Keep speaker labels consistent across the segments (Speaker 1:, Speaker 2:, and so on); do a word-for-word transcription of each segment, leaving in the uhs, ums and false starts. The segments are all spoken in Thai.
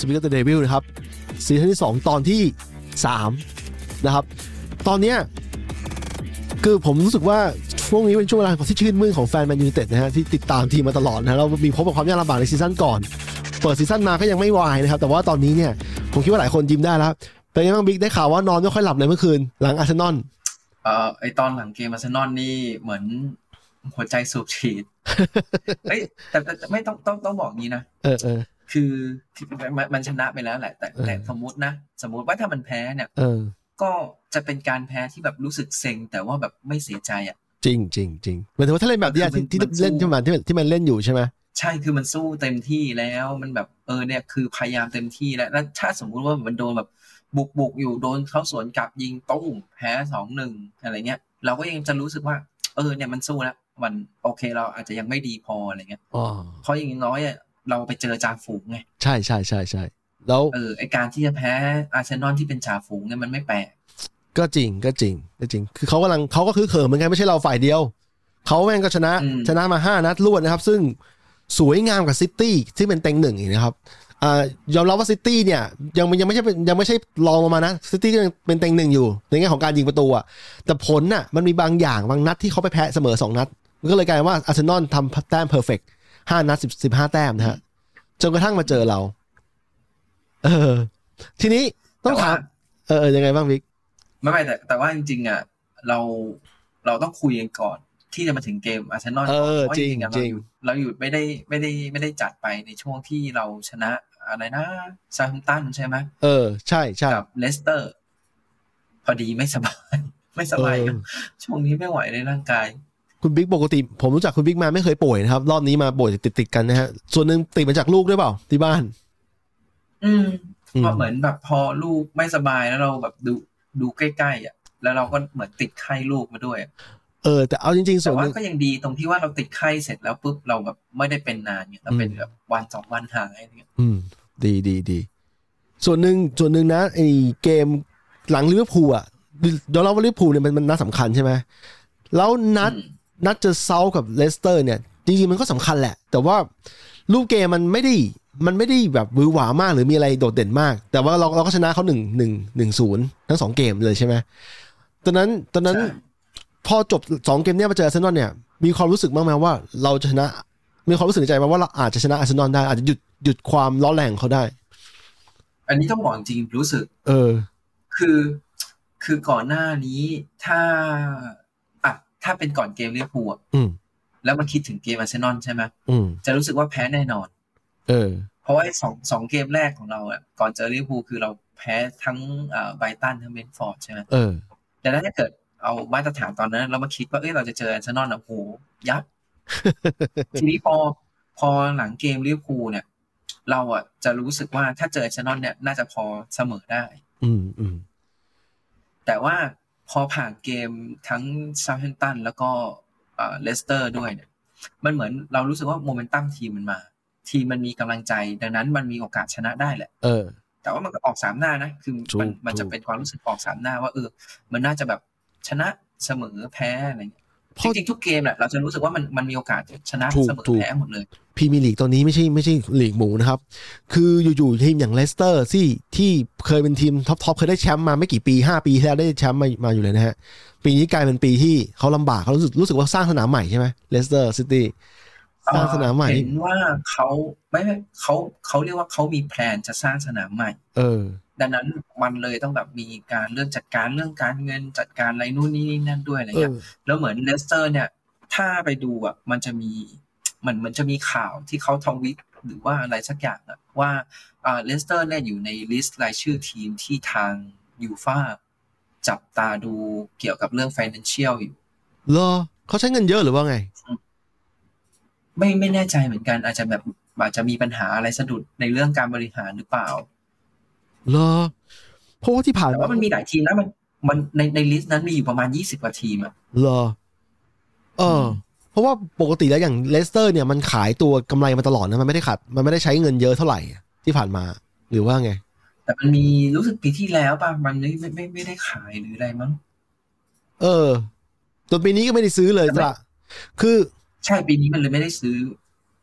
Speaker 1: Speak of the Devil นะครับซีซั่นที่สองตอนที่สามนะครับตอนเนี้ยคือผมรู้สึกว่าช่วงนี้เป็นช่วงเวลาที่ชื่นมื่นของแฟนแมนยูไนเต็ดนะฮะที่ติดตามทีมมาตลอดนะเรามีพบกับความยากลำบากในซีซั่นก่อนเปิดซีซั่นมาก็ยังไม่วายนะครับแต่ว่าตอนนี้เนี่ยผมคิดว่าหลายคนยิ้มได้แล้วเป็นไงบ้างบิ๊กได้ข่าวว่านอนไม่ค่อยหลับเลยเมื่อคืนหลังอาร์เซนอล
Speaker 2: เอ่อไอตอนหลังเกมอาร์เซนอลนี่เหมือนหัวใจสูบฉีดเอ้ยแต่แต่ไม่ต้องต้องต้องบอกงี้นะ
Speaker 1: เออเออ
Speaker 2: คือมันชนะไปแล้วแหละแต่แต่สมมุตินะสมมุติว่าถ้ามันแพ้เนี่ยก็จะเป็นการแพ้ที่แบบรู้สึกเซ็งแต่ว่าแบบไม่เสียใจอ่ะ
Speaker 1: จริงจริงจริงหมายถึงว่าถ้าเล่นแบบนี้ที่ที่เล่นที่มันที่ที่มันเล่นอยู่ใช่ไหม
Speaker 2: ใช่คือมันสู้เต็มที่แล้วมันแบบเออเนี่ยคือพยายามเต็มที่แล้วแล้วถ้าสมมุติว่ามันโดนแบบบุกบุกอยู่โดนเขาสวนกลับยิงตุ้มแพ้ สองหนึ่ง อะไรเงี้ยเราก็ยังจะรู้สึกว่าเออเนี่ยมันสู้แล้วมันโอเคเราอาจจะยังไม่ดีพออะไรเงี้ยเพราะอย่างน้อยอ่ะเราไปเจอจ่าฝูงไง
Speaker 1: ใช่ใช่ใช่ใช่แล้ว
Speaker 2: เออไอการที่จะแพ้อาร์เซนอลที่เป็นจ่าฝูงเนี่ยมันไม่แปลก
Speaker 1: ก็จริงก็จริงก็จริงคือเขากำลังเขาก็คือเขิมเหมือนกันไม่ใช่เราฝ่ายเดียวเขาแม่งก็ชนะชนะมาห้านัดรวดนะครับซึ่งสวยงามกับซิตี้ที่เป็นเต็งหนึ่งอีกนะครับอ่ายอมรับว่าซิตี้เนี่ยยังยังไม่ใช่ยังไม่ใช่รองลงมานะซิตี้ก็ยังเป็นเต็งหนึ่งอยู่ในแง่ของการยิงประตูอ่ะแต่ผลน่ะมันมีบางอย่างบางนัดที่เขาไปแพ้เสมอสองนัดมันก็เลยกลายว่าอาร์เซนอลทำแต้มเพอร์เฟกต์ห้านัดสิบ สิบห้าแต้มนะฮะจนกระทั่งมาเจอเราเออทีนี้ต้องถามเออยังไงบ้างวิก
Speaker 2: ไม่ไม่แต่แต่ว่าจริงๆอ่ะเราเราต้องคุยกันก่อนที่จะมาถึงเกมอาร์เซนอล
Speaker 1: เออจริงจริง
Speaker 2: เราอยู่ไม่ได้ไม่ได้ไม่ได้จัดไปในช่วงที่เราชนะอะไรนะซาฮัมตันใช่ไหม
Speaker 1: เออใช่ใช่
Speaker 2: กับเลสเตอร์พอดีไม่สบายไม่สบายช่วงนี้ไม่ไหวในร่างกาย
Speaker 1: คุณบิ๊กปกติผมรู้จักคุณบิ๊กมาไม่เคยป่วยนะครับรอบนี้มาป่วยติดๆกันนะฮะส่วนหนึ่งติดมาจากลูกด้วยเปล่าที่บ้าน
Speaker 2: อืมเพราะเหมือนแบบพอลูกไม่สบายแล้วเราแบบดูดูใกล้ๆอ่ะแล้วเราก็เหมือนติดไข้ลูกมาด้วย
Speaker 1: เออแต่เอาจริงๆส่วน
Speaker 2: นึงแต่ว่าก็ยังดีตรงที่ว่าเราติดไข้เสร็จแล้วปุ๊บเราแบบไม่ได้เป็นนานเนี่ยเราเป็นแบบวันสองวันหายอะไรเงี้ย
Speaker 1: อืมดีดีดีส่วนหนึ่งส่วนหนึ่งนะไอ้เกมหลังลิเวอร์พูลอ่ะยอมรับว่าลิเวอร์พูลเนี่ยมันมันนัดสำคัญใช่ไหมแล้วนัดนัดเจอเซาท์กับเลสเตอร์เนี่ยจริงๆมันก็สำคัญแหละแต่ว่ารูปเกมมันไม่ได้มันไม่ได้แบบวือหวามากหรือมีอะไรโดดเด่นมากแต่ว่าเราเราก็ชนะเขาหนึ่งหนึ่งหนึ่งศูนย์ทั้งสองเกมเลยใช่ไหมตอนนั้นตอนนั้นพอจบสองเกมเนี้ยมาเจออาร์เซนอลเนี่ยมีความรู้สึกบ้างไหมว่าเราจะชนะมีความรู้สึกในใจว่าเราอาจจะชนะอาร์เซนอลได้อาจจะหยุดหยุดความร้อนแรงเขาได้
Speaker 2: อันนี้ต้องบอกจริงรู้สึก
Speaker 1: เออ
Speaker 2: คือคือก่อนหน้านี้ถ้าอ่ะถ้าเป็นก่อนเกมลิเวอร์พูลอ่ะแล้วมาคิดถึงเกมอาร์เซนอลใช่ไหมจะรู้สึกว่าแพ้แน่นอน
Speaker 1: เออ
Speaker 2: เพราะว่าสองสองเกมแรกของเราอ่ะก่อนเจอลิเวอร์พูลคือเราแพ้ทั้งอ่าไบรตันทั้งเบนฟอร์ดใช่ไหม
Speaker 1: เออ
Speaker 2: แต่ถ้าเกิดเอามาตรฐานตอนนั้นเรามาคิดว่าเอ้ยเราจะเจออาร์เซนอลอ่ะโหยับ ทีนี้พอพอหลังเกมลิเวอร์พูลเนี่ยเราอ่ะจะรู้สึกว่าถ้าเจออาร์เซนอลเนี่ยน่าจะพอเสมอได้
Speaker 1: อืมอืม
Speaker 2: แต่ว่าพอผ่านเกมทั้งเซาท์แฮมป์ตันแล้วก็อ่าเลสเตอร์ด้วยเนี่ยมันเหมือนเรารู้สึกว่าโมเมนตัมทีมมันมาทีมมันมีกำลังใจดังนั้นมันมีโอกาสชนะได้แหละ
Speaker 1: เออ
Speaker 2: แต่ว่ามันก็ออกสามหน้านะคือมันมันจะเป็นความรู้สึกออกสามหน้าว่าเออมันน่าจะแบบชนะเสมอแพ้อะไรเงี้ยจริงๆทุกเกมแหละเราจะรู้สึกว่ามันมันมีโอกาสชนะเสมอแพ้หมดเลย
Speaker 1: พรีเมียร์ลีกตอนนี้ไม่ใช่ไม่ใช่ลีกหมูนะครับคืออยู่ๆทีมอย่างเลสเตอร์ที่ที่เคยเป็นทีมท็อปๆเคยได้แชมป์มาไม่กี่ปีห้าปีแล้วได้แชมป์มามาอยู่เลยนะฮะปีนี้กลายเป็นปีที่เขาลำบากเขารู้สึกรู้สึกว่าสร้างสนามใหม่ใช่ไหมเลสเตอร์ซิตี้สร้างสนามใหม่
Speaker 2: เห็นว่าเขาไม่ไม่เขาเขาเรียกว่าเขามีแพลนจะสร้างสนามใหม่
Speaker 1: เออ
Speaker 2: ดังนั้นมันเลยต้องแบบมีการเรื่องจัดการเรื่องการเงินจัดการอะไรนู่นนี่นั่นด้วยอะไรเงี้ยแล้วเหมือนเลสเตอร์เนี่ยถ้าไปดูอ่ะมันจะมีมันมันจะมีข่าวที่เขาทวิตหรือว่าอะไรสักอย่างอ่ะว่าอ่าเลสเตอร์เนี่ยอยู่ในลิสต์รายชื่อทีมที่ทางยูฟ่าจับตาดูเกี่ยวกับเรื่อง financial อยู่
Speaker 1: เหรอเขาใช้เงินเยอะหรือว่าไง
Speaker 2: ไม่ไม่แน่ใจเหมือนกันอาจจะแบบอาจจะมีปัญหาอะไรสะดุดในเรื่องการบริหารหรือเปล่า
Speaker 1: เหรอเพราะว่าที่ผ่าน
Speaker 2: แต่ว่ามันมีหลายทีมนะมันมันในในลิสต์นั้นมีอยู่ประมาณยี่สิบกว่าทีมอ่ะ
Speaker 1: เหรอเออเพราะว่าปกติแล้วอย่างเลสเตอร์เนี่ยมันขายตัวกำไรมาตลอดนะมันไม่ได้ขาดมันไม่ได้ใช้เงินเยอะเท่าไหร่ที่ผ่านมาหรือว่าไง
Speaker 2: แต่มันมีรู้สึกปีที่แล้วป่ะมันไม่ไม่ไม่ไม่ได้ขายหรืออะไรมั้ง
Speaker 1: เออตัวปีนี้ก็ไม่ได้ซื้อเลยจ้ะคือ
Speaker 2: ใช่ปีนี้มันเลยไม่ได้ซื้อ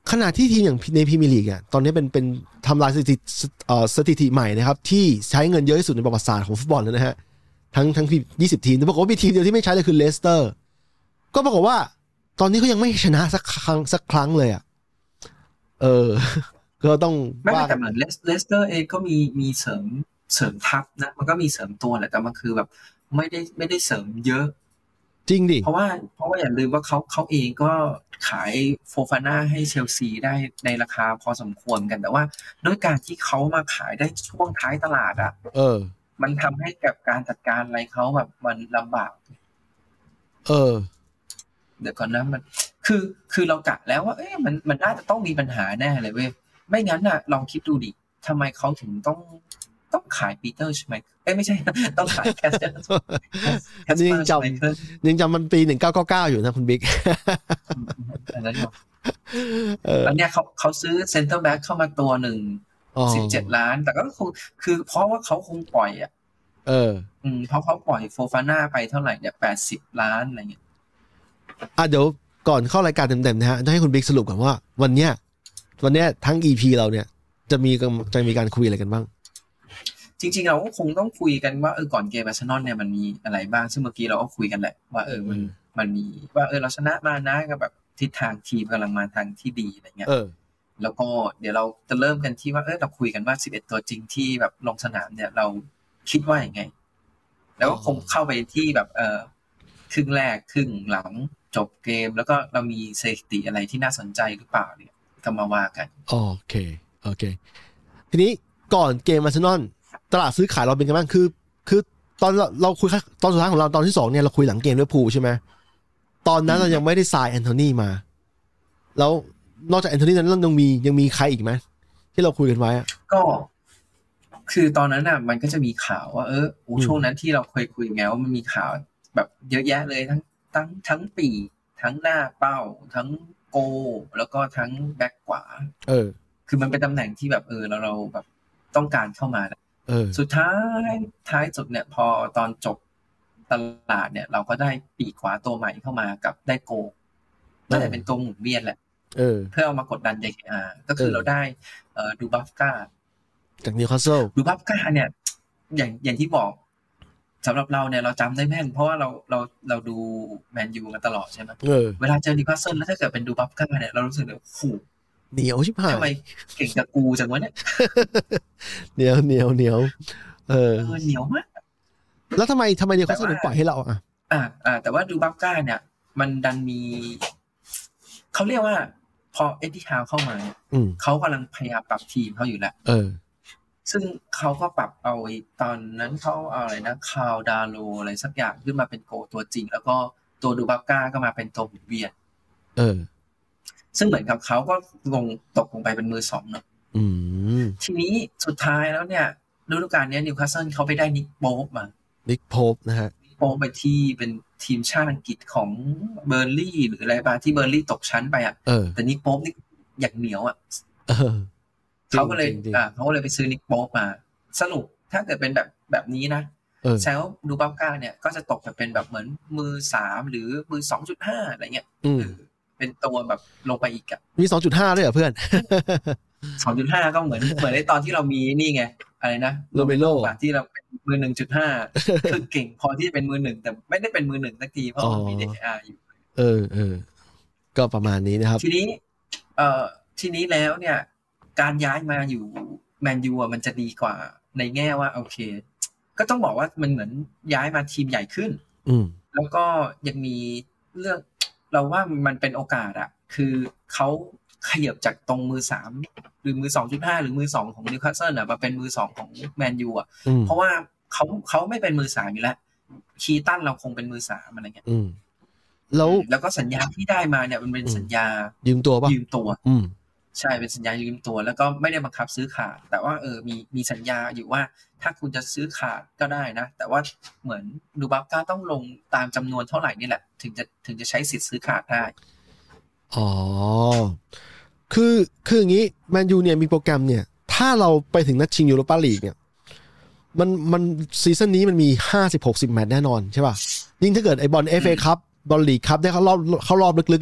Speaker 1: ขณะที่ทีมอย่างในพรีเมียร์ลีกอ่ะตอนนี้เป็นเป็นทำลายสถิติเอ่อสถิติใหม่นะครับที่ใช้เงินเยอะที่สุดในประวัติศาสตร์ของฟุตบอลเลยนะฮะทั้งทั้งยี่สิบทีมแต่ปรากฏว่ามีทีมเดียวที่ไม่ใช้เลยคือเลสเตอร์ก็ปรากฏว่าตอนนี้เขายังไม่ชนะสักครั้งสักครั้งเลยอ่ะเออก็ต้อง
Speaker 2: ไม่แต่เหมือนเลสเตอร์เองก็มีมีเสริมเสริมทัพนะมันก็มีเสริมตัวแหละแต่มันคือแบบไม่ได้ไม่ได้เสริมเยอะ
Speaker 1: จริงดิ
Speaker 2: เพราะว่าเพราะว่าอย่าลืมว่าเขาเขาเองก็ขายโฟฟาน่าให้เชลซีได้ในราคาพอสมควรกันแต่ว่าด้วยการที่เขามาขายได้ช่วงท้ายตลาดอ่ะ
Speaker 1: เออ
Speaker 2: มันทำให้กับการจัดการอะไรเขาแบบมันลำบาก
Speaker 1: เออ
Speaker 2: เดี๋ยวก่อนนะมันคือคือเรากะแล้วว่าเอ๊ะมันมันน่าจะต้องมีปัญหาแน่เลยเว้ยไม่งั้นน่ะลองคิดดูดิทำไมเขาถึงต้องต้องขายปีเตอร์ใช่ไหมเอ้ยไม่ใช่ต้องขายแคสเตอร์
Speaker 1: ยังจำยังจำมันปีหนึ่งเก้าเก้าเก้าอยู่นะคุณบิ๊ก
Speaker 2: อันนั้นเนาะอันเนี้ยเขาเขาซื้อเซ็นเตอร์แบ็กเข้ามาตัวหนึ่งสิบเจ็ดล้านแต่ก็คงคือเพราะว่าเขาคงปล่อยอ่ะ
Speaker 1: เออ
Speaker 2: อืมเพราะเขาปล่อยโฟฟาน่าไปเท่าไหร่เนี่ยแปดสิบล้านอะไรเงี้ย
Speaker 1: อ่ะเดี๋ยวก่อนเข้ารายการเต็มๆนะฮะจะให้คุณบิ๊กสรุปก่อนว่าวันเนี้ยวันเนี้ยทั้ง อี พี เราเนี่ยจะมีจะมีการคุยอะไรกันบ้าง
Speaker 2: จริงๆเราก็คงต้องคุยกันว่าเออก่อนเกมอาร์เซนอลเนี่ยมันมีอะไรบ้างซึ่งเมื่อกี้เราก็คุยกันแหละว่าเออมันมันมีว่าเออเราชนะมานะกับแบบทิศทางทีมกำลังมาทางที่ดีอะไรเงี้ยแล้วก็เดี๋ยวเราจะเริ่มกันที่ว่าเออเราคุยกันว่าสิบเอ็ดตัวจริงที่แบบลงสนามเนี่ยเราคิดว่าอย่างไงแล้วก็คงเข้าไปที่แบบเออครึ่งแรกครึ่งหลังจบเกมแล้วก็เรามีสถิติอะไรที่น่าสนใจหรือเปล่าเนี่ยก็มาว่ากัน
Speaker 1: โอเคโอเคทีนี้ก่อนเกมอาร์เซนอลตลาดซื้อขายเราเป็นกันบ้างคือคือตอนเราเราคุยตอนสุดท้ายของเราตอนที่สองเนี่ยเราคุยหลังเกมด้วยพูใช่ไหมตอนนั้นเรายังไม่ได้ซายแอนโทนีมาแล้วนอกจากแอนโทนีนั้นเรายังมียังมีใครอีกไหมที่เราคุยกันไว้
Speaker 2: ก็คือตอนนั้นอ่ะมันก็จะมีข่าวว่าเออโอ้ช่วงนั้นที่เราเคยคุยไงว่ามันมีข่าวแบบเยอะแยะเลยทั้งทั้งทั้งปีทั้งหน้าเป้าทั้งโกแล้วก็ทั้งแบ็คขวา
Speaker 1: เออ
Speaker 2: คือมันเป็นตำแหน่งที่แบบเออเราเราแบบต้องการเข้ามา
Speaker 1: เออ
Speaker 2: สุดท้ายท้ายสุดเนี่ยพอตอนจบตลาดเนี่ยเราก็ได้ปีกขวาตัวใหม่เข้ามากับได้โกน่าจะเป็นตัวหมุนเวียนแหละ
Speaker 1: เออ
Speaker 2: เพื่อเอามากดดัน เจ เค อาร์ ก็คือเราได้เอ่อดูบัฟก้า
Speaker 1: จากนิวคาสเซิล
Speaker 2: ดูบัฟก้าเนี่ยอย่างอย่างที่บอกสำหรับเราเนี่ยเราจำได้แม่นเพราะว่าเราเราเราดูแมนยูมาตลอดใช่ไหม
Speaker 1: เออ
Speaker 2: เวลาเจอนิวคาสเซิลแล้วถ้าเกิดเป็นดูบัฟก้าเนี่ยเรารู้สึกเลยโอ้โห
Speaker 1: เหนียวชิบหาย
Speaker 2: ทำไมเก่งกับกูจังวะเนี่ย
Speaker 1: เหนียวเหนียวเหนียวเออ
Speaker 2: เหนียวมาก
Speaker 1: แล้วทำไมทำไมนิวคาสเซิลถึงปล่อยให้เราอ่ะ
Speaker 2: อ่าอ่าแต่ว่าดูบัฟก้าเนี่ยมันดันมีเขาเรียกว่าพอเอ็ดดี้ฮาวเข้ามาเนี่ยเขากำลังพยายามปรับทีมเขาอยู่แล้ว
Speaker 1: เออ
Speaker 2: ซึ่งเขาก็ปรับเอาตอนนั้นเขาเอาอะไรนะคาวดาโลอะไรสักอย่างขึ้นมาเป็นโกตัวจริงแล้วก็ตัวดูบัฟก้าก็มาเป็นตัวหมุนเวียน
Speaker 1: เออ
Speaker 2: ซึ่งเหมือนกับเขาก็ลงตกลงไปเป็นมือสองเนาะทีนี้สุดท้ายแล้วเนี่ยฤดูกาลนี้นิวคาสเซิลเขาไปได้นิกโป๊ปมา
Speaker 1: นิกโป๊ปนะฮะ
Speaker 2: นิกโป๊ปไปที่เป็นทีมชาติอังกฤษของเบอร์ลี่หรืออะไรบ้างที่เบอร์ลี่ตกชั้นไปอ่ะแต่นิกโป๊ปนี่อย่างเหนียวอ่ะเขาก็เลยอ่าเขาก็เลยไปซื้อนิกโป๊ปมาสรุปถ้าเกิดเป็นแบบแบบนี้นะแซวดูบัฟก้าเนี่ยก็จะตกไปเป็นแบบเหมือนมือสามหรือมือ สองจุดห้า อะไรเงี้ยเป็นตัวแบบลงไปอีกอ่ะ
Speaker 1: มี สองจุดห้า ด้วยเหรอเพื่อน
Speaker 2: สองจุดห้า ก็เหมือนเหมือนในตอนที่เรามีนี่ไงอะไรนะ
Speaker 1: โรเมโร
Speaker 2: ที่เราเป็นมือ หนึ่งจุดห้า คือเก่งพอที่จะเป็นมือหนึ่งแต่ไม่ได้เป็นมือหนึ่งสักทีเพราะมี ดี อาร์ อยู่
Speaker 1: เออเออก็ประมาณนี้นะครับ
Speaker 2: ทีนี้เอ่อทีนี้แล้วเนี่ยการย้ายมาอยู่แมนยูอ่ะมันจะดีกว่าในแง่ว่าโอเคก็ต้องบอกว่ามันเหมือนย้ายมาทีมใหญ่ขึ้น
Speaker 1: อืม
Speaker 2: แล้วก็ยังมีเรื่องเราว่ามันเป็นโอกาสอ่ะคือเขาขยับจากตรงมือสามหรือมือ สองจุดห้า หรือมือสองของนิวคาสเซิลน่ะมาเป็นมือสองของแมนยูอ่ะเพราะว่าเขาเขาไม่เป็นมือสามอยู่แล้วคีตันเราคงเป็นมือสามอะไรเงี้ย
Speaker 1: แล้ว
Speaker 2: แล้วก็สัญญาที่ได้มาเนี่ยมันเป็นสัญญา
Speaker 1: ยืมตัวป่ะ
Speaker 2: ยืมตัวใช่เป็นสัญญายืมตัวแล้วก็ไม่ได้บังคับซื้อขาดแต่ว่าเออมีมีสัญญาอยู่ว่าถ้าคุณจะซื้อขาดก็ได้นะแต่ว่าเหมือนดูบัฟก้าต้องลงตามจำนวนเท่าไหร่นี่แหละถึงจะถึงจะใช้สิทธิ์ซื้อขาดได้
Speaker 1: อ๋อคือคืออย่างนี้แมนยูเนี่ยมีโปรแกรมเนี่ยถ้าเราไปถึงนัดชิงยูโรปาลีกเนี่ยมันมันซีซั่นนี้มันมีห้าสิบ หกสิบแมตช์แน่นอนใช่ป่ะยิ่งถ้าเกิดไอ้บอล เอฟ เอ คัพบอลลีกคัพได้เข้ารอบเข้ารอบลึกๆเนี่ยมัน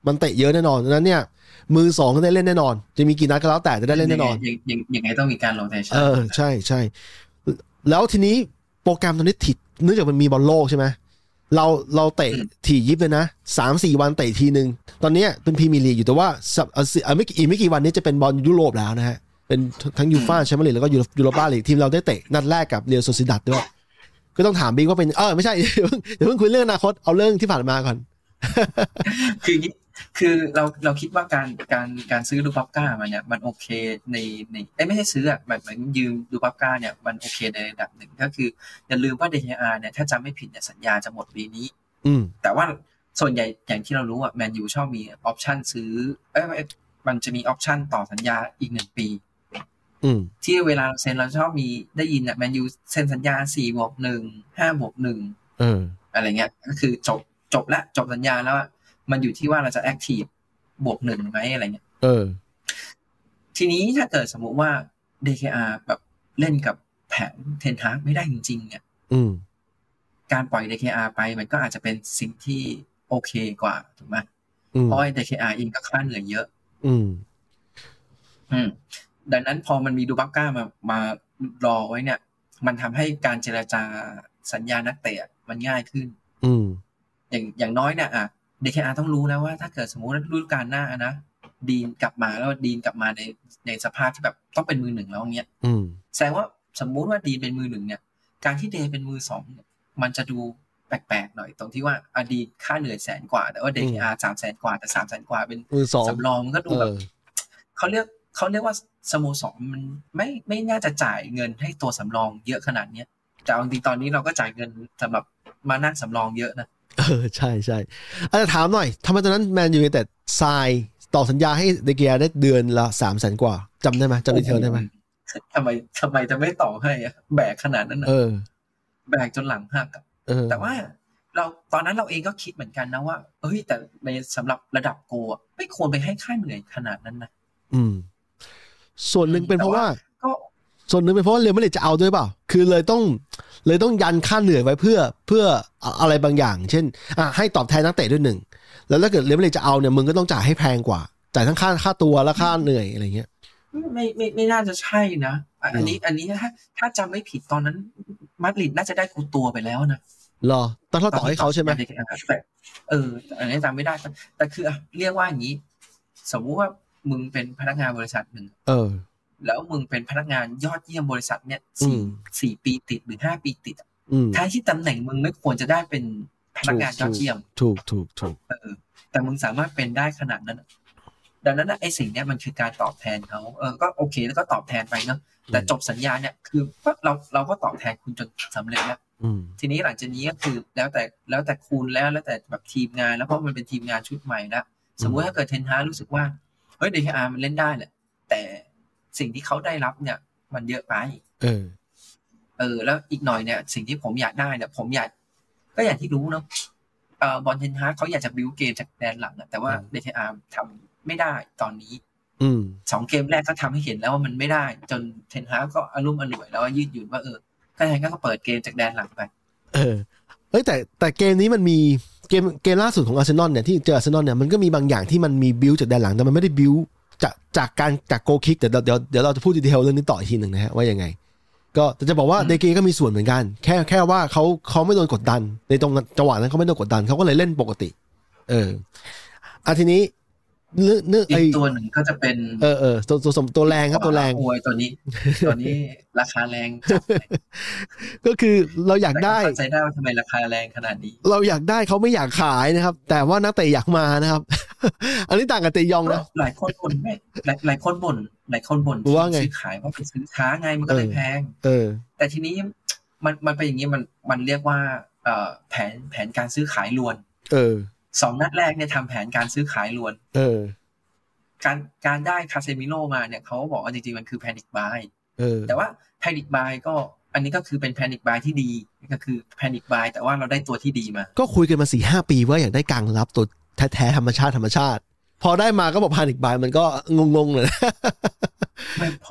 Speaker 1: มันเตะเยอะแน่นอนดังนั้นเนี่ยมือสองก็ได้เล่นแน่นอนจะมีกี่นัดก็แล้วแต่จะได้เล่นแน่นอน
Speaker 2: ยังยังไงต้องมีการโรเทชั่น
Speaker 1: เออใช่ใช่แล้วทีนี้โปรแกรมตอนนี้ถิดเนื่องจากมันมีบอลโลกใช่ไหมเราเราเตะถี่ยิบเลยนะ สามสี่ วันเตะทีนึงตอนนี้เป็นพรีเมียร์ลีกอยู่แต่ว่าไม่อีกไม่กี่วันนี้จะเป็นบอลยุโรปแล้วนะฮะเป็นทั้งยูฟ่าแชมเปี้ยนลีกแล้วก็ยูโรปาลีกทีมเราได้เตะนัดแรกกับเรอัลโซซิดัดด้วยก็ต้องถามบิ๊กว่าเป็นเออไม่ใช่เดี๋ยวเพิ่งคุยเรื่องอนาคตเอาเรื่องที่ผ่านมาก่อน
Speaker 2: คือคือเราเราคิดว่าการการการซื้อดูบับก้ามาเนี่ยมันโอเคในในเอ้ไม่ใช่ซื้ออ่ะแบบเหมือนยืมดูบับก้าเนี่ยมันโอเคในระดับหนึ่งก็คืออย่าลืมว่า ดี เค อาร์ เนี่ยถ้าจำไม่ผิดเนี่ยสัญญาจะหมดปีนี้แต่ว่าส่วนใหญ่อย่างที่เรารู้อ่ะแมนยูชอบมีออปชั่นซื้อเอ้ยมันจะมีออปชั่นต่อสัญญาอีกหนึ่งปีที่เวลาเซ็นเราชอบมีได้ยินอ่ะแมนยูเซ็นสัญญาสี่บวกหนึ่งห้าบวกหนึ่งอะไรเงี้ยก็คือจบจบแล้วจบสัญญาแล้วมันอยู่ที่ว่าเราจะแอคทีฟบวกหนึ่งไหมอะไรเงี้ยเออทีนี้ถ้าเกิดสมมุติว่า ดี เค อาร์ แบบเล่นกับแผนเทนฮากไม่ได้จริงๆเนี่ยการปล่อย ดี เค อาร์ ไปมันก็อาจจะเป็นสิ่งที่โอเคกว่าถูกไหมเพราะ ดี เค อาร์ เองก็ค่าเหนื่อยเยอะอืมอืมดังนั้นพอมันมีดูบักก้ามามารอไว้เนี่ยมันทำให้การเจรจาสัญญานักเตะมันง่ายขึ้นอืมอย่างอย่างน้อยเนี่ยอ่ะ ดี เค อาร์ ต้องรู้แล้วว่าถ้าเกิดสมมุติฤดูกาลหน้านะดีนกลับมาแล้วดีนกลับมาในในสภาพที่แบบต้องเป็นมือหนึ่งแล้วเงี้ยแสดงว่าสมมุติว่าดีนเป็นมือหนึ่งเนี่ยการที่เดย์เป็นมือสองเนี่ยมันจะดูแปลกๆหน่อยตรงที่ว่าอดีตค่าเหนื่อยแสนกว่าแต่ว่า ดี เค อาร์ สามแสนกว่าแต่สามแสนกว่าเป็นสำรองมันก็ดูแบบเขาเรียกเขาเรียกว่าสโมสรมันไม่ไม่น่าจะจ่ายเงินให้ตัวสำรองเยอะขนาดนี้แต่จริงๆตอนนี้เราก็จ่ายเงินสำหรับมานั่งสำรองเยอะนะ
Speaker 1: เออใช่ใช่อาจจะถามหน่อยทำไมตอนนั้นแมนยูแต่ทรายต่อสัญญาให้เดเกียได้เดือนละสามแสนกว่าจำได้ไหมจำดีเทลได้ไหม
Speaker 2: ทำไมทำไมจะไม่ต่อให้อะแบกขนาดนั้นนะเออแบกจนหลังหักอะแต่ว่าเราตอนนั้นเราเองก็คิดเหมือนกันนะว่าเฮ้ยแต่ในสำหรับระดับโกะไม่ควรไปให้ค่าเหนื่อยขนาดนั้นนะอืม
Speaker 1: ส่วนหนึ่งเป็นเพราะว่าก็ส่วนหนึ่งเป็นเพราะว่าเรอัลมาดริดจะเอาด้วยเปล่าคือเลยต้องเลยต้องยันค่าเหนื่อยไว้เพื่อเพื่ออะไรบางอย่างเช่นอ่ะให้ตอบแทนนักเตะด้วยหนึ่งแล้วถ้าเกิดเรอัลมาดริดจะเอาเนี่ยมึงก็ต้องจ่ายให้แพงกว่าจ่ายทั้งค่าค่าตัวและค่าเหนื่อยอะไรเงี้ย
Speaker 2: ไม่ไม่ไม่น่าจะใช่นะอันนี้อันนี้ถ้าถ้าจำไม่ผิดตอนนั้นมาดริดน่าจะได้คูตัวไปแล้วนะ
Speaker 1: หรอตอนเขาต่อให้เขาใช่ไหม
Speaker 2: เอออันนี้จำไม่ได้แต่คือเรียกว่าอย่างนี้สมมุติว่ามึงเป็นพนักงานบริษัทหนึ่งเออแล้วมึงเป็นพนักงานยอดเยี่ยมบริษัทเนี่ยสี่สี่ปีติดหรือห้าปีติดท้ายที่ตำแหน่งมึงไม่ควรจะได้เป็นพนักงานยอดเยี่ยม
Speaker 1: ถูกถูกถูก
Speaker 2: เออแต่มึงสามารถเป็นได้ขนาดนั้นดังนั้นไอ้สิ่งนี้มันคือการตอบแทนเขาเออก็โอเคแล้วก็ตอบแทนไปเนาะแต่จบสัญญาเนี่ยคือเราเราก็ตอบแทนคุณจนสำเร็จแล้วทีนี้หลังจากนี้ก็คือแล้วแต่แล้วแต่คุณแล้วแล้วแต่แบบทีมงานแล้วเพราะมันเป็นทีมงานชุดใหม่แล้วสมมติถ้าเกิดเทนฮากรู้สึกว่าเฮ้ย ดี เค อาร์ มันเล่นได้แหละแต่สิ่งที่เขาได้รับเนี่ยมันเยอะไปเออเออแล้วอีกหน่อยเนี่ยสิ่งที่ผมอยากได้เนี่ยผมอยากก็อย่างที่รู้เนาะเอ่อบอลเทนฮากเขาอยากจะบิวเกมจากแดนหลังแต่ว่า ดี เค อาร์ ทำไม่ได้ตอนนี้อืมสองเกมแรกก็ทำให้เห็นแล้วว่ามันไม่ได้จนเทนฮากก็อารมณ์อร่วยแล้วยืดหยุ่นว่าเออก็ยังก็เปิดเกมจากแดนหลังไป
Speaker 1: เออเอ้ยแต่แต่เกมนี้มันมีเกมเกมล่าสุดของอาร์เซนอลเนี่ยที่เจออาร์เซนอลเนี่ยมันก็มีบางอย่างที่มันมีบิวจากแดนหลังแต่มันไม่ได้บิวจากจากการจากโกคิกเดี๋ยวเดี๋ยวเดี๋ยวเราจะพูดดีเทลเรื่องนี้ต่ออีกทีหนึ่งนะฮะว่ายังไงก็แต่จะบอกว่าเดเกก็มีส่วนเหมือนกันแค่แค่ว่าเขาเขาไม่โดนกดดันในตรงจังหวะนั้นเขาไม่โดนกดดันเขาก็เลยเล่นปกติเอออ่ะทีนี้
Speaker 2: เนื้อเนื้อไอตัวหนึ่งก็จะเป็น
Speaker 1: เออเออตัวตัวสมตัวแรงครับตัวแรง
Speaker 2: โอ้ยตัวนี้ตัวนี้ราคาแรง
Speaker 1: ก็คือเราอยากได้
Speaker 2: เข้าใจได้ว่าทำไมราคาแรงขนาดนี้
Speaker 1: เราอยากได้เขาไม่อยากขายนะครับแต่ว่านักเตะอยากมานะครับอันนี้ต่างกับเตยองนะ
Speaker 2: หลายคนบ่นไม่หลายคนบ่นหลายคนบ่นซื้อขายว่าเป็นซื้อช้าไงมันก็เลยแพงเออแต่ทีนี้มันมันเป็นอย่างนี้มันมันเรียกว่าเอ่อแผนแผนการซื้อขายลวนเออสองนัดแรกเนี่ยทำแผนการซื้อขายลวนเออการการได้คาเซมิโร่มาเนี่ยเขาบอกว่าจริงๆมันคือแพนิคบายเออแต่ว่าแพนิคบายก็อันนี้ก็คือเป็นแพนิคบายที่ดีก็คือแพนิคบายแต่ว่าเราได้ตัวที่ดีมา
Speaker 1: ก็คุยกันมา สี่ห้า ปีว่าอยากได้กลางรับตัวแท้ๆธรรมชาติธรรมชาติพอได้มาก็บอกแพนิคบายมันก็งงๆเลย
Speaker 2: ไม่พอพ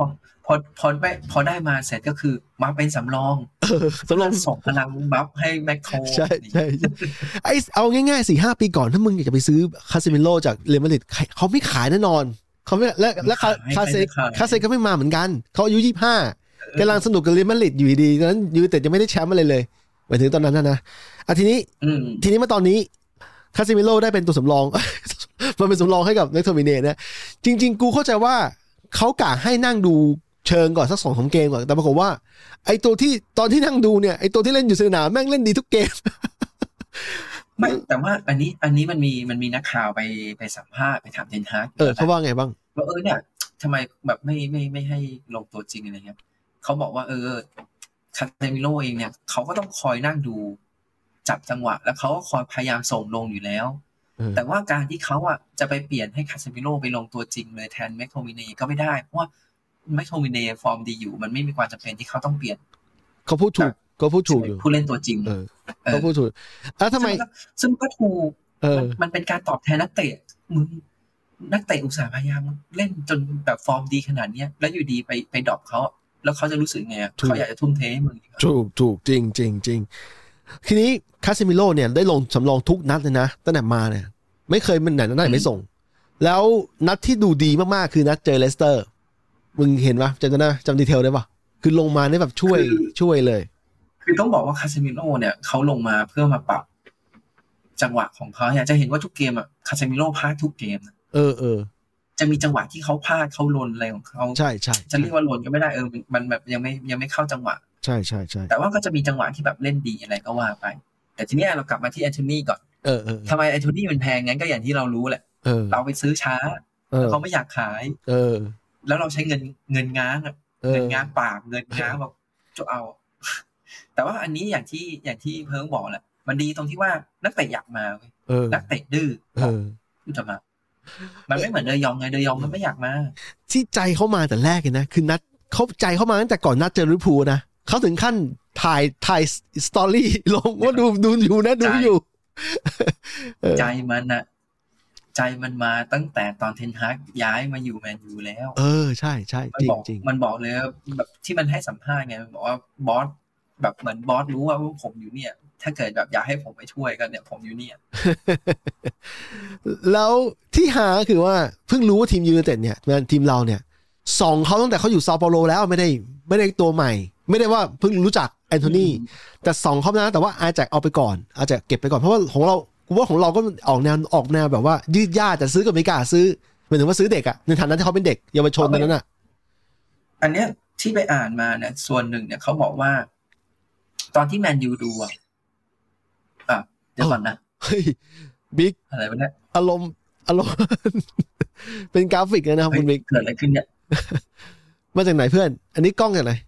Speaker 2: อพอได้พอได้มาเสร็จก็คือมาเป็นสำรอง
Speaker 1: สำรอง
Speaker 2: ส่งพลังบัฟให้แม็กโท
Speaker 1: ใช่ใช่ไอเอาง่ายๆ สี่ห้า ปีก่อนถ้ามึงอยากจะไปซื้อคาซิมิโร่จากเรอัลมาดริดเขาไม่ขายแน่นอนเขาไม่และและคาคาเซคาเซก็ไม่มาเหมือนกันเขาอายุยี่สิบห้ากำลังสนุกกับเรอัลมาดริดอยู่ดีๆตอนนั้นยูไนเต็ดยังไม่ได้แชมป์อะไรเลยหมายถึงตอนนั้นนะนะอ่ะทีนี้ทีนี้มาตอนนี้คาซิมิโร่ได้เป็นตัวสำรองมันเป็นสำรองให้กับแม็กโทมิเน่นะจริงๆกูเข้าใจว่าเขากะให้นั่งดูเชิงก่อนสักสองสามเกมก่อนแต่ปรากฏว่าไอ้ตัวที่ตอนที่นั่งดูเนี่ยไอ้ตัวที่เล่นอยู่สนามแม่งเล่นดีทุกเกม
Speaker 2: ไม่แต่ว่าอันนี้อันนี้มันมีมันมีนักข่าวไปไปสัมภาษณ์ไปถามเทนฮาก
Speaker 1: เออเขาว่าไงบ้าง
Speaker 2: ว่าเออเนี่ยทำไมแบบไม่ไม่ไม่ให้ลงตัวจริงอะไรเงี้ยเขาบอกว่าเออคาเซมิโร่เองเนี่ยเขาก็ต้องคอยนั่งดูจับจังหวะแล้วเขาก็คอยพยายามส่งลงอยู่แล้วแต่ว่าการที่เขาอ่ะจะไปเปลี่ยนให้คาเซมิโร่ไปลงตัวจริงเลยแทนแม็กโทมิเน่ก็ไม่ได้เพราะว่าแม็กโทมิเน่ฟอร์มดีอยู่มันไม่มีความจำเป็นที่เขาต้องเปลี่ยน
Speaker 1: เขาพูดถูกก็พูดถูกอยู่
Speaker 2: ผู้เล่นตัวจริง
Speaker 1: เออเขาพูดถูกแล้วทำไม
Speaker 2: ซึ่งก็ถูกมันเป็นการตอบแทนนักเตะมึงนักเตะอุตสาห์พยายามเล่นจนแบบฟอร์มดีขนาดนี้แล้วอยู่ดีไปไปดรอปเขาแล้วเขาจะรู้สึกไงเขาอยากจะทุ่มเทให้มึง
Speaker 1: ถูกถูกจริงจริงจริงทีนี้คาซิมิโร่เนี่ยได้ลงสำรองทุกนัดเลยนะตั้งแต่มาเนี่ยไม่เคยมันไหนนัดไหนไม่ส่งแล้วนัดที่ดูดีมากๆคือนัดเจอเลสเตอร์มึงเห็นปะจำได้จำดีเทลได้ปะคือลงมาได้แบบช่วยช่วยเลย
Speaker 2: คือต้องบอกว่าคาซิมิโร่เนี่ยเขาลงมาเพื่อมาปรับจังหวะของเขาเนี่ยจะเห็นว่าทุกเกมอ่ะคาซิมิโร่พลาดทุกเกม
Speaker 1: เออเออ
Speaker 2: จะมีจังหวะที่เขาพลาดเขาลนอะไรของเขา
Speaker 1: ใช่ใช่
Speaker 2: จะเรียกว่าลนก็ไม่ได้เออมันแบบยังไม่ยังไม่เข้าจังหวะ
Speaker 1: ใช่ใช่ใช่
Speaker 2: แต่ว่าก็จะมีจังหวะที่แบบเล่นดีอะไรก็ว่าไปแต่ทีนี้เรากลับมาที่แอนโทนีก่อน
Speaker 1: เออเออ
Speaker 2: ทำไมแอนโทนีมันแพงงั้นก็อย่างที่เรารู้แหละเราไปซื้อช้าแล้วเขาไม่อยากขาย
Speaker 1: เออ
Speaker 2: แล้วเราใช้เงินเงินง้างอ่ะเงินง้างปากเงินง้างแบบจะเอาแต่ว่าอันนี้อย่างที่อย่างที่เพิ่งบอกแหละมันดีตรงที่ว่านักเตะอยากมาเว้ยนักเตะดื้อคือจะมามันไม่เหมือนเดยองไงเดยองมันไม่อยากมา
Speaker 1: ที่ใจเขามาแต่แรกเลยนะคือนัดเขาใจเขามาตั้งแต่ก่อนนัดเจอลิเวอร์พูลนะเขาถึงขั้นถ่ายถ่ายสตอรี่ลงว่าดูดูอยู่นะดูอยู่
Speaker 2: ใจมันอะใจมันมาตั้งแต่ตอนเทนฮากย้ายมาอยู่แมนยูแล้ว
Speaker 1: เออใช่ใช่จริงจริง
Speaker 2: มันบอกเลยแบบที่มันให้สัมภาษณ์ไงมันบอกว่าบอสแบบเหมือนบอสรู้ว่าผมอยู่เนี่ยถ้าเกิดแบบอยากให้ผมไปช่วยกันเนี่ยผมอยู่เนี่ย
Speaker 1: แล้วที่หาคือว่าเพิ่งรู้ว่าทีมยูไนเต็ดเนี่ยทีมเราเนี่ยส่องเขาตั้งแต่เขาอยู่ซาโปโรแล้วไม่ได้ไม่ได้ตัวใหม่ไม่ได้ว่าเพิ่งรู้จักแอนโทนีแต่ส่องเขานะแต่ว่าอาจจะเอาไปก่อนอาจจะเก็บไปก่อนเพราะว่าของเรากูว่าของเราก็ออกแนวออกแนวแบบว่ายืดยาดแต่ซื้อกับไม่กล้าซื้อหมายถึงว่าซื้อเด็กอะในฐานะที่เขาเป็นเด็กเยาวชนนั้นน่ะ
Speaker 2: อันเนี้ยที่ไปอ่านมาเนี่ยส่วนหนึ่งเนี่ยเขาบอกว่าตอนที่แมนยูดูอ่ะอ่ะเดี๋ยวก่อนนะ
Speaker 1: เฮ้ยบิ๊ก
Speaker 2: อะไรวะเนี่ย
Speaker 1: อารมณ์อารมณ์เป็นกราฟิกเลยนะครับคุณบิ๊ก
Speaker 2: เกิดอะไรขึ้นเนี่ย
Speaker 1: มาจากไหนเพื่อนอันนี้กล้องจากไหน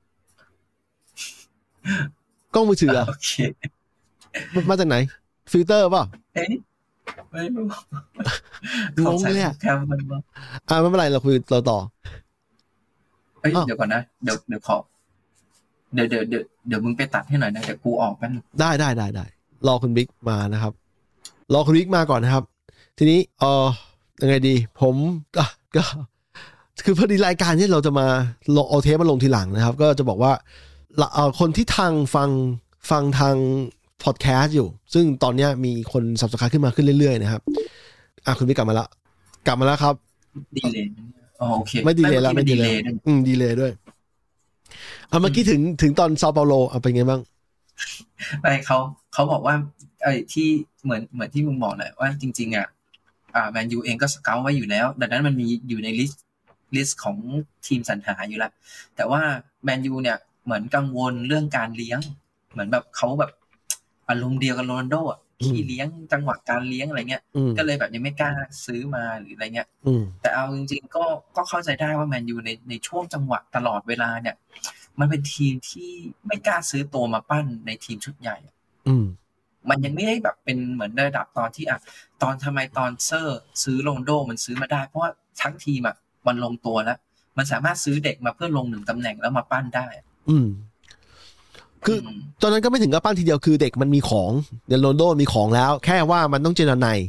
Speaker 1: กล้องมือถืออ่ะ
Speaker 2: โอเค
Speaker 1: มาจากไหนฟิลเตอร์ป่ะ
Speaker 2: เอ๊ะไม่รู้
Speaker 1: งงเลยอ่ะ
Speaker 2: แคมมันมา
Speaker 1: อ่าไม่เป็นไรเราคุยเราต่อ
Speaker 2: เอ้ยเดี๋ยวก่อนนะเดี๋ยวเดี๋ยวขอเดี๋ยวเดี๋ยวเดี๋ยวเดี๋ยวมึงไปตัดให้หน่อยนะเดี๋ยวกูออกแป๊บนึง
Speaker 1: ได้ได้ได้ได้รอคุณบิ๊กมานะครับรอคุณบิ๊กมาก่อนนะครับทีนี้เออยังไงดีผมก็ก็คือพอดีรายการนี้เราจะมาลงเอาเทปมาลงทีหลังนะครับก็จะบอกว่าเอ่อคนที่ทางฟังฟังทางพอดแคสต์อยู่ซึ่งตอนนี้มีคน Subscribe ขึ้นมาขึ้นเรื่อยๆนะครับอ่ะคุณบิ๊กกลับมาแล้วกลับมาแล้วครับ
Speaker 2: ดีเลยอ๋อโอเค
Speaker 1: ไม่ดีเลยแล้วไม่ดีเลยอืมดีเลยด้วยเอาเมื่อกี้ถึงถึงตอนซาเปาโลเอาเป็นไงบ้าง
Speaker 2: ไม่เขาเขาบอกว่าไอ้ที่เหมือนเหมือนที่มึงบอกแหละว่าจริงๆอ่ะอ่าแมนยูเองก็สเกาต์ไว้อยู่แล้วดังนั้นมันมีอยู่ในลิสต์ลิสต์ของทีมสรรหาอยู่แล้วแต่ว่าแมนยูเนี่ยเหมือนกังวลเรื่องการเลี้ยงเหมือนแบบเขาแบบอารมณ์เดียวกับโรนัลโดอ่ะที่เลี้ยงจังหวะการเลี้ยงอะไรเงี้ยก็เลยแบบยังไม่กล้าซื้อมาหรืออะไรเงี้ยแต่เอาจริงๆก็ก็เข้าใจได้ว่าแมนยูในในช่วงจังหวะตลอดเวลาเนี่ยมันเป็นทีมที่ไม่กล้าซื้อตัวมาปั้นในทีมชุดใหญ่มันยังไม่ได้แบบเป็นเหมือนระดับตอนที่อ่ะตอนทำไมตอนเซอร์ซื้อโรนัลโดมันซื้อมาได้เพราะว่าทั้งทีมอ่ะมันลงตัวแล้วมันสามารถซื้อเด็กมาเพื่อลงหนึ่งตำแหน่งแล้วมาปั้นได้
Speaker 1: อืมคือตอนนั้นก็ไม่ถึงกับปั้นทีเดียวคือเด็กมันมีของเดโรนโดมีของแล้วแค่ว่ามันต้องเจรไน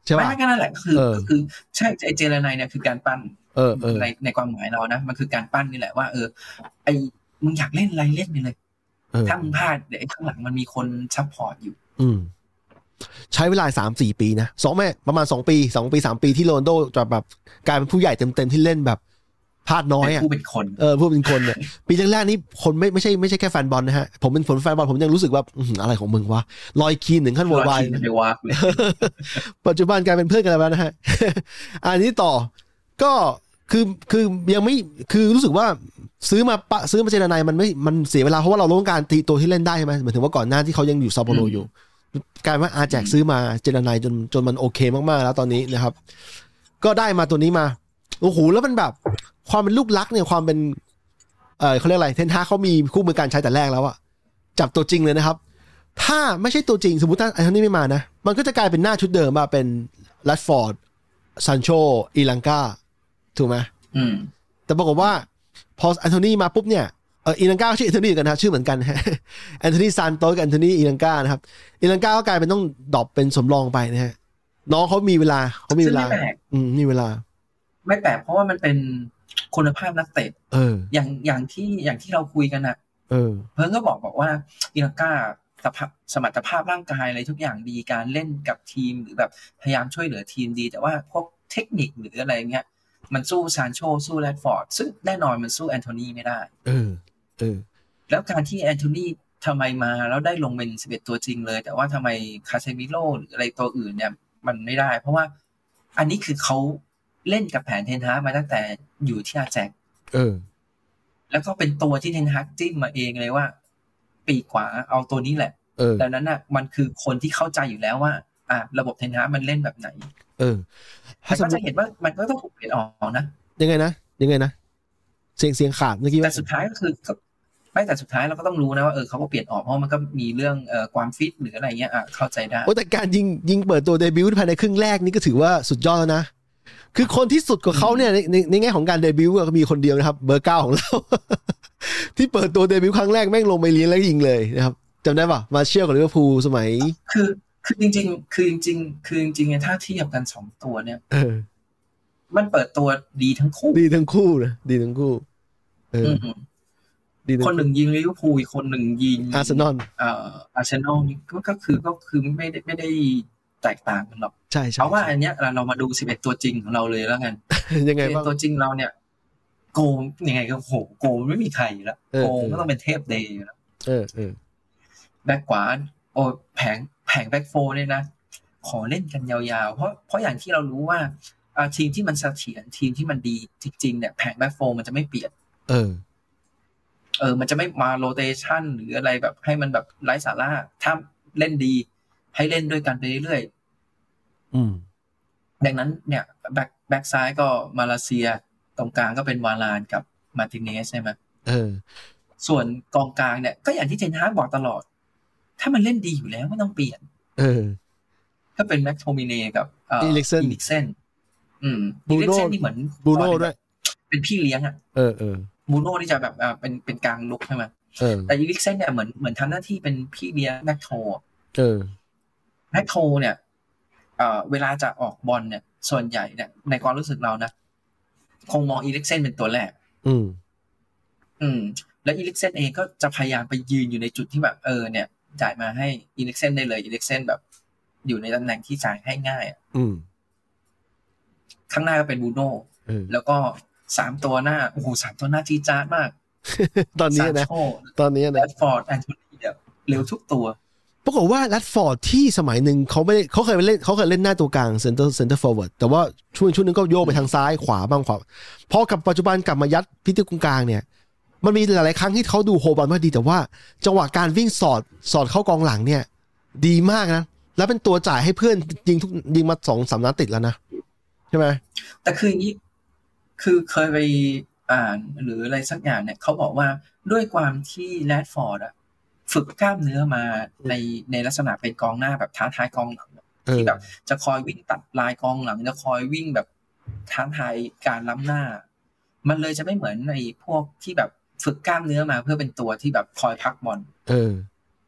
Speaker 1: ใช่ป่ะ
Speaker 2: ไม่ก็นั่นแหละก็คือก็คือใช่ไอเจรนายเนี่ยคือการปั้น
Speaker 1: เออเออ
Speaker 2: ในในความหมายเรานะมันคือการปั้นนี่แหละว่าเออไอมึงอยากเล่นอะไรเล่นไปเลยถ้ามึงพลาดเดี๋ยวข้างหลังมันมีคนซัพพอร์ตอยู่
Speaker 1: อืมใช้เวลา สามสี่ ปีนะสองแม่ประมาณสองปีสองปีสามปีที่โรนัลโดจะแบบกลายเป็นผู้ใหญ่เต็มๆที่เล่นแบบพลาดน้อยอ่ะ
Speaker 2: ผู้เป็นคน
Speaker 1: เออผู้เป็นคนเนี่ยปีแรกๆนี่คนไม่ไม่ใช่ไม่ใช่แค่แฟนบอลนะฮะผมเป็นผลแฟนบอลผมยังรู้สึกว่าอะไรของมึงวะลอยคีนถึงขั้นวอลไวปัจจุบันกลายเป็นเพื่อนกันแล้วนะฮะอันนี้ต่อก็คือคือยังไม่คือรู้สึกว่าซื้อมาปะซื้อมาเจรนายมันไม่มันเสียเวลาเพราะว่าเราต้องการตีตัวที่เล่นได้ใช่ไหมหมายถึงว่าก่อนหน้าที่เขายังอยู่ซาโปโรอยู่กลายว่าอาแจกซื้อมาเจรนายจนจนมันโอเคมากๆแล้วตอนนี้นะครับก็ได้มาตัวนี้มาโอ้โหแล้วมันแบบความเป็นลูกรักเนี่ยความเป็นเออเขาเรียกอะไรเทนฮาเขามีคู่มือการใช้แต่แรกแล้วอะจับตัวจริงเลยนะครับถ้าไม่ใช่ตัวจริงสมมติถ้าไอ้คนนี้ไม่มานะมันก็จะกลายเป็นหน้าชุดเดิมมาเป็นแรดฟอร์ดซานโชอีลังกาถูกไหม
Speaker 2: อืม
Speaker 1: แต่ปรากฏว่าพอแอนโทนีมาปุ๊บเนี่ยเอออีลังกาชื่อแอนโทนีกันนะชื่อเหมือนกันฮะแอนโทนีซานโตสกับแอนโทนีอีลังกานะครับอีลังกาก็กลายเป็นต้องดรอปเป็นสำรองไปนะฮะน้องเขามีเวลาเขามีเวลาอืมมีเวลา
Speaker 2: ไม่แปลกเพราะว่ามันเป็นคุณภาพนักเตะ
Speaker 1: เออ
Speaker 2: อย่างอย่างที่อย่างที่เราคุยกันน่ะ
Speaker 1: เออ
Speaker 2: เพิ่งก็บอกบอกว่าอีลังกาสภาพสมรรถภาพร่างกายอะไรทุกอย่างดีการเล่นกับทีมหรือแบบพยายามช่วยเหลือทีมดีแต่ว่าพวกเทคนิคหรืออะไรเงี้ยมันสู้ซานโชสู้แรดฟอร์ดซึ่งแน่นอนมันสู้แอนโทนีไม่ได้
Speaker 1: เออเออ
Speaker 2: แล้วการที่แอนโทนีทำไมมาแล้วได้ลงเป็นสิบเอ็ดตัวจริงเลยแต่ว่าทำไมคาเซมิโร่หรืออะไรตัวอื่นเนี่ยมันไม่ได้เพราะว่าอันนี้คือเขาเล่นกับแผนเทนฮากมาตั้งแต่อยู่ที่อาแจก
Speaker 1: เออ
Speaker 2: แล้วก็เป็นตัวที่เทนฮากจิ้มมาเองเลยว่าปีกขวาเอาตัวนี้แหละดังนั้นน่ะมันคือคนที่เข้าใจอยู่แล้วว่าอ่ะระบบเทนฮากมันเล่นแบบไหน
Speaker 1: เออ
Speaker 2: ถ้าก็จะเห็นว่ามันก็ต้องถูกเปลี่ยนออกนะ
Speaker 1: ยังไงนะยังไงนะเสียงเสียงขาดเมื่อกี้
Speaker 2: แต่สุดท้ายก็คือไม่แต่สุดท้ายเราก็ต้องรู้นะว่าเออเขาก็เปลี่ยนออกเพราะมันก็มีเรื่องเอ่อความฟิตหรืออะไรเงี้ยอ่ะเข้าใจได้
Speaker 1: โอ้แต่การยิงยิงเปิดตัวเดบิวต์ภายในครึ่งแรกนี่ก็ถือว่าสุดยอดแล้วนะคือคนที่สุดกว่าเขาเนี่ยในในแง่ของการเดบิวต์ก็มีคนเดียวนะครับเบอร์เก้าของเราที่เปิดตัวเดบิวต์ครั้งแรกแม่งลงไปเลี้ยงแล้วยิงเลยนะครับจำได้ป่ะมาเชียร์กับลิเวอร์พูลสมัย
Speaker 2: คือคือจริงๆคือจริงๆคือจริงๆถ้าเทียบกันสองตัวเนี่ย
Speaker 1: เออ
Speaker 2: มันเปิดตัวดีทั้งคู่
Speaker 1: ดีทั้งคู่นะดีทั้งคู่เออ
Speaker 2: คนหนึ่งยิงลิเวอร์พูลอีกคนหนึ่งยิง
Speaker 1: อาร์เซนอล
Speaker 2: เอ่ออาร์เซนอลนี่ก็คือก็คือไม่ได้ไม่ได้แตกต่างกันหรอก
Speaker 1: ใช่ๆ
Speaker 2: เอาว่าอันเนี้ยเรามาดูสิบเอ็ดตัวจริงของเราเลยแล้วกัน
Speaker 1: ยังไงบ้าง
Speaker 2: ตัวจริงเราเนี่ยโกงยังไงก็โหโกงไม่มีใครอยู่แล้วโกงก็ต้องเป็นเทพเดย์อยู่แล้ว
Speaker 1: เออเออ
Speaker 2: แบ็คขวาโอ้แผงแผงแบ็คโฟร์เนี่ยนะขอเล่นกันยาวๆเพราะเพราะอย่างที่เรารู้ว่าทีมที่มันเสถียรทีมที่มันดีจริงๆเนี่ยแผงแบ็คโฟร์มันจะไม่เปลี่ยน
Speaker 1: เออ
Speaker 2: เออมันจะไม่มาโรเตชันหรืออะไรแบบให้มันแบบไร้สาระถ้าเล่นดีให้เล่นด้วยกันไปเรื่อย
Speaker 1: ๆอืม
Speaker 2: ดังนั้นเนี่ยแบ็คแบ็คซ้ายก็มาเลเซียตรงกลางก็เป็นวาลานกับมาร์ติเนสใช่ไหม
Speaker 1: เออ
Speaker 2: ส่วนกองกลางเนี่ยก็อย่างที่เทนฮากบอกตลอดถ้ามันเล่นดีอยู่แล้วไม่ต้องเปลี่ยน
Speaker 1: เออ
Speaker 2: ถ้าเป็นแม็กโทมิเน่กับเอ่อ
Speaker 1: อีลิกเซน
Speaker 2: อีลิกเซนอืมอีลิกเซนนี่เหมือน
Speaker 1: บูโน่ด้วย
Speaker 2: เป็นพี่เลี้ยงอ่ะ
Speaker 1: เออเออ
Speaker 2: บูโน่ที่จะแบบอ่าเป็นเป็นกลางลุกใช่ไหมแต่อีลิกเซนเนี่ยเหมือนเหมือนทำหน้าที่เป็นพี่เลี้ยงแม็กโท
Speaker 1: เออ
Speaker 2: แม็กโทเนี่ยเอ่อเวลาจะออกบอลเนี่ยส่วนใหญ่เนี่ยในความรู้สึกเรานะคงมองอีลิกเซนเป็นตัวแรก
Speaker 1: อืม
Speaker 2: อืมแล้วอีลิกเซนเองก็จะพยายามไปยืนอยู่ในจุดที่แบบเออเนี่ยจ่ายมาให้อีลิกเซนได้เลยอีลิกเซนแบบอยู่ในตำแหน่งที่จ่ายให้ง่ายอ่ะ
Speaker 1: อืม
Speaker 2: ข้างหน้าก็เป็นบูโน่แล้วก็สามตัวหน้าโอ้โหสามตัวหน้าจี๊ดจ๊าดมาก
Speaker 1: ตอนนี้นะตอนนี้นะ
Speaker 2: แรดฟอร์ดแอนโทนีเนี่ยเร็วทุกตัว
Speaker 1: ปรากฏว่าแรดฟอร์ดที่สมัยหนึ่งเขาไม่เขาเคยไปเล่นเขาเคยเล่นหน้าตัวกลางเซ็นเตอร์เซ็นเตอร์ฟอร์เวิร์ดแต่ว่าช่วงช่วงนึงก็โยกไปทางซ้ายขวาบ้างขวาพอกับปัจจุบันกลับมายัดพิธีกลางเนี่ยมันมีหลายๆครั้งที่เขาดูโฮบอลไม่ดีแต่ว่าจังหวะการวิ่งสอดสอดเข้ากองหลังเนี่ยดีมากนะแล้วเป็นตัวจ่ายให้เพื่อนยิงทุกยิงมาสองสามนัดติดแล้วนะใช่ไหม
Speaker 2: แต่คืออย่างนี้คือเคยไปอ่านหรืออะไรสักอย่างเนี่ยเขาบอกว่าด้วยความที่แรดฟอร์ดอะฝึกกล้ามเนื้อมาในในลักษณะเป็นกองหน้าแบบท้าทายกองหลังที่แบบจะคอยวิ่งตัดลายกองหลังจะคอยวิ่งแบบท้าทายการล้ำหน้ามันเลยจะไม่เหมือนในพวกที่แบบฝึกกล้ามเนื้อมาเพื่อเป็นตัวที่แบบคอยพักบอล
Speaker 1: เออ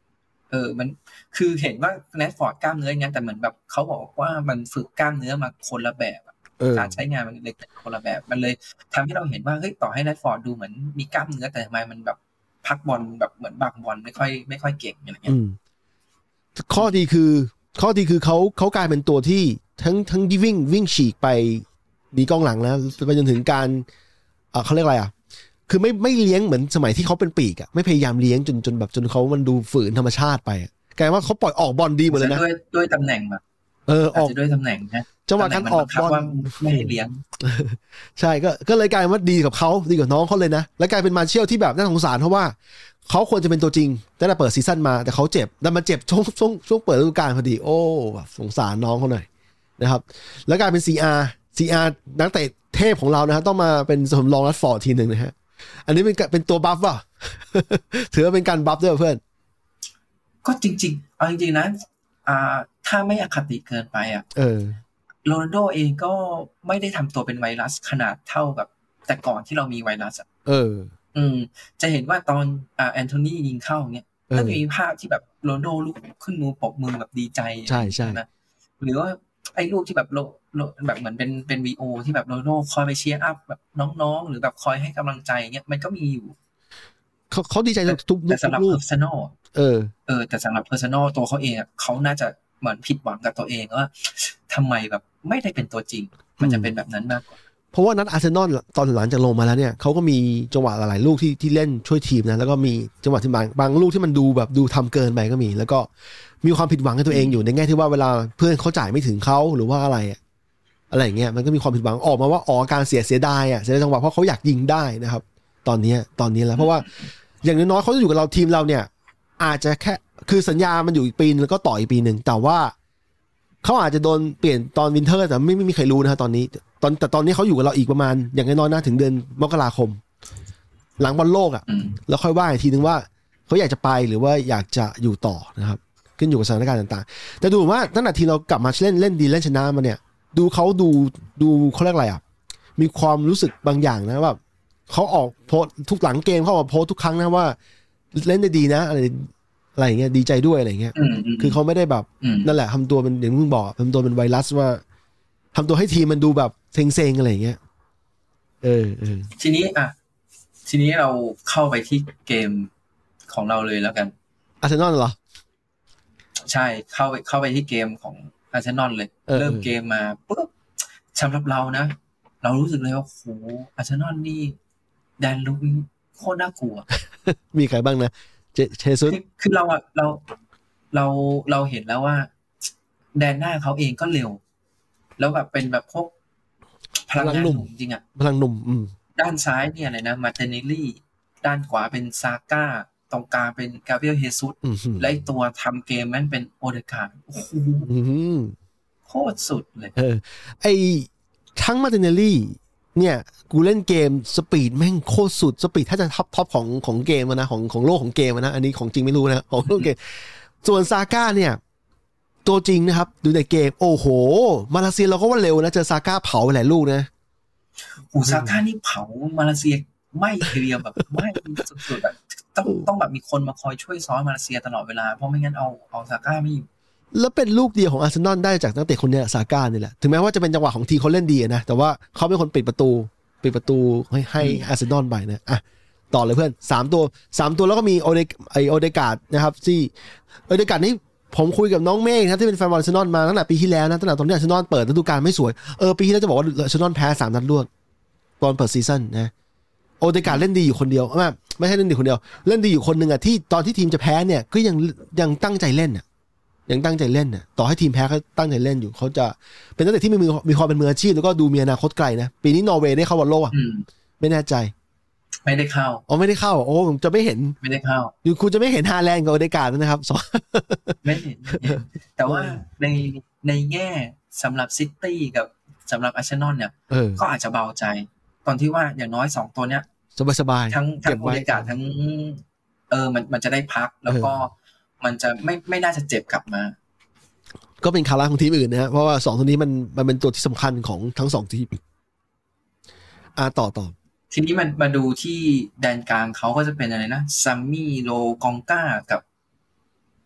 Speaker 2: เออมันคือเห็นว่าแรชฟอร์ดกล้ามเนื้ออย่างนั้นแต่เหมือนแบบเขาบอกว่ามันฝึกกล้ามเนื้อมาคนละแบบการใช้งานมันเลยคนละแบบมันเลยทำให้เราเห็นว่าเฮ้ยต่อให้แรชฟอร์ดดูเหมือนมีกล้ามเนื้อแต่ทำไมมันแบบพักบอลแบบเหมือนบังบอลไม่ค่อยไม่ค่อยเก่งอะไรเงี้ย
Speaker 1: ข้อดีคือข้อดีคือเขาเขากลายเป็นตัวที่ทั้งทั้งวิ่งวิ่งฉีกไปดีกองหลังแล้วไปจนถึงการเอ่อเขาเรียกอะไรอ่ะคือไม่ไม่เลี้ยงเหมือนสมัยที่เขาเป็นปีกอ่ะไม่พยายามเลี้ยงจนจนแบบจนเขามันดูฝืนธรรมชาติไปกลายว่าเขาปล่อยออกบอลดีหมดเลยนะ
Speaker 2: ด้วยด้วยตำแหน่งแบบ
Speaker 1: เออออก
Speaker 2: ด้วยตำแหน่งนะ
Speaker 1: จังหวะการออกบอล
Speaker 2: ไม่ให้เลี้ยง
Speaker 1: ใช่ก็ก็เลยกลายว่าดีกับเขาดีกับน้องเขาเลยนะและกลายเป็นมาเชียลที่แบบน่าสงสารเพราะว่าเขาควรจะเป็นตัวจริงตั้งแต่เปิดซีซั่นมาแต่เขาเจ็บแล้วมาเจ็บช่วงช่วงช่วงเปิดฤดูกาลพอดีโอ้สงสารน้องเขาหน่อยนะครับแล้วกลายเป็น ซี อาร์ ซี อาร์ นักเตะเทพของเรานะฮะต้องมาเป็นสำรองรัดฟอร์ดทีนึงนะฮะอันนี้เป็นเป็นตัวบัฟป่ะถือว่าเป็นการบัฟด้วยเพื่อน
Speaker 2: ก็จริงๆเอาจริงๆนะอ่าถ้าไม่อคติเกินไปอ่ะ
Speaker 1: เออ
Speaker 2: โรนัลโดเองก็ไม่ได้ทำตัวเป็นไวรัสขนาดเท่ากับแต่ก่อนที่เรามีไวรัสอ่ะ
Speaker 1: เออ
Speaker 2: อืมจะเห็นว่าตอนอ่าแอนโทนียิงเข้าเนี่ยก็มีภาพที่แบบโรนัลโดลุกขึ้นมือปรบมือแบบดีใจ
Speaker 1: ใช่ใช่
Speaker 2: นะหรือว่าไอ้รูปที่แบบโลแบบเหมือนเป็นเป็นวีโอที่แบบโรนัลโดคอยไปเชียร์อัพแบบน้องๆหรือแบบคอยให้กำลังใจเงี้ยมันก็มีอยู่
Speaker 1: เขาเขาดีใจทุกทุก
Speaker 2: แต่สำหรับ personal
Speaker 1: เออ
Speaker 2: เออแต่สำหรับ personal ตัวเขาเองเขาน่าจะเหมือนผิดหวังกับตัวเองว่าทำไมแบบไม่ได้เป็นตัวจริงมันจะเป็นแบบนั้นมากกว่า
Speaker 1: เพราะว่านัดอาร์เซนอลตอนหลังจากลงมาแล้วเนี่ยเขาก็มีจังหวะหลายๆลูกที่ที่เล่นช่วยทีมนะแล้วก็มีจังหวะที่บางบางลูกที่มันดูแบบดูทำเกินไปก็มีแล้วก็มีความผิดหวังกับตัวเองอยู่ในแง่ที่ว่าเวลาเพื่อนเขาจ่ายไม่ถึงเขาหรือว่าอะไรอะไรอย่างเงี้ยมันก็มีความผิดหวังออกมาว่าอ๋อการเสียเสียดายอ่ะเสียจังหวะเพราะเขาอยากยิงได้นะครับตอนนี้ตอนนี้แล้วเพราะว่าอย่างน้อยๆเขาจะอยู่กับเราทีมเราเนี่ยอาจจะแค่คือสัญญามันอยู่อีกปีนึงแล้วก็ต่ออีกปีนึงแต่ว่าเขาอาจจะโดนเปลี่ยนตอนวินเทอร์แต่ไม่ไม่มีใครรู้นะฮะตอนนี้ตอนแต่ตอนนี้เขาอยู่กับเราอีกประมาณอย่างน้อยๆนะถึงเดือนมกราคมหลังบอลโลกอ่ะแล้วค่อยว่าอีกทีนึงว่าเขาอยากจะไปหรือว่าอยากจะอยู่ต่อนะครับขึ้นอยู่กับสถานการณ์ต่างๆแต่ดูว่าตั้งแต่ทีเรากลับมาเล่นเล่นดีเล่นชนะมาเนี่ยดูเขาดูดูเขาเรียกอะไรอ่ะมีความรู้สึกบางอย่างนะว่าเขาออกโพสทุกหลังเกมเขาออกโพสทุกครั้งนะว่าเล่นได้ดีนะอะไรอะไรอย่างเงี้ยดีใจด้วยอะไรอย่างเงี้ยคือเขาไม่ได้แบบนั่นแหละทำตัวเป็นอย่างที่มึงบอกทำตัวเป็นไวรัสว่าทำตัวให้ทีมมันดูแบบเซ็งๆอะไรอย่างเงี้ยเออเออ
Speaker 2: ทีนี้อ่ะทีนี้เราเข้าไปที่เกมของเราเลยแล้วกัน
Speaker 1: อาร์เซนอลเหรอ
Speaker 2: ใช่เข้าไปเข้าไปที่เกมของอาร์เซนอลเลยเริ่มเกมมาปุ๊บสำหรับเรานะเรารู้สึกเลยว่าโหอาร์เซนอลนี่แดนลุกโคตรน่ากลัว
Speaker 1: มีใครบ้างนะเจเชซุส
Speaker 2: คือเราอ่ะเราเราเราเห็นแล้วว่าแดนหน้าเขาเองก็เร็วแล้วแบบเป็นแบบพวกพลังงานหนุ่มจริงอ่ะ
Speaker 1: พลังหนุ่มอืม
Speaker 2: ด้านซ้ายเนี่ยอะไรนะมาร์ติเนลลี่ด้านขวาเป็นซาก้าตรงกลางเป็นกาเบรียลเฮซุสและตัวทำเกมมันเป็นโอเดการ์ดโอ้โหโคตรสุดเลย
Speaker 1: เออไอทั้งมาร์ติเนลลี่เนี่ยกูเล่นเกมสปีดแม่งโคตรสุดสปีดถ้าจะท็อปท็อปของของเกมนะของของโลกของเกมนะอันนี้ของจริงไม่รู้นะของโลกเกมส่วนซาก้าเนี่ยตัวจริงนะครับดูในเกมโอ้โหมาเลเซียเราก็ว่าเร็วนะเจอซาก้าเผาไปหลายลูกนะ
Speaker 2: โอ้ซาก้านี่เผามาเลเซียไม่เทียมแบบไม่สุดๆแบบต้องต้องแบบมีคนมาคอยช่วยซ้อนมาเลเซียตลอดเวลาเพราะไม่งั้นเอาเอาซาก้าไม่อยู่
Speaker 1: แล้วเป็นลูกเดียวของอาร์เซนอลได้จากนักเตะคนนี้ซาก้านี่แหละถึงแม้ว่าจะเป็นจังหวะของทีเขาเล่นดีนะแต่ว่าเขาเป็นคนปิดประตูปิดประตูให้ให้อาร์เซนอลไปนะอ่ะต่อเลยเพื่อนสามตัวสามตัวแล้วก็มีโอเดไอโอเดการ์ดนะครับที่โอเดการ์ดนี่ผมคุยกับน้องเมฆนะที่เป็นแฟนบอลอาร์เซนอลมาตั้งแต่ปีที่แล้วนะตั้งแต่ตอนที่อาร์เซนอลเปิดฤดูกาลไม่สวยเออปีที่แล้วจะบอกว่าอาร์เซนอลแพ้สามนัดรวดตอนเปิดซีซั่นนะโอเดการ์ดเล่นดีอยู่คนเดียวไม่ไม่ใช่เล่นดีคนเดียวเล่นดีอยู่คนนึงอ่ะที่ตอนที่ทีมจะแพ้เนี่ยก็ยังยังตั้งใจเล่นอ่ะยังตั้งใจเล่นน่ะต่อให้ทีมแพ้เขาตั้งใจเล่นอยู่เขาจะเป็นนักเตะที่มีมีความเป็นมืออาชีพแล้วก็ดูมีอนาคตไกลนะปีนี้นอร์เวย์ได้เข้าบอลโลกอ่ะไม่แน่ใจ
Speaker 2: ไม่ได้เข้า
Speaker 1: อ๋อไม่ได้เข้าโอ้ผมจะไม่เห็น
Speaker 2: ไม่ได้เข้า
Speaker 1: อยู่คุณจะไม่เห็นฮาแลนด์กับโอเดการ์ดนะครับ
Speaker 2: ไม่เห็นแต่ว่าในในแง่สำหรับซิตี้กับสำหรับอาร์เซนอลเนี่ยก็อาจจะเบาใจตอนที่ว่าอย่างน้อยสองตัวเนี้ย
Speaker 1: สบาย
Speaker 2: ๆทั้งทั้งโอเดการ์ดทั้งเออมันมันจะได้พักแล้วก็มันจะไม่ไม่น่าจะเจ็บกลับมา
Speaker 1: ก็เป็นคาราของทีมอื่นนะเพราะว่าสองตัวนี้มันมันเป็นตัวที่สำคัญของทั้งสองทีมอ่าต่อต่อ
Speaker 2: ทีนี้มันมาดูที่แดนกลางเขาก็จะเป็นอะไรนะซัมมี่โลกองก้ากับ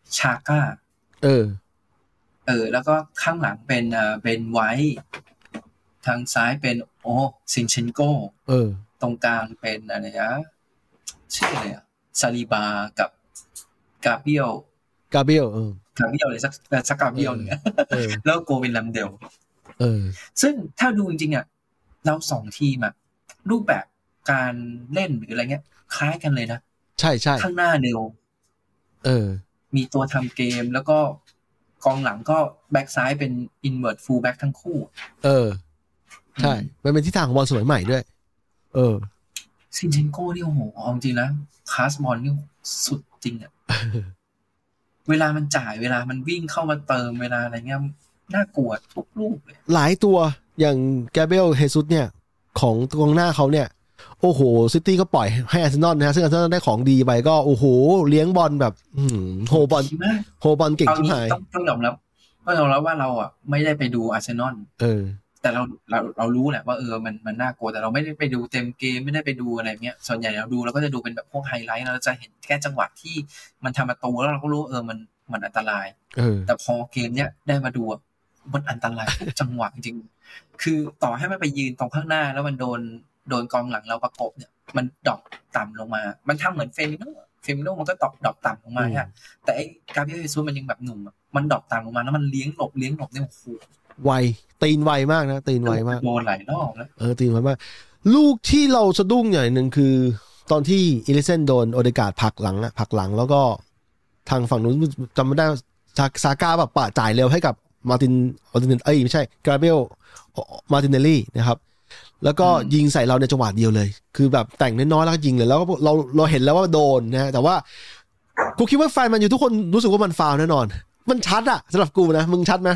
Speaker 2: ชาก้า
Speaker 1: เออ
Speaker 2: เออแล้วก็ข้างหลังเป็นเอ่อเป็นไวท์ทางซ้ายเป็นโอ้ซินเชนโก
Speaker 1: เออ
Speaker 2: ตรงกลางเป็นอะไรนะชื่ออะไรอ่ะซาลีบากับกาเบียล
Speaker 1: กาเบรียลเออก
Speaker 2: าเบียลเลยสักสักกาเบียลนึงแล้วโกวินลัมเดล
Speaker 1: เออ
Speaker 2: ซึ่งถ้าดูจริงๆอ่ะเราสองทีมอ่ะรูปแบบการเล่นหรืออะไรเงี้ยคล้ายกันเลยนะ
Speaker 1: ใช่ใช่
Speaker 2: ข้างหน้าเร็ว
Speaker 1: เออ
Speaker 2: มีตัวทำเกมแล้วก็กองหลังก็แบ็กซ้ายเป็นอินเวิร์ตฟูลแบ็กทั้งคู่
Speaker 1: เออใช่มันเป็นที่ทางของบอลสมัยใหม่ด้วยเออ
Speaker 2: ซินเชนโก้นี่โอ้โหเอาจริงนะคลาสบอลนี่สุดจริงอ่ะเวลามันจ่ายเวลามันวิ่งเข้ามาเติมเวลาอะไรเงี้ยน่ากลัวทุกลูกเลย
Speaker 1: หลายตัวอย่างแกเบรียลเฮซุสเนี่ยของกองหน้าเขาเนี่ยโอ้โหซิตี้ก็ปล่อยให้อาร์เซนอลนะซึ่งอาร์เซนอลได้ของดีไปก็โอ้โหเลี้ยงบอลแบบโหบอลโหบอลเก่งชิบหาย
Speaker 2: ต้องต้องยอมรับต้องยอมรับว่าเราอ่ะไม่ได้ไปดูอาร์เซนอล
Speaker 1: เออ
Speaker 2: แต่เราเราเรารู้แหละว่าเออมันมันน่ากลัวแต่เราไม่ได้ไปดูเต็มเกมไม่ได้ไปดูอะไรเงี้ยส่วนใหญ่เราดูเราก็จะดูเป็นแบบพวกไฮไลท์เราจะเห็นแค่จังหวะที่มันทำประตูแล้วเราก็รู้เออมันมันอันตราย
Speaker 1: เออ
Speaker 2: แต่พอเกมเนี้ยได้มาดูมันอันตรายทุกจังหวะจริงคือต่อให้มันไปยืนตรงข้างหน้าแล้วมันโดนโดนกองหลังเราประกบเนี่ยมันดรอปต่ำลงมามันทำเหมือนเฟมิโนเฟมิโนมันก็ดรอปดรอปต่ำลงมาฮะแต่ไอ้กาเบรียลเฮซุสมันยังแบบหนุ่มมันดรอปต่ำลงมาแล้วมันเลี้ยงหลบเลี้ยงหลบเนี่ยโอ้โห
Speaker 1: ไวตีนไวมากนะตีนไวมาก
Speaker 2: โดนหลายรอบแล้ว
Speaker 1: เออตีนไวมากลูกที่เราสะดุ้งอย่างหนึ่งคือตอนที่อิลิเซนโดนโอเดการ์ดผลักหลังอะผลักหลังแล้วก็ทางฝั่งนู้นจำไม่ได้ซาก้าแบบปะจ่ายเร็วให้กับมาร์ตินมาร์ตินเอ้ยไม่ใช่กาเบรียลมาร์ตินเนลลี่นะครับแล้วก็ยิงใส่เราในจังหวะเดียวเลยคือแบบแต่งน้อยๆแล้วก็ยิงเลยแล้วก็เราเราเห็นแล้วว่าโดนนะแต่ว่ากูคิดว่าแฟนมันอยู่ทุกคนรู้สึกว่ามันฟาวล์แน่นอนมันชัดอะสำหรับกูนะมึงชัดไหม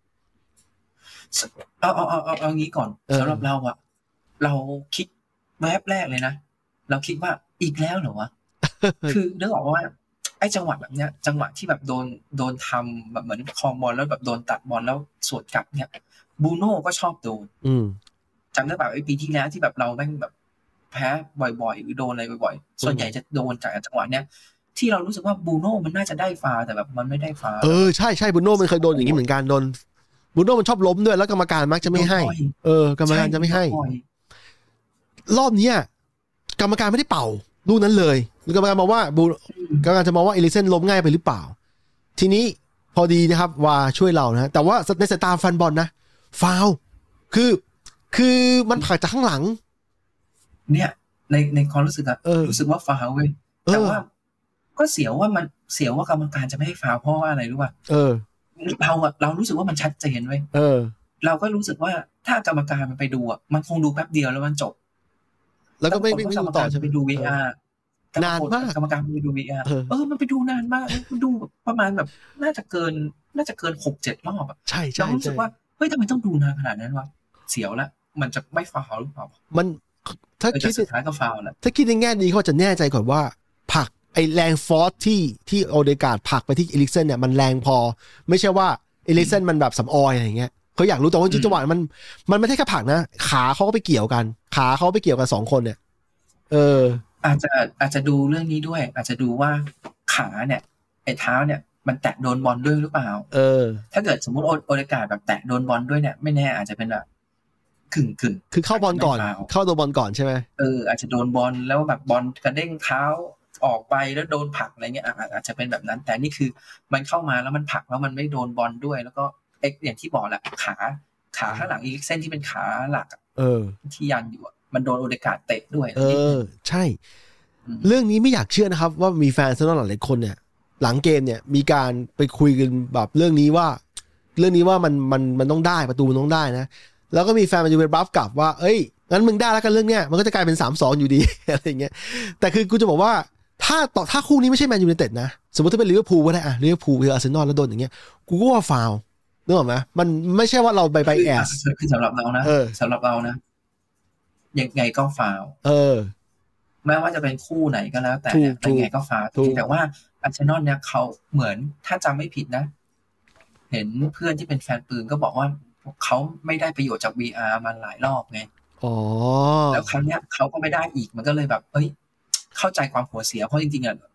Speaker 2: เอาเอาเอาเอาเอางี้ก่อนสำหรับเราอะเราคิดแวบแรกเลยนะเราคิดว่าอีกแล้วเหรอวะ คือนึกออกว่าไอ้จังหวะแบบเนี้ยจังหวะที่แบบโดนโดนทำแบบเหมือนคลองบอลแล้วแบบโดนตัดบอลแล้วสวนกลับเนี่ยบูโน่ก็ชอบโดนจำได้แบบไอ้ปีที่แล้วที่แบบเราแม่งแบบแพ้บ่อยๆหรือโดนอะไรบ่อยๆส่วนใหญ่จะโดนจากจังหวะเนี้ยที่เรารู้สึกว่าบูโน่มันน่าจะได้ฟาวแต่แบบมันไม่ได้ฟาว
Speaker 1: เออใช่ใช่บูโน่มันเคยโดนอย่างนี้เหมือนกันโดนบูโน่มันชอบล้มด้วยแล้วกรรมการมักจะไม่ให้เออกรรมการจะไม่ให้รอบนี้กรรมการไม่ได้เป่าลูกนั้นเลยกรรมการมองว่าบูกรรมการจะมองว่าเอลิเซนล้มง่ายไปหรือเปล่าทีนี้พอดีนะครับว่าช่วยเรานะแต่ว่าในสายตาแฟนบอลนะฟาวคือคือมันผลักจากข้างหลัง
Speaker 2: เนี่ยในในความรู้สึกอะรู้สึกว่าฟาวเว้ยแต่ว่าก็เสียวว่ามันเสียวว่ากรรมการจะไม่ให้ฟาวเพราะว่าอะไรรู้ป่ะ
Speaker 1: เออ
Speaker 2: เราอะเรารู้สึกว่ามันชัดเจนเว้ย
Speaker 1: เออ
Speaker 2: เราก็รู้สึกว่าถ้ากรรมการมันไปดูอะมันคงดูแป๊บเดียวแล้วมันจบ
Speaker 1: แล้วก็ไม่ไม่ดูต่อจะ
Speaker 2: ไปดู วี อาร์
Speaker 1: นานมาก
Speaker 2: กรรมการไปดู วี อาร์ เออมันไปดูนานมากมันดูประมาณแบบน่าจะเกินน่าจะเกิน หกเจ็ด รอบอ่ะ
Speaker 1: ใช่ๆ
Speaker 2: เรารู้สึกว่าเฮ้ยทำไมต้องดูนานขนาดนั้นวะเสียวละมันจะไม่ฟาวหรือเปล่า
Speaker 1: มันถ้าคิด
Speaker 2: สุดท้ายก็ฟาวแหละ
Speaker 1: ถ้าคิดในแง่ดีเขาจะแน่ใจก่อนว่าผลักไอ้แรงฟอร์สที่ที่โอเดการ์ดผลักไปที่เอลิกเซนเนี่ยมันแรงพอไม่ใช่ว่าเอลิกเซนมันแบบสำออยอะไรอย่างเงี้ยเขาอยากรู้แต่ว่าจริงจังหวะมันมันไม่ใช่แค่ผลักนะขาเขาก็ไปเกี่ยวกันขาเขาไปเกี่ยวกันสองคนเนี่ยเออ
Speaker 2: อาจจะอาจจะดูเรื่องนี้ด้วยอาจจะดูว่าขาเนี่ยไอ้เท้าเนี่ยมันแตะโดนบอลด้วยหรือเปล่า
Speaker 1: เออ
Speaker 2: ถ้าเกิดสมมติโอเดการ์ดแบบแตะโดนบอลด้วยเนี่ยไม่แน่อาจจะเป็นแบบกึ่งกึ่ง
Speaker 1: คือเข้าบอลก่อนเข้าตัวบอลก่อนใช่ไหม
Speaker 2: เอออาจจะโดนบอลแล้วแบบบอลกระเด้งเท้าออกไปแล้วโดนผลักอะไรเงี้ยอาจจะเป็นแบบนั้นแต่นี่คือมันเข้ามาแล้วมันผลักแล้วมันไม่โดนบอลด้วยแล้วก็เอ็กอย่างที่บอกแหละขาขาข้างหลังอีกเส้นที่เป็นขาหลัก
Speaker 1: เออ
Speaker 2: ที่ยันอยู่มันโดนโอเดการ์ดเตะด้วย
Speaker 1: เออใช่เรื่องนี้ไม่อยากเชื่อนะครับว่ามีแฟนซันนอลหลายคนเนี่ยหลังเกมเนี่ยมีการไปคุยกันแบบเรื่องนี้ว่าเรื่องนี้ว่ามันมันมันต้องได้ประตูมันต้องได้นะแล้วก็มีแฟนมันจะไปบัฟกลับว่าเอ้ยงั้นมึงได้แล้วกันเรื่องเนี้ยมันก็จะกลายเป็น สามสอง อยู่ดีอะไรอย่างเงี้ยแต่คือกูจะบอกว่าถ้าต่อถ้าคู่นี้ไม่ใช่แมนยูไนเต็ดนะสมมติถ้าเป็นลิเวอร์พูลก็ได้อะลิเวอร์พูลกับอาร์เซนอลแล้วโดนอย่างเงี้ยกูก็ว่าฟาวล์นึกออกไหมมันไม่ใช่ว่าเราไปไปแอส
Speaker 2: คือสำหรับเรานะสำหรับเรานะยังไงก็ฟาวล์
Speaker 1: เออ
Speaker 2: แม้ว่าจะเป็นคู่ไหนก็แล้วแต่ยังไงก็ฟาวล์แต่ว่าอาร์เซนอลเนี่ยเขาเหมือนถ้าจำไม่ผิดนะเห็นเพื่อนที่เป็นแฟนปืนก็บอกว่าเขาไม่ได้ประโยชน์จาก วี อาร์ มาหลายรอบไง
Speaker 1: อ๋อ
Speaker 2: แล้วครั้งเนี้ยเขาก็ไม่ได้อีกมันก็เลยแบบเอ้ยเข้าใจความหัวเสียเพราะจริงๆอ่ะ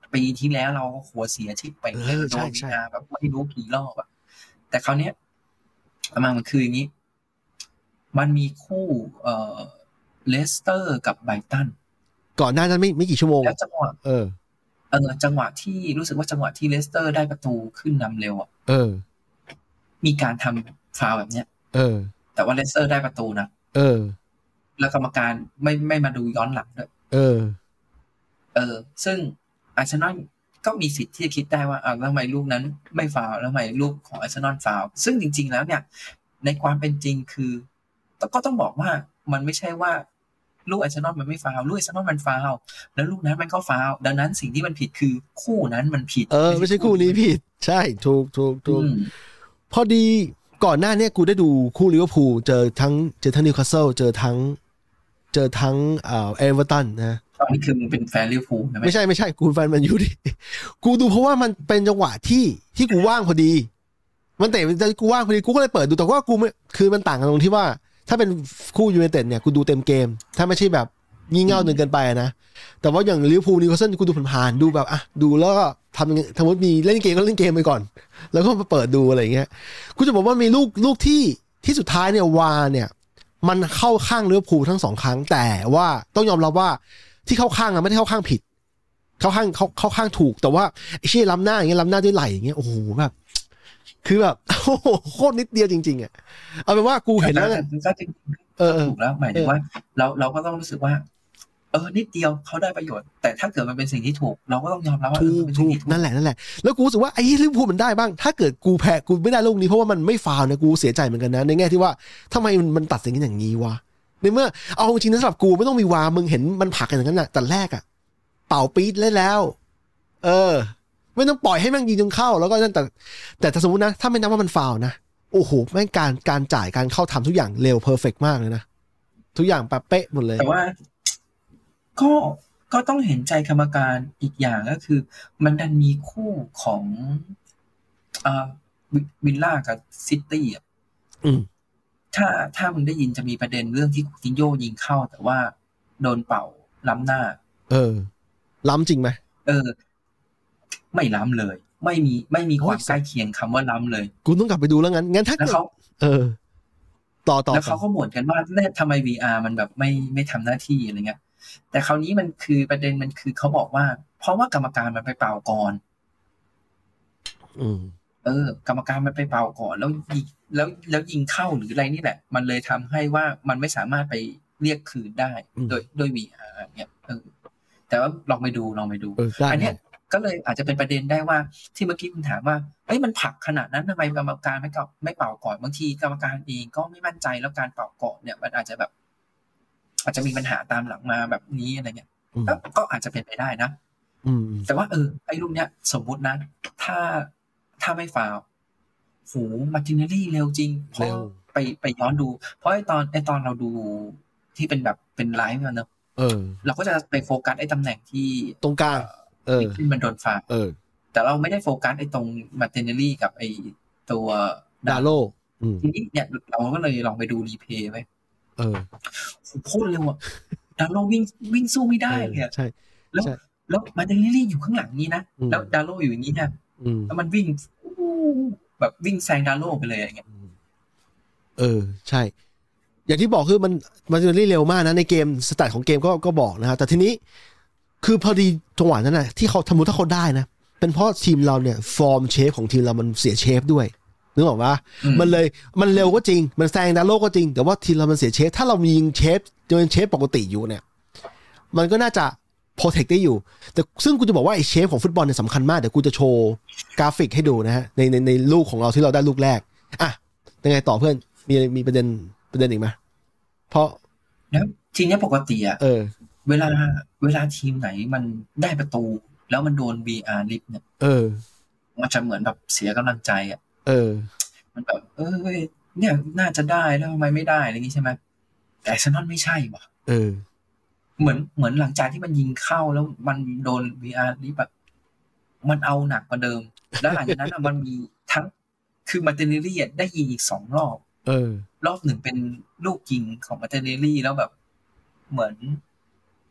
Speaker 2: ปีที่แล้วเราหัวเสียชิบไปเลยโดนวีอาร์แบบไม่รู้กี่รอบอะแต่คราวเนี้ยมันมันคืออย่างนี้มันมีคู่เอ่อเลสเตอร์กับไบรตัน
Speaker 1: ก่อนหน้านั้นไม่ไม่กี่ชั่วโมง
Speaker 2: แล้วจังหวะ
Speaker 1: เออ
Speaker 2: เออจังหวะที่รู้สึกว่าจังหวะที่เลสเตอร์ได้ประตูขึ้นนำเร็วอ่ะ
Speaker 1: เออ
Speaker 2: มีการทำฟาวล์แบบเนี้ย
Speaker 1: เออ
Speaker 2: แต่ว่าเลสเตอร์ได้ประตูนะ
Speaker 1: เออ
Speaker 2: แล้วกรรมการไม่ไม่มาดูย้อนหลังด้วย
Speaker 1: เออ
Speaker 2: เออซึ่งอาร์เซนอลก็มีสิทธิ์ที่จะคิดได้ว่าอ้าวแล้วทำไมลูกนั้นไม่ฟาวล์แล้วทำไมลูกของอาร์เซนอลฟาวล์ซึ่งจริงๆแล้วเนี่ยในความเป็นจริงคือก็ต้องบอกว่ามันไม่ใช่ว่าลูกอาร์เซนอลมันไม่ฟาวล์ลูกอาร์เซนอลมันฟาวล์แล้วลูกนั้นมันก็ฟาวล์ดังนั้นสิ่งที่มันผิดคือคู่นั้นมันผิด
Speaker 1: เออไม่ใช่คู่นี้ผิดใช่ถูกถูกถูกพอดีก่อนหน้านี้กูได้ดูคู่ลิเวอร์พูลเจอทั้งเจอทั้งนิวคาสเซิลเจอทั้งเจอทั้งเอ่อเอเวอร์ตันนะ
Speaker 2: ตอนนี้คือมึงเป็นแฟนลิเวอร์พูลใช่ไหม
Speaker 1: ไม่ใช่ไม่ใช่กูแฟนแมนยูดิกูดูเพราะว่ามันเป็นจังหวะที่ที่กูว่างพอดีมันเตะกูว่างพอดีกูก็เลยเปิดดูแต่ว่ากูไม่คือมันต่างกันตรงที่ว่าถ้าเป็นคู่ยูไนเต็ดเนี่ยกูดูเต็มเกมถ้าไม่ใช่แบบงี่เง่าจนเกินไปนะแต่ว่าอย่างลิเวอร์พูลนิวคาสเซิลกูดูผ่านๆดูแบบอ่ะดูแล้วก็ทำสมมติมีเล่นเกมก็เล่นเกมไปก่อนแล้วก็มาเปิดดูอะไรอย่างเงี้ยกูจะบอกว่ามีลูกลูกที่ที่สุดท้ายเนี่ยวาเนี่ยมันเข้าข้างลิเวอร์พูลทั้งสองครั้งแต่ว่าต้องยอมรับว่าที่เข้าข้างอะไม่ได้เข้าข้างผิดเข้าข้างเข้าเข้าข้างถูกแต่ว่าไอ้เชี่ยล้ำหน้าอย่างเงี้ยล้ำหน้าด้วยไหล่อย่างเงี้ยโอ้โหแบบคือแบบโอ้โหโคตรนิดเดียวจริงๆอ่ะเอาเป็นว่ากูเห็นแล้ว
Speaker 2: ก็จริงเออถูกแล้วหมายถึงว่าเราเราก็ต้องรู้สึกว่าเออนิดเดียวเขาได้ประโยชน์แต่ถ้าเกิดมันเป็นสิ่งที่ถูกเราก็ต้องยอมรับว่า
Speaker 1: ถูกถูกนั่นแหละนั่นแหละแล้วกูรู้สึกว่าไอ้ลิเวอร์พูลมันได้บ้างถ้าเกิดกูแพ้กูไม่ได้ลูกนี้เพราะว่ามันไม่ฟาวล์เนี่ยกูเสียใจเหมือนกันนะในแง่ที่ว่าทำไมมันตัดสินกันอย่างนี้วะในเมื่อเอาจริงนะสำหรับกูไม่ต้องมีวามึงเห็นมันผลักกันอย่างนั้นน่ะแต่แรกอ่ะเป่าปี๊ดเล่นแล้วเออไม่ต้องปล่อยให้แม่งยิงจนเข้าแล้วก็นั่นแต่แต่ถ้าสมมตินะถ้าไม่นับว่ามันฟาวล์นะโอ้โหแม่งการการจ่ายการเข้าทำทุกอย่างเร็วเพอร์เฟกต์มากเลยนะทุกอย่างแบบเป๊ะหมดเลย
Speaker 2: แต่ว่าก็ก็ต้องเห็นใจกรรมการอีกอย่างก็คือมันดันมีคู่ของอ่าวิลล่ากับซิตี้อ่ะถ้าถ้ามึงได้ยินจะมีประเด็นเรื่องที่คูตินโญ่ยิงเข้าแต่ว่าโดนเป่าล้ำหน้า
Speaker 1: เออล้ำจริงไหม
Speaker 2: เออไม่ล้ำเลยไม่มีไม่มีความใกล้เคียงคำว่าล้ำเลย
Speaker 1: กูต้องกลับไปดูแล้วงั้นงั้นถ้าเกิดเออต่อต่อ
Speaker 2: แล้วเขาก็บ่นกันว่าเนี่ยทำไม วี อาร์ มันแบบไม่ไม่ทำหน้าที่อะไรเงี้ยแต่คราวนี้มันคือประเด็นมันคือเขาบอกว่าเพราะว่ากรรมการมันไปเป่าก่อน
Speaker 1: อืม
Speaker 2: เออกรรมการมันไปเป่าก่อนแล้วยิงแล้วแล้วยิงเข้าหรืออะไรนี่แหละมันเลยทำให้ว่ามันไม่สามารถไปเรียกคืนได้โดยโดย วี อาร์ เนี่ยเออแต่ว่าลองไปดูลองไปดูอันเนี้ยก็เลยอาจจะเป็นประเด็นได้ว่าที่เมื่อกี้คุณถามว่าเอ้ยมันผลักขนาดนั้นทำไมกรรมการไม่ไม่เป่าก่อนบางทีกรรมการเองก็ไม่มั่นใจแล้วการเป่าก่อนเนี่ยมันอาจจะแบบอาจจะมีปัญหาตามหลังมาแบบนี้อะไรเงี้ยก็อาจจะเป็นไปได้นะแต่ว่าเออไอ้ลูกเนี้ยสมมุตินะถ้าถ้าไม่ฟาวโหมาร์ติเนลลี่เร็วจริงเพราะไปไปย้อนดูเพราะไอ้ตอนไอ้ตอนเราดูที่เป็นแบบเป็นไลฟ์เนอะ
Speaker 1: เออ
Speaker 2: เราก็จะไปโฟกัสไอ้ตำแหน่งที่
Speaker 1: ตรงกลางเออ
Speaker 2: ที่มันโดนฟาว
Speaker 1: เออ
Speaker 2: แต่เราไม่ได้โฟกัสไอ้ตรงมาร์ติเนลลี่กับไอ้ตัว
Speaker 1: ดาโล
Speaker 2: ทีนี้เนี่ยเราก็เลยลองไปดูรีเพย์ไว้
Speaker 1: เออ
Speaker 2: โคตรเร็วอ่ะดาโลวิ่งวิ่งสู้ไม่ได้เลย
Speaker 1: ใช่
Speaker 2: แล้วแล้วมาร์ติเนลลี่อยู่ข้างหลังนี้นะแล้วดาโลอยู่อย่างนี้เนี่ยแล้วมันวิ่งแบบวิ่งแซงดาโลไปเลยอย่างเงี้ย
Speaker 1: เออใช่อย่างที่บอกคือมันมาร์ติเนลลี่เร็วมากนะในเกมสแตทของเกมก็ก็บอกนะฮะแต่ทีนี้คือพอดีจังหวะนั้นนะที่เขาทำมุถ้าเขาได้นะเป็นเพราะทีมเราเนี่ยฟอร์มเชฟของทีมเรามันเสียเชฟด้วยนึกออกปะมันเลยมันเร็วก็จริงมันแซงดาโลก็จริงแต่ว่าทีมเรามันเสียเชฟถ้าเรามียิงเชฟโดยเชฟปกติอยู่เนี่ยมันก็น่าจะโปรเทคได้อยู่แต่ซึ่งกูจะบอกว่าไอ้เชฟของฟุตบอลเนี่ยสำคัญมากเดี๋ยวกูจะโชว์กราฟิกให้ดูนะฮะในในในลูกของเราที่เราได้ลูกแรกอ่ะยังไงต่อเพื่อนมีมีประเด็นประเด็นอีกไหมเพราะ
Speaker 2: แล้วทีนี้ปกติอะ
Speaker 1: เออ
Speaker 2: เวลาเวลาทีมไหนมันได้ประตูแล้วมันโดน วี อาร์ ลิฟเนี่ย
Speaker 1: เออ
Speaker 2: มันจะเหมือนแบบเสียกำลังใจอ่ะ
Speaker 1: เออ
Speaker 2: มันแบบเออเนี่ยน่าจะได้แล้วทำไมไม่ได้อะไรอย่างงี้ใช่ไหมแต่อาร์เซนอลไม่ใช่ว่ะ
Speaker 1: เออ
Speaker 2: เหมือนเหมือนหลังจากที่มันยิงเข้าแล้วมันโดน วี อาร์ ลิฟแบบมันเอาหนักกว่าเดิมแล้วหลังจากนั้นอ่ะมันมีทั้งคือมาร์ติเนลลี่ได้ยิงอีกสองรอบ
Speaker 1: เออ
Speaker 2: รอบหนึ่งเป็นลูกยิงของมาร์ติเนลลี่แล้วแบบเหมือน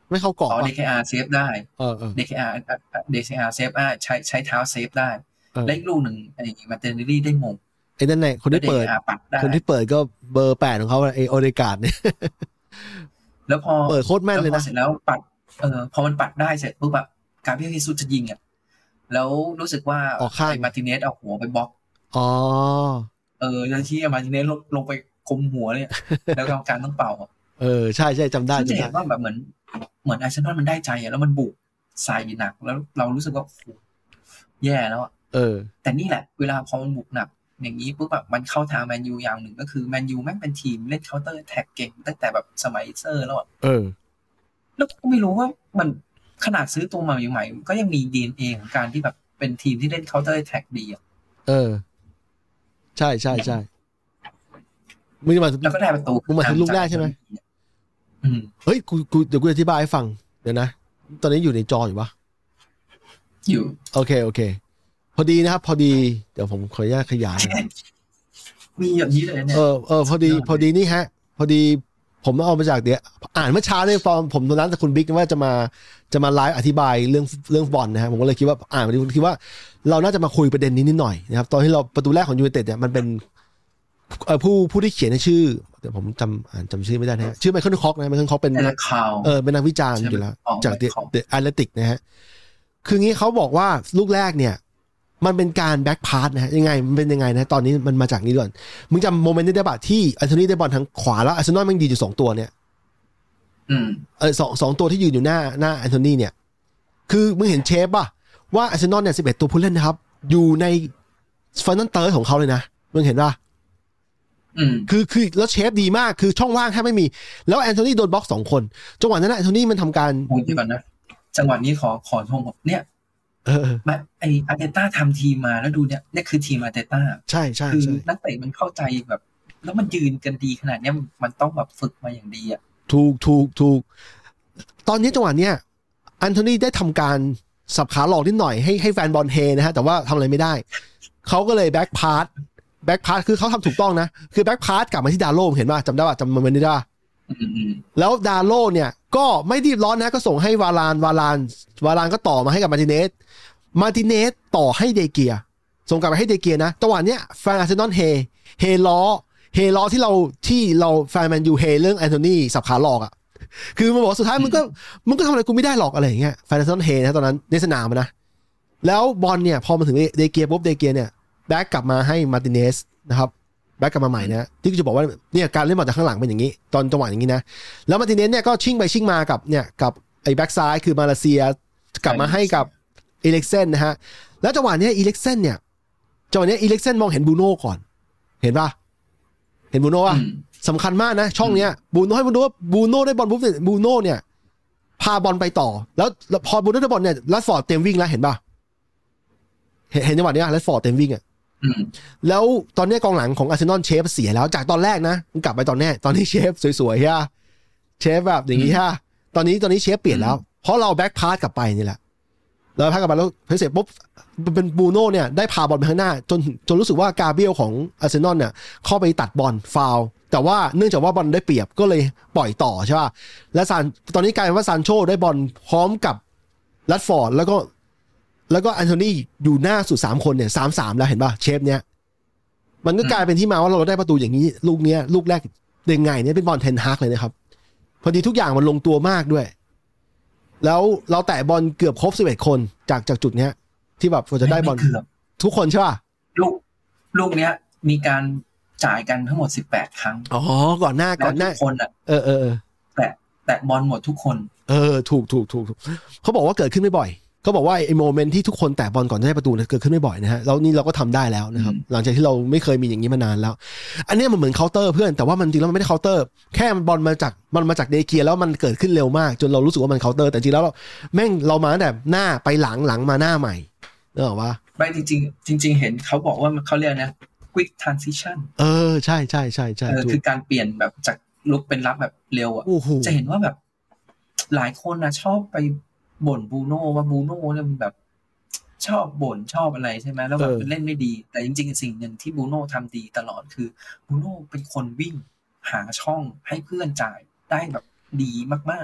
Speaker 1: ไม่เข้ากรอบ
Speaker 2: อ๋อ ดี เค อาร์ เซฟได้
Speaker 1: เออๆ
Speaker 2: ดี เค อาร์ ดี เค อาร์ เซฟได้ใช้ใช้เท้าเซฟได้และอีกลูกนึงไอ้มาเตเนลลี่ได้มง
Speaker 1: ไอ้นั่นแหละคนที่เปิดคนที่เปิดก็เบอร์แปดของเขาไอ้โอเดการ์ดเนี่ย
Speaker 2: แล้วพอ
Speaker 1: เปิดโคตรแม่นเลยนะ
Speaker 2: เสร็จแล้วปัดเออพอมันปัดได้เสร็จปุ๊บแบบกาเบรียลเฮซุสจะยิงอ่ะแล้วรู้สึกว่าไอ้มาร์ติเนสเอาหัวไปบล็อก
Speaker 1: อ๋อ
Speaker 2: เออแล้วที่มาร์ติเนสลงลงไปกลมหัวเนี่ยแล้วกรรมการต้องเป่า
Speaker 1: เออใช่ใช่จำได้
Speaker 2: จะเห็นว่าแบบเหมือนเหมือนอาร์เซนอลมันได้ใจอ่ะแล้วมันบุกใส่หนักแล้วเรารู้สึกว่าแย่แล้วอ่ะ
Speaker 1: เออ
Speaker 2: แต่นี่แหละเวลาพอมันบุกหนักอย่างนี้ปุ๊บแบบมันเข้าทางแมนยูอย่างหนึ่งก็คือแมนยูแม่งเป็นทีมเล่นเคาน์เตอร์แท็กเก่งตั้งแต่แบบสมัยเซอร์แล้วอ่ะ
Speaker 1: เออ
Speaker 2: แล้วก็ไม่รู้ว่ามันขนาดซื้อตัวมาใหม่ๆก็ยังมี ดี เอ็น เอ ของการที่แบบเป็นทีมที่เล่นเคาน์เตอร์แท็กดีอ่ะ
Speaker 1: เออใช่ใช่ใช่มึงมา
Speaker 2: แล้วก็ได้ประตู
Speaker 1: มึงมาถึงลูกได้ใช่ไหม
Speaker 2: อืม
Speaker 1: เฮ้ยกูกูเดี๋ยวกูอธิบายให้ฟังเดี๋ยวนะตอนนี้อยู่ในจออยู่ปะ
Speaker 2: อยู่
Speaker 1: โอเคโอเคพอดีนะครับพอดีเดี๋ยวผมขออนุญาตขยาย
Speaker 2: มีอย่างนี้เลยเนี่ย
Speaker 1: เออเออพอดีพอดีนี่ฮะพอดีผมเอามาจากเดี๋ยวอ่านเมื่อเช้าเนี่ยตอนผมตอนนั้นแต่คุณบิ๊กว่าจะมาจะมาไลฟ์อธิบายเรื่องเรื่องบอลนะฮะผมก็เลยคิดว่าอ่านมาดีคิดว่าเราน่าจะมาคุยประเด็นนี้นิดหน่อยนะครับตอนที่เราประตูแรกของยูไนเต็ดเนี่ยมันเป็นเออผู้ผู้ที่เขียนในชื่อเดี๋ยวผมจำอ่านจำชื่อไม่ได้นะชื่อไมเคิลคอกนะไมเคิลคอกเป็นนักเออเป็นนักวิจารณ์อยู่แล้วจากเดอะแอตเลติกนะฮะคืองี้เขาบอกว่าลูกแรกเนี่ยมันเป็นการแบ็กพาสนะฮะยังไงมันเป็นยังไงนะตอนนี้มันมาจากนี้ก่อนมึงจำโมเมนต์นี้ได้ป่ะที่แอนโทนีได้บอลทางขวาแล้วอาร์เซนอลมันยืนอยู่สองตัวเนี่ย
Speaker 2: อืม
Speaker 1: เออสองสองตัวที่ยืนอยู่หน้าหน้าแอนโทนีเนี่ยคือมึงเห็นเชฟป่ะว่าอาร์เซนอลเนี่ยสิบเอ็ดตัวผู้เล่นนะครับอยู่ในฟันนัลเติร์ดของเขาเลยนะมึงเห็นป่ะ
Speaker 2: อืม
Speaker 1: คือคือแล้วเชฟดีมากคือช่องว่างแค่ไม่มีแล้วแอนโทนีโดนบล็อกสองคนจังหวะนั้นแอนโทนีมันทำการ
Speaker 2: โอ้ยก่อนนะจังหวะนี้ขอขอชมเนี่ย
Speaker 1: เออ
Speaker 2: แบบไออาร์เตต้าทำทีมมาแล้วดูเนี่ยนี่คือทีมอาร์เตต้า
Speaker 1: ใช่ใช่
Speaker 2: คือนักเตะมันเข้าใจแบบแล้วมันยืนกันดีขนาดนี้มันต้องแบบฝึกมาอย่างดีอ่ะ
Speaker 1: ถูกถูกถูกตอนนี้จังหวะเนี้ยแอนโทนีได้ทำการสับขาหลอกนิดหน่อยให้ให้แฟนบอลเฮนะฮะแต่ว่าทำอะไรไม่ได้เขาก็เลยแบ็กพาสแบ็กพาสคือเขาทำถูกต้องนะคือแบ็กพาสกลับมาที่ดาโลเห็นป่ะจำได้ป่ะจำมันไม่ได้แล้วดาโลเนี่ยก็ไม่รีบร้อนนะก็ส่งให้วาลานวาลานวาลานก็ต่อมาให้กับมาร์ติเนสมาร์ติเนสต่อให้เดเกียส่งกลับไปให้เดเกียนะจังหวะเนี้ยแฟนอาร์เซนอลเฮเฮล้อเฮล้อที่เราที่เราแฟนแมนยูเฮเรื่องแอนโทนีสับขาหลอกอ่ะคือมันบอกสุดท้ายมึงก็มึงก็ทำอะไรกูไม่ได้หรอกอะไรอย่างเงี้ยแฟนอาร์เซนอลเฮนะตอนนั้นในสนามนะแล้วบอลเนี่ยพอมาถึงเดเกียปุ๊บเดเกียเนี่ยแบ็กกลับมาให้มาร์ติเนสนะครับแบ็กกลับมาใหม่นะที่กูจะบอกว่าเนี่ยการเล่นบอลจากข้างหลังเป็นอย่างนี้ตอนจังหวะอย่างนี้นะแล้วมาร์ติเนสเนี่ยก็ชิ่งไปชิ่งมากับเนี่ยกับไอ้แบ็กซ้ายคือมาเลเซียกลับมาให้กับอีเล็กเซนนะฮะแล้วจังหวะนี้อีเล็กเซนเนี่ยจังหวะนี้อีเล็กเซนมองเห็นบูโน่ก่อนเห็นป่ะเห็นบูโน่ป่ะสำคัญมากนะช่องเนี้ยบูโน่ให้บูโน่ว่าบูโน่ได้บอลปุ๊บเนี่ยบูโน่เนี่ยพาบอลไปต่อแล้วพอบูโน่ได้บอลเนี่ยลัสฟอร์ดเต็มวิ่งแล้วเห็นป่ะเห็นเห็นจังหวะนี้ลัสฟอร์ดเต็มวิ่งอ่ะแล้วตอนนี้กองหลังของอาร์เซนอลเชฟเสียแล้วจากตอนแรกนะกลับไปตอนนี้ตอนนี้เชฟสวยๆใช่ป่ะเชฟแบบอย่างนี้ใช่ป่ะตอนนี้ตอนนี้เชฟเปลี่ยนแล้วเพราะเราแบ็คพาสกลับไปนี่แหละแล้วพักกลับมาแล้วเพเสร็จปุ๊บเป็นบูโน่เนี่ยได้พาบอลไปข้างหน้าจนจนรู้สึกว่ากาเบรียลของอาร์เซนอลเนี่ยเข้าไปตัดบอลฟาวล์แต่ว่าเนื่องจากว่าบอลได้เปรียบก็เลยปล่อยต่อใช่ป่ะและซานตอนนี้กลายเป็นว่าซานโชได้บอลพร้อมกับลัดฟอร์ดแล้วก็แล้วก็แอนโทนีอยู่หน้าสุดสามคนเนี่ย สามสาม แล้วเห็นป่ะเชฟเนี้ยมันก็กลายเป็นที่มาว่าเราได้ประตูอย่างนี้ลูกเนี้ยลูกแรกยังไงเนี่ยเป็นบอลเทนฮากเลยนะครับพอดีทุกอย่างมันลงตัวมากด้วยแล้วเราแตะบอลเกือบครบสิบเอ็ดคนจากจากจุดเนี้ยที่แบบเราจะได้บอลทุกคนใช่ป่ะ
Speaker 2: ลูกลูกเนี้ยมีการจ่ายกันทั้งหมดสิบแปดครั้ง
Speaker 1: อ๋อก่อนหน้าก่อนหน้า
Speaker 2: คนอ่ะ
Speaker 1: เออเออ
Speaker 2: แตะแตะบอลหมดทุกคน
Speaker 1: เออถูกถูกถูกเขาบอกว่าเกิดขึ้นไม่บ่อยเขาบอกว่าไอ้โมเมนต์ที่ทุกคนแตะบอลก่อนได้ประตูเกิดขึ้นไม่บ่อยนะฮะแล้วนี่เราก็ทำได้แล้วนะครับหลังจากที่เราไม่เคยมีอย่างนี้มานานแล้วอันนี้มันเหมือนเคาน์เตอร์เพื่อนแต่ว่ามันจริงแล้วมันไม่ได้เคาน์เตอร์แค่บอลมาจากมันมาจากเดเกียแล้วมันเกิดขึ้นเร็วมากจนเรารู้สึกว่ามันเคาน์เตอร์แต่จริงแล้วแม่งเรามาตั้งแต่หน้าไปหลังหลังมาหน้าใหม่เนอะว่า
Speaker 2: ไม่จริงๆจริงๆเห็นเขาบอกว่าเขาเรียกนะ quick transition
Speaker 1: เออใช่ใช่ใช่ใช่
Speaker 2: คือการเปลี่ยนแบบจากลุกเป็นรับแบบเร็วอ่ะจะเห็นว่าแบบหลายคนนะชอบไปบ่นบูโน่ว่าบูโน่เนี่ยมันแบบชอบบ่นชอบอะไรใช่ไหมแล้วแบบเล่นไม่ดีแต่จริงๆสิ่งหนึ่งที่บูโน่ทำดีตลอดคือบูโน่เป็นคนวิ่งหาช่องให้เพื่อนจ่ายได้แบบดีมาก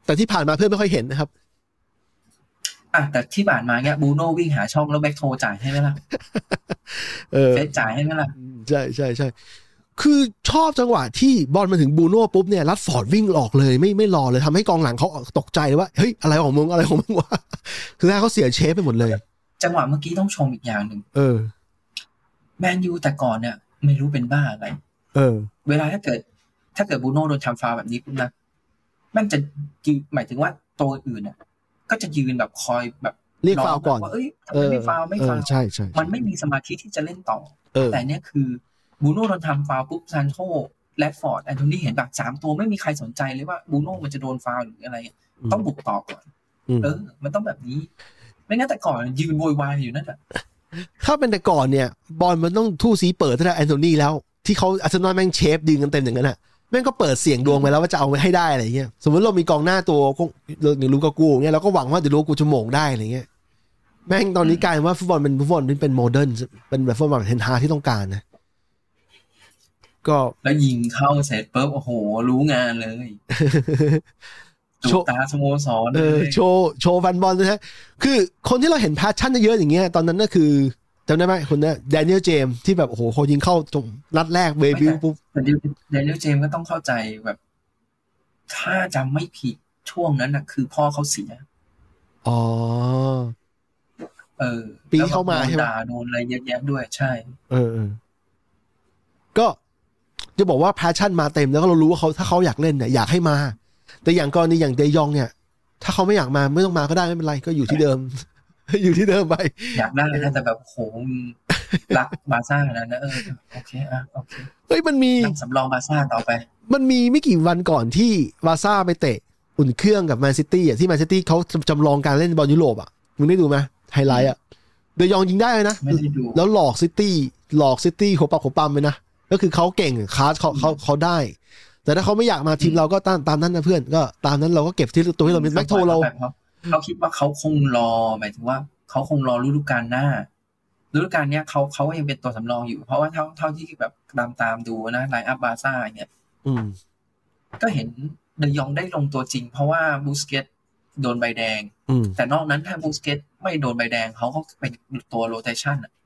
Speaker 1: แต่ที่ผ่านมาเพื่อนไม่ค่อยเห็นนะครับ
Speaker 2: อ่ะแต่ที่ผ่านมาเนี่ยบูโน่วิ่งหาช่องแล้วแบ็คโทรจ่ายให้ไหมล่ะเออเฟซจ่ายให้ไหมล่ะ
Speaker 1: ใช่ใช่ใช่คือชอบจังหวะที่บอลมาถึงบูโน่ปุ๊บเนี่ยรัดฟอร์ดวิ่งออกเลยไม่ไม่รอเลยทำให้กองหลังเขาตกใจว่าเฮ้ยอะไรของมึงอะไรของมึงวะคือแรกเขาเสียเชฟไปหมดเลย
Speaker 2: จังหวะเมื่อกี้ต้องชมอีกอย่างหนึ่ง
Speaker 1: เออ
Speaker 2: แมนยูแต่ก่อนเนี่ยไม่รู้เป็นบ้าอะไร
Speaker 1: เออ
Speaker 2: เวลาถ้าเกิดถ้าเกิดบูโน่โดนทำฟาวล์แบบนี้ปุ๊บนะมันจะยืนหมายถึงว่าตัวอื่นเนี่ยก็จะยืนแบบคอยแบบ
Speaker 1: เรียกฟาวล์ก่อน
Speaker 2: ว่าเอ้ยทำไมไม่ฟาวล์ไม่ฟาวล์
Speaker 1: ใช่ใช่
Speaker 2: มันไม่มีสมาธิที่จะเล่นต่อแต่เนี่ยคือบูโน่โดนทำฟาวล์ปุ๊บซานโชแรดฟอร์ดแอนโทนีเห็นแบบสามตัวไม่มีใครสนใจเลยว่าบูโน่มันจะโดนฟาวล์หรืออะไรต้องบุกต่อก่อนเออมันต้องแบบนี้ไม่งั้นแต่ก่อนยืนโวยวายอยู่นั่นแหละ
Speaker 1: ถ้าเป็นแต่ก่อนเนี่ยบอลมันต้องทู่สีเปิดตั้งแต่แอนโทนีแล้วที่เขาอาร์เซนอลแม่งเชฟดึงกันเต็มอย่างนั้นอ่ะแม่งก็เปิดเสียงดวงไปแล้วว่าจะเอาให้ได้อะไรเงี้ยสมมติเรามีกองหน้าตัวหนึ่งลูกากูเนี่ยเราก็หวังว่าเดี๋ยวลูกูจะโมงได้อะไรเงี้ยแม่งตอนนี้กลายว่าฟุตบอลเป็นฟุตบอลที่เป็นโมเดิร์นเป็นแบบฟุตบอลเทนฮาที่ต้องการนะก็
Speaker 2: แล้วยิงเข้าเสร็จปุ๊บโอ้โหรู้งานเลยโชว์ตาสโมสร
Speaker 1: เออโชว์โชว์แฟนบอลนะฮะคือคนที่เราเห็นแพชชั่นเยอะๆอย่างเงี้ยตอนนั้นก็คือจำได้ไหมคนนี้แดเนียลเจมส์ที่แบบโอ้โหเขายิงเข้าจงนัดแรกเบบิวปุ๊บ
Speaker 2: แดเนียลเจมส์ก็ต้องเข้าใจแบบถ้าจำไม่ผิดช่วงนั้นน่ะคือพ่อเขาเสีย
Speaker 1: อ๋อ
Speaker 2: เออ
Speaker 1: ปีเข้ามาใช่ไหม
Speaker 2: ด่าโดนอะไรเยอะแยะด้วยใช่
Speaker 1: เออก็จะบอกว่าแพชชั่นมาเต็มแล้วก็เรารู้ว่าเขาถ้าเขาอยากเล่นเนี่ยอยากให้มาแต่อย่างกรณีอย่างเดยองเนี่ยถ้าเขาไม่อยากมาไม่ต้องมาก็ได้ไม่เป็นไรก็อยู่ที่เดิมอยู่ที่เดิมไป
Speaker 2: อยากได้นะแต่แบบโหรักบาซ่านะนะเออโอเคอ่ะโอเค
Speaker 1: เฮ้ยมันมี
Speaker 2: สำรองบาซ่าต่อไป
Speaker 1: มันมีไม่กี่วันก่อนที่บาซ่าไปเตะอุ่นเครื่องกับแมนซิตี้อ่ะที่แมนซิตี้เขาจำลองการเล่นบอลยุโรปอ่ะมึงได้ดูไหมไฮไลท์อ่ะเดยองยิงได้เลยนะแล้วหลอกซิตี้หลอกซิตี้โคปักโคปั๊มไปนะก็คือเขาเก่งคลาสเขาเขาเขาได้แต่ถ้าเขาไม่อยากมาทีมเราก็ตามตามนั้นนะเพื่อนก็ตามนั้นเราก็เก็บที่ตัวที่เราเป็นแม็กโทเรา
Speaker 2: เขาคิดว่าเขาคงรอหมายถึงว่าเขาคงรอฤดูกาลหน้าฤดูกาลเนี้ยเขาเขายังเป็นตัวสำรองอยู่เพราะว่าเท่าเท่าที่แบบตามตามดูนะไลน์อัพบาซ่าเนี่ยก็เห็นเดยองได้ลงตัวจริงเพราะว่าบูสเกตโดนใบแดงแต่นอกนั้นถ้าบูสเกตไม่โดนใบแดงเขาก็เป็นตัวโรเตชันอ่ะ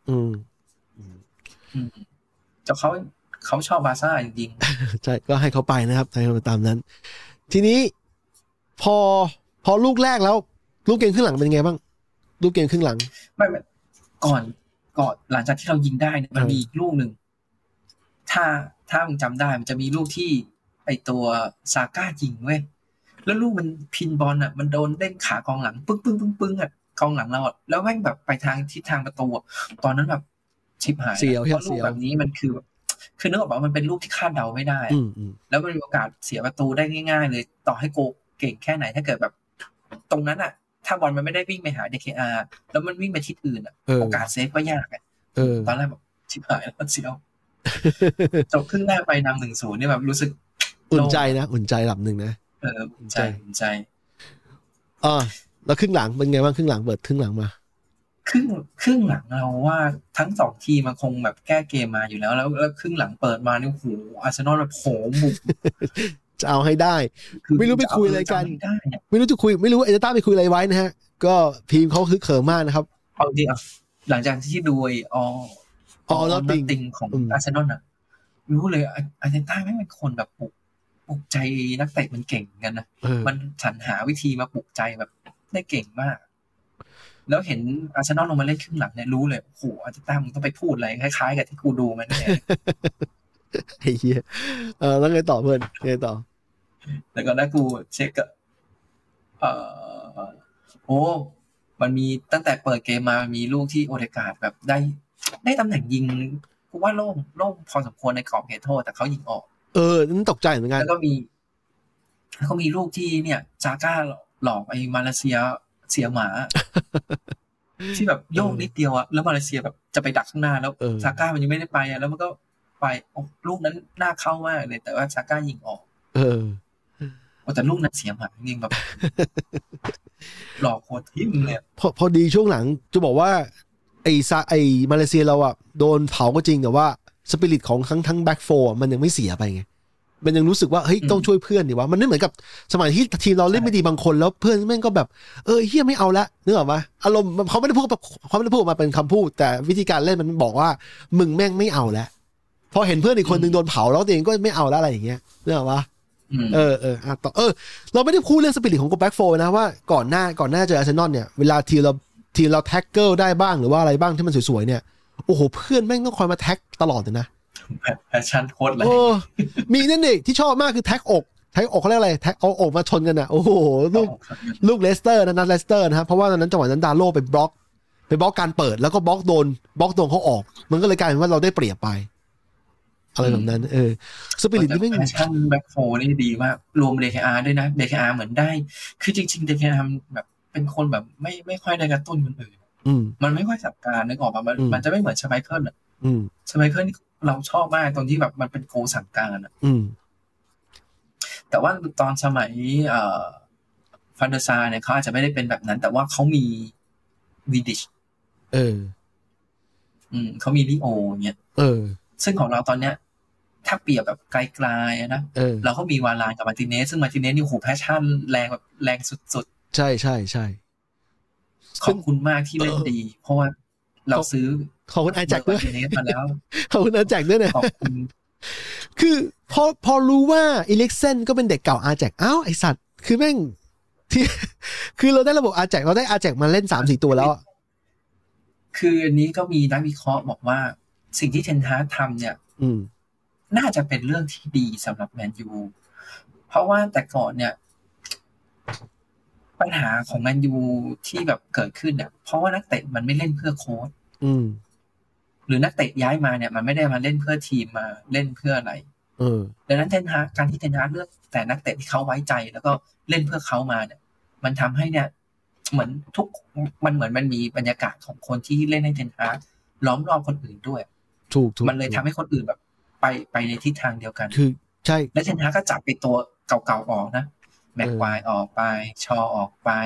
Speaker 2: จะเขาเขาชอบบาซ่าจริง
Speaker 1: ๆใช่ก็ให้เขาไปนะครับให้เขาตามนั้นทีนี้พอพอลูกแรกแล้วลูกเกมครึ่งหลังเป็นไงบ้างลูกเกมครึ่งหลัง
Speaker 2: ไม่ก่อนก่อนหลังจากที่เรายิงได้เนี่ยมันมีอีกลูกหนึ่งถ้าถ้ามึงจำได้มันจะมีลูกที่ไอตัวซาก้ายิงเว้ยแล้วลูกมันพินบอลอ่ะมันโดนเด้งขากองหลังปึ้งปึ้งปึ้งปึ้งอ่ะกองหลังเราอ่ะแล้วแม่งแบบไปทางทิศทางประตูตอนนั้นแบบชิบหายเพราะลูกแบบนี้มันคือคือนึกออกว่ามันเป็นลูกที่คาดเดาไม่ได้แล้วมันมีโอกาสเสียประตูได้ง่ายๆเลยต่อให้โกเก่งแค่ไหนถ้าเกิดแบบตรงนั้นอ่ะถ้าบอลมันไม่ได้วิ่งไปหา ดี เค อาร์ แล้วมันวิ่งไปทิศอื่นอ่ะโอกาสเซฟก็ยากอ่ะตอนแรกแบบชิบหายแล้วเสียวจบครึ่งแรกไปนำ หนึ่งศูนย์ นี่แบบรู้สึก
Speaker 1: อุ่นใจนะอุ่นใจระดับนึงนะ
Speaker 2: เอออุ่นใจอุ่นใจ
Speaker 1: อ่าแล้วครึ่งหลังเป็นไงบ้างครึ่งหลังเปิดครึ่งหลังมา
Speaker 2: ครึ่งครึ่งหลังเราว่าทั้งสองทีมมันคงแบบแก้เกมมาอยู่แล้วแล้วแล้วครึ่งหลังเปิดมานี่โหอาร์เซนอลแบบโหบุก
Speaker 1: จะเอาให้ได้ไม่รู้ไปคุยอะไรกันไม่รู้จะคุยไม่รู้เอเจต้าไปคุยอะไรไว้นะฮะก็ทีมเขาคึกเขิมมากนะครับ
Speaker 2: เอาจริงอ่ะหลังจากที่ดูอ๋อ
Speaker 1: อ๋อแล้ว
Speaker 2: ติงของอาร์เซนอลน่ะรู้เลยอาร์เจนต้าไม่เป็นคนแบบปลุกปลุกใจนักเตะมันเก่งกันนะมันสรรหาวิธีมาปลุกใจแบบได้เก่งมากแล้วเห็นอาร์เซนอลลงมาเล่นครึ่งหลังเนี่ยรู้เลยโอ้โหอาร์เจนต้ามึงต้องไปพูดอะไรคล้ายๆกับที่กูดูมันเนี่ย
Speaker 1: ไอ้เหี้ยเออแล้วไงต่อเพื่อนไงต่อ
Speaker 2: แล้วก็ได้กูเช็คกับเอ่อโอ้มันมีตั้งแต่เปิดเกมมามีลูกที่โอเดกาดแบบได้ได้ตำแหน่งยิงกูว่าโล่งโล่งพอสมควรในกรอบเขตโทษแต่เขายิงออก
Speaker 1: เออนั่นตกใจเหมือนกัน
Speaker 2: แล้วก็มีแล้วก็มีลูกที่เนี่ยซาก้าหลอกไอ้มาเลเซียเสียหมาที่แบบโยกนิดเดียวอะแล้วมาเลเซียแบบจะไปดักข้างหน้าแล้วซาก้ามันยังไม่ได้ไปอะแล้วมันก็ไปลูกนั้นน่าเข้ามากเลยแต่ว่าซาก้ายิงออก
Speaker 1: เออ
Speaker 2: แต่ลูกนั้นเสียหมาจริงแบบหลอกโคตรทิ่มเลย
Speaker 1: พอพอดีช่วงหลังจะบอกว่าไอ้ซาไอ้มาเลเซียเราอะโดนเผาก็จริงแต่ว่าสปิริตของทั้งทั้งแบ็คโฟร์มันยังไม่เสียไปไงมันยังรู้สึกว่าเฮ้ยต้องช่วยเพื่อนดิวะมันไม่เหมือนกับสมัยที่ทีมเราเล่นไม่ดีบางคนแล้วเพื่อนแม่งก็แบบเออเฮียไม่เอาละนึกออกปะอารมณ์เขาไม่ได้พูดแบบเขาไม่ได้พูดมาเป็นคำพูดแต่วิธีการเล่นมันบอกว่ามึงแม่งไม่เอาแล้วพอเห็นเพื่อนอีกคนนึงโดนเผาแล้วตัวเองก็ไม่เอาแล้วอะไรอย่างเงี้ยนึกออกปะเออเอออ่ะต่อเออเราไม่ได้พูดเรื่องสปิริตของโกแบ็กโฟนะว่าก่อนหน้าก่อนหน้าเจออาร์เซนอลเนี่ยเวลาทีเราทีเราแท็กเกิลได้บ้างหรือว่าอะไรบ้างที่มันสวยๆเนี่ยโอ้โหเพื่อนแม่งต้องคอยมาแท็กตลอดเลยนะ
Speaker 2: แพชชั่นโคตรเลย
Speaker 1: มีนั่นเองที่ชอบมากคือแท็กอกแท็กอกเขาเรียกอะไรแท็กเอาอกมาชนกันอ่ะโอ้โหลูกลูกเลสเตอร์นะนัดเลสเตอร์นะครับเพราะว่าตอนนั้นจังหวะนั้นดาโลไปบล็อกไปบล็อกการเปิดแล้วก็บล็อกโดนบล็อกโดนเขาออกมันก็เลยกลายเป็นว่าเราได้เปรียบไปอะไรแบบนั้นเออสปิริตนี่ไม่
Speaker 2: แพชชั่นแบ็คโฟนี่ดีมากรวม ดี เค อาร์ ด้วยนะ ดี เค อาร์ เหมือนได้คือจริงๆ ดี เค อาร์ แบบเป็นคนแบบไม่ไม่ค่อยได้กระตุ้นคนอื่นมันไม่ค่อยจับการนึกออกป่ะมันมันจะไม่เหมือนชไมเคิลอ่ะชไมเคิลเราชอบมากตรงที่แบบมันเป็นโกสั่งการอ่ะแต่ว่าตอนสมัยเอ่อฟันเดอร์ซาเนี่ยเขาอาจจะไม่ได้เป็นแบบนั้นแต่ว่าเขามีวีดิช
Speaker 1: เออ
Speaker 2: อืมเขามีลิโอเนี่ย
Speaker 1: เออ
Speaker 2: ซึ่งของเราตอนเนี้ยถ้าเปรียบแบบไกลๆนะเออเราก็มีวาลานกับมาร์ติเนสซึ่งมาร์ติเนสนี่โหแพชชั่นแรงแบบแรงสุด
Speaker 1: ๆใช่ใช่ใช่
Speaker 2: ขอบคุณมากที่เล่นดีเพราะว่าเราซื้อ
Speaker 1: ขอบคุณอาแจ็คด้วย
Speaker 2: มาแล้ว
Speaker 1: ขอบคุณอาแจ็คด้วยนะขอบคุณคือพอพอรู้ว่าอิเล็กเซนก็เป็นเด็กเก่าอาแจ็คอ้าวไอสัตว์คือแม่งที่คือเราได้ระบบอาแจ็คเราได้อาแจ็คมาเล่น สามสี่ ตัวแล้ว
Speaker 2: คืออันนี้ก็มีนักวิเคราะห์บอกว่าสิ่งที่เทนฮากทำเนี่ยน่าจะเป็นเรื่องที่ดีสำหรับแมนยูเพราะว่าแต่ก่อนเนี่ยปัญหาของแมนยูที่แบบเกิดขึ้นเนี่ยเพราะว่านักเตะมันไม่เล่นเพื่อโค้ชหรือนักเตะย้ายมาเนี่ยมันไม่ได้มาเล่นเพื่อทีมมาเล่นเพื่ออะไรดังนั้นเทนฮากการที่เทนฮากเลือกแต่นักเตะที่เขาไว้ใจแล้วก็เล่นเพื่อเขามาเนี่ยมันทำให้เนี่ยเหมือนทุกมันเหมือนมันมีบรรยากาศของคนที่เล่นให้เทนฮากล้อมรอบคนอื่นด้วย
Speaker 1: ถูก
Speaker 2: มันเลยทำให้คนอื่นแบบไปไปในทิศทางเดียวกัน
Speaker 1: คือใช่
Speaker 2: และเทนฮากก็จับไปตัวเก่าๆออกนะแม็กควายออกไปชอออกไป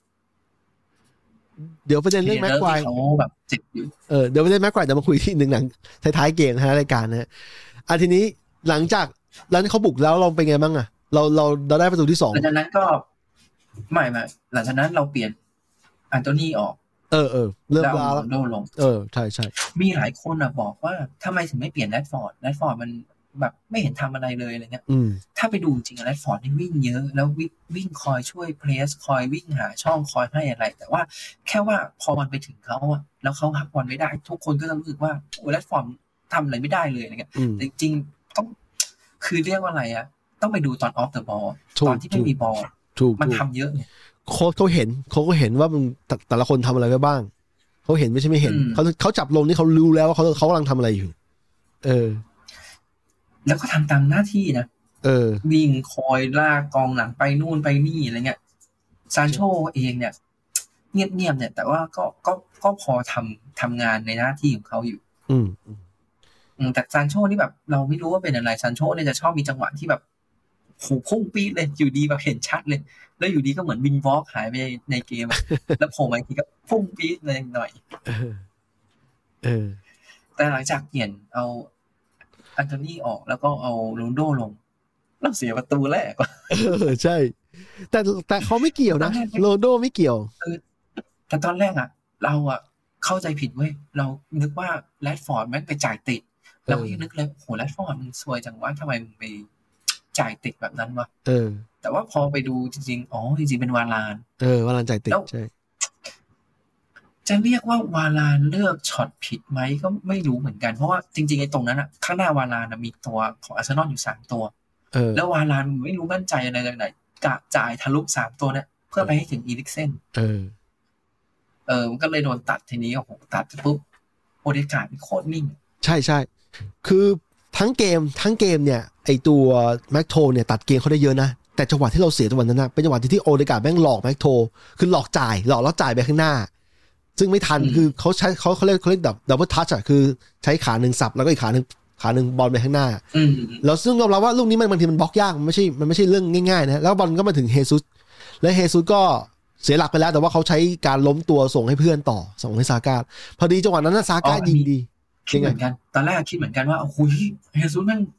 Speaker 1: เดี๋ยวประเด็นเรื่องแม็กควาย
Speaker 2: เขาแบบจิตอยู่
Speaker 1: เออเดี๋ยวประเด็นแม็กควายจะมาคุยที่หนึ่งหลังท้ายๆเกมนะรายการนะอ่ะทีนี้หลังจากหลังที่เขาบุกแล้วเราเป็นไงบ้างอ่ะเราเราเราได้ประตูที่สอง
Speaker 2: หลังจากนั้นก็ไม่ไม่หลังจากนั้นเราเปลี่ยนอันโตนี่ออก
Speaker 1: เออเออเริ่มลา
Speaker 2: แล้วโดนลง
Speaker 1: เออใช่ใช่
Speaker 2: มีหลายคนอ่ะบอกว่าทำไมถึงไม่เปลี่ยนแรดฟอร์ดแรดฟอร์ดมันแบบไม่เห็นทำอะไรเลยอะไรเงี้ยถ้าไปดูจริงแรดฟอร์ดนี่วิ่งเยอะแล้ววิ่งคอยช่วยเพรสคอยวิ่งหาช่องคอยให้อะไรแต่ว่าแค่ว่าพอมันไปถึงเขาอะแล้วเขาหักบอลไม่ได้ทุกคนก็จะรู้สึกว่าโอ้แรดฟอร์ดทำอะไรไม่ได้เลยอะไรเงี้ยแต่จริงต้องคือเรียกว่าอะไรอะต้องไปดูตอนออฟเดอะบอลตอนที่ไม่มีบอลมันทำเยอะไง
Speaker 1: โค้ชเขาเห็นเขาก็เห็นว่ามันแต่ละคนทำอะไรไปบ้างเขาเห็นไม่ใช่ไม่เห็นเขาเขาจับลงนี่เขารู้แล้วว่าเขาเขากำลังทำอะไรอยู่เออ
Speaker 2: แล้วก็ทำตามหน้าที่นะ
Speaker 1: เออ
Speaker 2: วิ่งคอยลากกองหลังไปนู่นไปนี่อะไรเงี้ยซานโชเองเนี่ยเงียบๆเนี่ยแต่ว่าก็ก็ก็พอทำทำงานในหน้าที่ของเขาอยู่
Speaker 1: อืม
Speaker 2: แต่ซานโชนี่แบบเราไม่รู้ว่าเป็นอะไรซานโชเนี่ยจะชอบมีจังหวะที่แบบโหพุ่งปี๊ดเลยอยู่ดีแบบเห็นชัดเลยแล้วอยู่ดีก็เหมือนวินวอล์กหายไปในเกมแล้วโผล่มาอีกทีก็พุ่งปี๊ดเลยหน่อย
Speaker 1: เออ
Speaker 2: แต่หลังจากเปลี่ยนเอาอันโทนี่ออกแล้วก็เอาโรนลโดลงเราเสียประตูแรกว่ะ
Speaker 1: เออใช่แต่แต่เขาไม่เกี่ยวนะโรนลโดไม่เกี่ยว
Speaker 2: แต่ตอนแรกอ่ะเราอ่ะเข้าใจผิดเว้ยเรานึกว่าแรดฟอร์ดแม่งไปจ่ายติดเราก็นึกเลยโหแรดฟอร์ดมันซวยจังว่าทำไมมึงไปจ่ายติดแบบนั้นวะ
Speaker 1: เออ
Speaker 2: แต่ว่าพอไปดูจริงๆอ๋อจริงๆเป็นวาลาน
Speaker 1: เออวาลานจ่ายติดใช่
Speaker 2: จะเรียกว่าวาลานเลือกช็อตผิดไหมก็ไม่รู้เหมือนกันเพราะว่าจริงๆไอ้ตรงนั้นอะข้างหน้าวาลานมีตัวของอาร์เซนอลอยู่สามตัวแล้ววาลานไม่รู้มั่นใจอะไรจากไหนกะจ่ายทะลุสามตัวเนี่ยเพื่อไปให้ถึงอีริกเซน
Speaker 1: เออ
Speaker 2: เออมันก็เลยโดนตัดทีนี้โอ้โหตัดปุ๊บโอเดการ์ดโคตรนิ่ง
Speaker 1: ใช่ใช่คือทั้งเกมทั้งเกมเนี่ยไอตัวแม็กโทเนี่ยตัดเกมเขาได้เยอะนะแต่จังหวะที่เราเสียจังหวะนั้นนะเป็นจังหวะที่โอเดการ์ดแม่งหลอกแม็กโทคือหลอกจ่ายหลอกแล้วจ่ายไปข้างหน้าซึ่งไม่ทันคือเขาใช้เขาเขาเรียกเขาเรียกดับเบิลทัชอ่ะคือใช้ขาหนึ่งสับแล้วก็อีกขาหนึ่งขาหนึ่งบอลไปข้างหน้าแล้วซึ่งยอมรับว่าลูกนี้มันบางทีมันบล็อกยากมันไม่ใช่มันไม่ใช่เรื่องง่ายๆนะแล้วบอลก็มาถึงเฮซุสและเฮซุสก็เสียหลักไปแล้วแต่ว่าเขาใช้การล้มตัวส่งให้เพื่อนต่อส่งให้ซาก้าพอดีจังหวะนั้นซาก้ายิงดี
Speaker 2: คิดเหมือนกันตอนแรกคิดเหมือนกันว่าโอ้โหเฮซุสแม่ง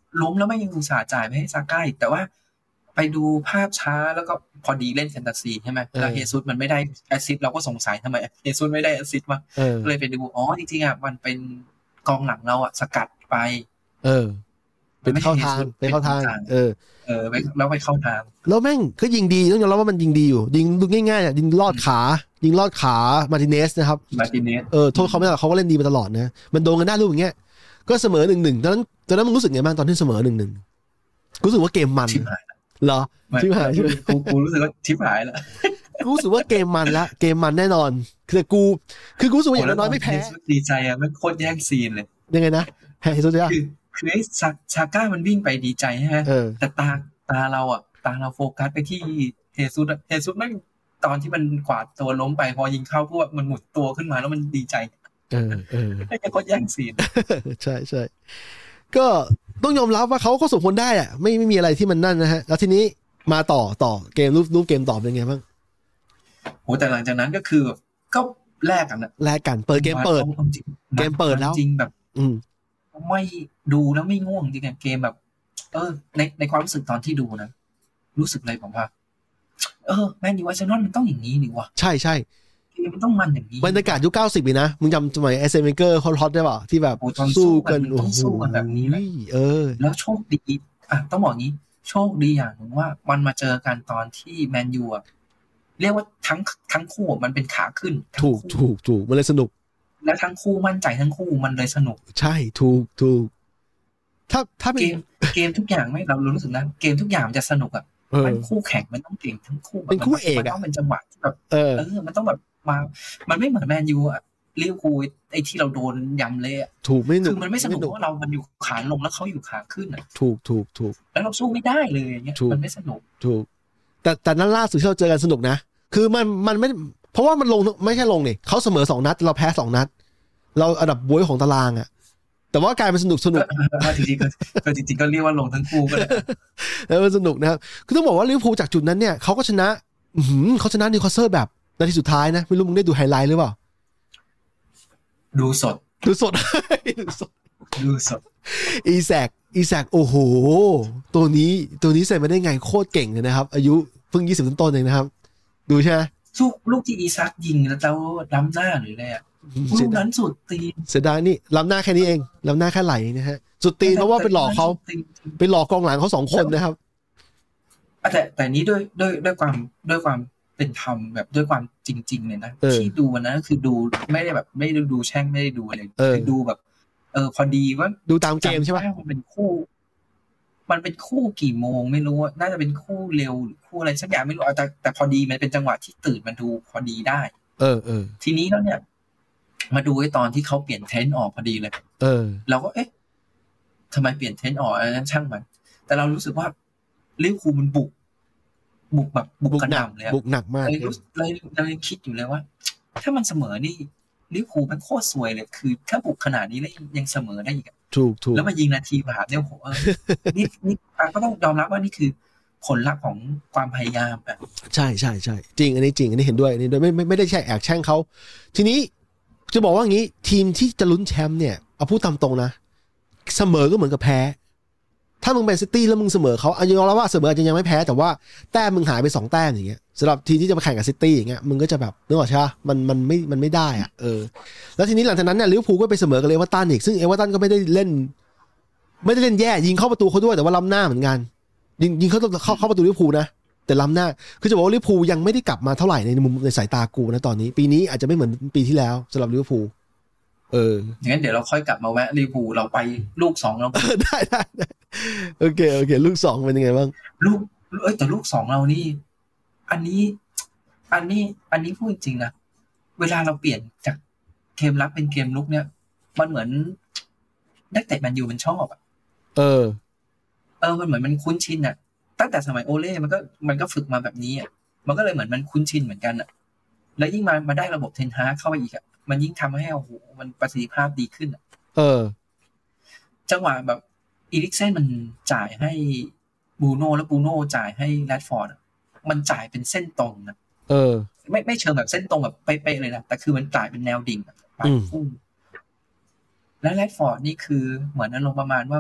Speaker 2: ล้มแล้วไม่ยังอุตส่าห์จ่ายไปให้ซาก้าอีกแต่ว่าไปดูภาพช้าแล้วก็พอดีเล่นแฟนตาซีใช่ไหมแล้วเฮซุสมันไม่ได้แอสซิสต์เราก็สงสัยทำไมเฮซุสไม่ได้แอสซิสต์วะเลยไปดูอ๋อจริงๆอ่ะมันเป็นกองหลังเราอ่ะสกัดไป
Speaker 1: เออเป็นเข้าทางไปเข้าทางเออ
Speaker 2: เออแล้วไปเข้าทาง
Speaker 1: แล้วแม่งก็ยิงดีต้องยอมรับว่ามันยิงดีอยู่ยิงดูง่ายๆอ่ะยิงลอดขายิงลอดขามาร์ติเนสนะครับ
Speaker 2: มาร์ติเนส
Speaker 1: เออโทษเขาไม่ได้เขาก็เล่นดีมาตลอดนะมันโดนกันได้ลูกอย่างเงี้ยก็เสมอ หนึ่งหนึ่ง ตอนนั้นตอนนั้นมึงรู้สึกไงบ้างตอนที่เสมอ หนึ่งหนึ่ง รู้สึกว่าเกมมันเหรอชิบหาย
Speaker 2: กูกูรู้สึกว่าชิบหายแล้ว
Speaker 1: กูรู้สึกว่าเกมมันละเกมมันแน่นอนคือกูคือกูรู้สึกว่าอย่างน้อยไม่แพ้
Speaker 2: ดีใจอ่ะมันโคตรแย่งซีนเลย
Speaker 1: ยังไงนะแพ้สุดยอด
Speaker 2: คือคือไอ้ซาก้ามันวิ่งไปดีใจใช่ไหมแต่ตาตาเราอ่ะตาเราโฟกัสไปที่เฮซุสเฮซุสแม่งตอนที่มันกวาดตัวล้มไปพอยิงเข้าพวกมันหมุนตัวขึ้นมาแล้วมันดีใจ
Speaker 1: เออเออ
Speaker 2: ไอ้โคตรแย่งซีน
Speaker 1: ใช่ใช่ก็ต้องยอมรับว่าเขาก็สมควรได้อะไม่ไม่มีอะไรที่มันนั่นนะฮะแล้วทีนี้มาต่อต่อเกมรูปรูปเกมต่อเป็นไงบ้าง
Speaker 2: โหแต่หลังจากนั้นก็คือก็แลกกันนะ
Speaker 1: แลกกันเปิดเกมเปิดเกมเปิดแล้ว
Speaker 2: จริงแบบ
Speaker 1: อืม
Speaker 2: ไม่ดูแล้วไม่ง่วงจริงๆเกมแบบเออในในความรู้สึกตอนที่ดูนะรู้สึกเลยผมว่าเออแมนยูอาร์เซนอลมันต้องอย่างนี้นี่วะ
Speaker 1: ใช่ใช่
Speaker 2: มันต้องมันอย่างนี้
Speaker 1: บรรยากาศยุคเก้าสิบเลยนะมึงจำสมัยเอเซนเวนเกอร์ฮอตๆได้ป่ะที่แบบสู้กัน
Speaker 2: โอ้โหต้องสู้กันแบบนี้เลย
Speaker 1: เออ
Speaker 2: แล้วโชคดีอ่ะต้องบอกงี้โชคดีอย่างนึงว่ามันมาเจอกันตอนที่แมนยูอ่ะเรียกว่าทั้งทั้งคู่มันเป็นขาขึ้น
Speaker 1: ถูกถูกถูกมันเลยสนุก
Speaker 2: และทั้งคู่มั่นใจทั้งคู่มันเลยสนุก
Speaker 1: ใช่ถูกถูกถ้าถ้า
Speaker 2: เกมเกมทุกอย่างไม่เรารู้สึกนะเกมทุกอย่างมันจะสนุกอ่ะมันคู่แข่งมันต้องเก่งทั้งคู่
Speaker 1: เป็นคู่เอกอ่ะ
Speaker 2: มันต้องเป็นจังหวะแบบ
Speaker 1: เออ
Speaker 2: มันต้องแบบมามันไม่เหมือนแมนยูอ่ะลิเวอร์พูลไอ้ที่เราโดนยำเลยอ่ะ
Speaker 1: ถูกไม่หนุก
Speaker 2: คือมันไม่สนุกเพราะเรามันอยู่ขาลงแล้วเขาอยู่ขาขึ้นอ่ะ
Speaker 1: ถูกถูกถูก
Speaker 2: แล้วเราสู้ไม่ได้เลยอย่างเงี้ยมันไม่สนุก
Speaker 1: ถูกแต่แต่นั้นล่าสุดที่เราเจอกันสนุกนะคือมันมันไม่เพราะว่ามันลงไม่ใช่ลงนี่เขาเสมอสองนัดเราแพ้สองนัดเราอันดับบ๊วยของตารางอ่ะแต่ว่ากลายเป็นสนุกสนุก
Speaker 2: จริงๆก็จริงๆก็เรียกว่าลงทั้งคู่ก็ได้
Speaker 1: แล้วมันสนุกนะครับคือต้องบอกว่าลิเวอร์พูลจากจุดนั้นเนี่ยเขาก็ชนะเขาชนะนิวคาสเซิลแบบนาทีสุดท้ายนะไม่รู้มึงได้ดูไฮไลท์หรือเปล่า
Speaker 2: ดูสด
Speaker 1: ดูสดดูสด
Speaker 2: ดูสด
Speaker 1: อีแซกอีแซกโอ้โหตัวนี้ตัวนี้ใส่มาได้ไงโคตรเก่งเลยนะครับอายุเพิ่งยี่สิบต้นๆเองนะครับดูใช่ไหม
Speaker 2: สู้ลูกที่อีซักยิงแล้วเจ้าล้ำหน้าหรืออะไรอ่ะลูกนั้นสุดตีน
Speaker 1: เสียดายนี่ล้ำหน้าแค่นี้เองล้ำหน้าแค่ไหลนะฮะสุดตีนเพราะว่าไปหลอกเขาไปหลอกกองหลังเขาสองคนนะครับ
Speaker 2: แต่แต่นี้ด้วยด้วยด้วยความด้วยความเป็นธรรมแบบด้วยความจริงๆเลยนะที่ดูวันนั้นก็คือดูไม่ได้แบบไม่ได้ดูแช่งไม่ได้ดูอะไรคือดูแบบเออพอดีว่า
Speaker 1: ดูตามเกมใช่ไหม
Speaker 2: มันเป็นคู่มันเป็นคู่กี่โมงไม่รู้น่าจะเป็นคู่เร็วหรือคู่อะไรสักอย่างไม่รู้แต่แต่พอดีมันเป็นจังหวะที่ตื่นมันดูพอดีได้
Speaker 1: เออเออ
Speaker 2: ทีนี้แล้วเนี่ยมาดูไอ้ตอนที่เขาเปลี่ยนเทรนด์ออกพอดีเลย
Speaker 1: เออ
Speaker 2: เราก็เอ๊ะทำไมเปลี่ยนเทรนด์ออกอันนั้นช่างมันแต่เรารู้สึกว่าลิเวอร์พูลมันบุกบุกแบบบุกกระหน่ำเลย
Speaker 1: บุกหนักมาก
Speaker 2: เลยเลยเลยคิดอยู่เลยว่าถ้ามันเสมอนี่ลิเวอร์พูลมันโคตรซวยเลยคือถ้าบุกขนาดนี้แล้วยังเสมอได้อีก
Speaker 1: ถูกถูก
Speaker 2: แล้วมายิงนาทีแบบเนี่ยโหนี่นี่ก็ต้องยอมรับว่านี่คือผลลัพธ์ของความพยายามอ่ะ
Speaker 1: ใช่ใช่ใช่จริงอันนี้จริงอันนี้เห็นด้วยอันนี้โดยไม่ไม่ได้ใช่แอบแช่งเขาทีนี้จะบอกว่าอย่างนี้ทีมที่จะลุ้นแชมป์เนี่ยเอาพูดตามตรงนะเสมอก็เหมือนกับแพ้ถ้ามึงเป็นซิตี้แล้วมึงเสมอเขาอายุเราว่าเสมออาจจะยังไม่แพ้แต่ว่าแต้มมึงหายไปสองแต้มอย่างเงี้ยสำหรับทีมที่จะมาแข่งกับซิตี้อย่างเงี้ยมึงก็จะแบบนึกออกใช่ป่ะมันมันไม่มันไม่ได้อ่ะเออแล้วทีนี้หลังจากนั้นเนี่ยลิเวอร์พูลก็ไปเสมอกับเอเวอร์ตันอีกซึ่งเอเวอร์ตันก็ไม่ได้เล่นไม่ได้เล่นแย่ยิงเข้าประตูเขาด้วยแต่ว่าล้ำหน้าเหมือนกันยิงยิงเข้าเข้าเข้าประตูลิเวอร์พูลนะแต่ล้ำหน้าคือจะบอกว่าลิเวอร์พูลยังไม่ได้กลับมาเท่าไหร่ในมุมในสายตากูนะตอนนี้ปีนี้อาจจะไม่เหมือนปีที่แล้วสำหรับลิเวอร์พูลเออ
Speaker 2: งั้นเดี๋ยวเราค่อยกลับมาแวะลิเวอร์พูลเราไปลูกสองเรา
Speaker 1: ได้ได้โอเคโอเคลูกสองเป็นยังไงบ้าง
Speaker 2: ลูกเอ้ยแต่ลูกสองเรานี่อันนี้อันนี้อันนี้พูดจริงนะเวลาเราเปลี่ยนจากเกมรับเป็นเกมลุกเนี่ยมันเหมือนนักเตะแมนยูมันชอบอ่ะ
Speaker 1: เออ
Speaker 2: เออมันเหมือนมันคุ้นชินอ่ะตั้งแต่สมัยโอเล่มันก็มันก็ฝึกมาแบบนี้อ่ะมันก็เลยเหมือนมันคุ้นชินเหมือนกันอ่ะแล้วยิ่งมามาได้ระบบเทนฮากเข้าไปอีกอ่ะมันยิ่งทำให้โอ้โหมันประสิทธิภาพดีขึ้นอ่ะ
Speaker 1: เออ
Speaker 2: จังหวะแบบอีริกเซ่นมันจ่ายให้บูโน่แล้วบูโน่จ่ายให้แรดฟอร์ดมันจ่ายเป็นเส้นตรงนะ
Speaker 1: เออ
Speaker 2: ไม่ไม่เชิงแบบเส้นตรงแบบเป๊ะๆเลยนะแต่คือมันจ่ายเป็นแนวดิ่งไปพุ่งและแรดฟอร์ดนี่คือเหมือนอารมณ์ประมาณว่าแบบ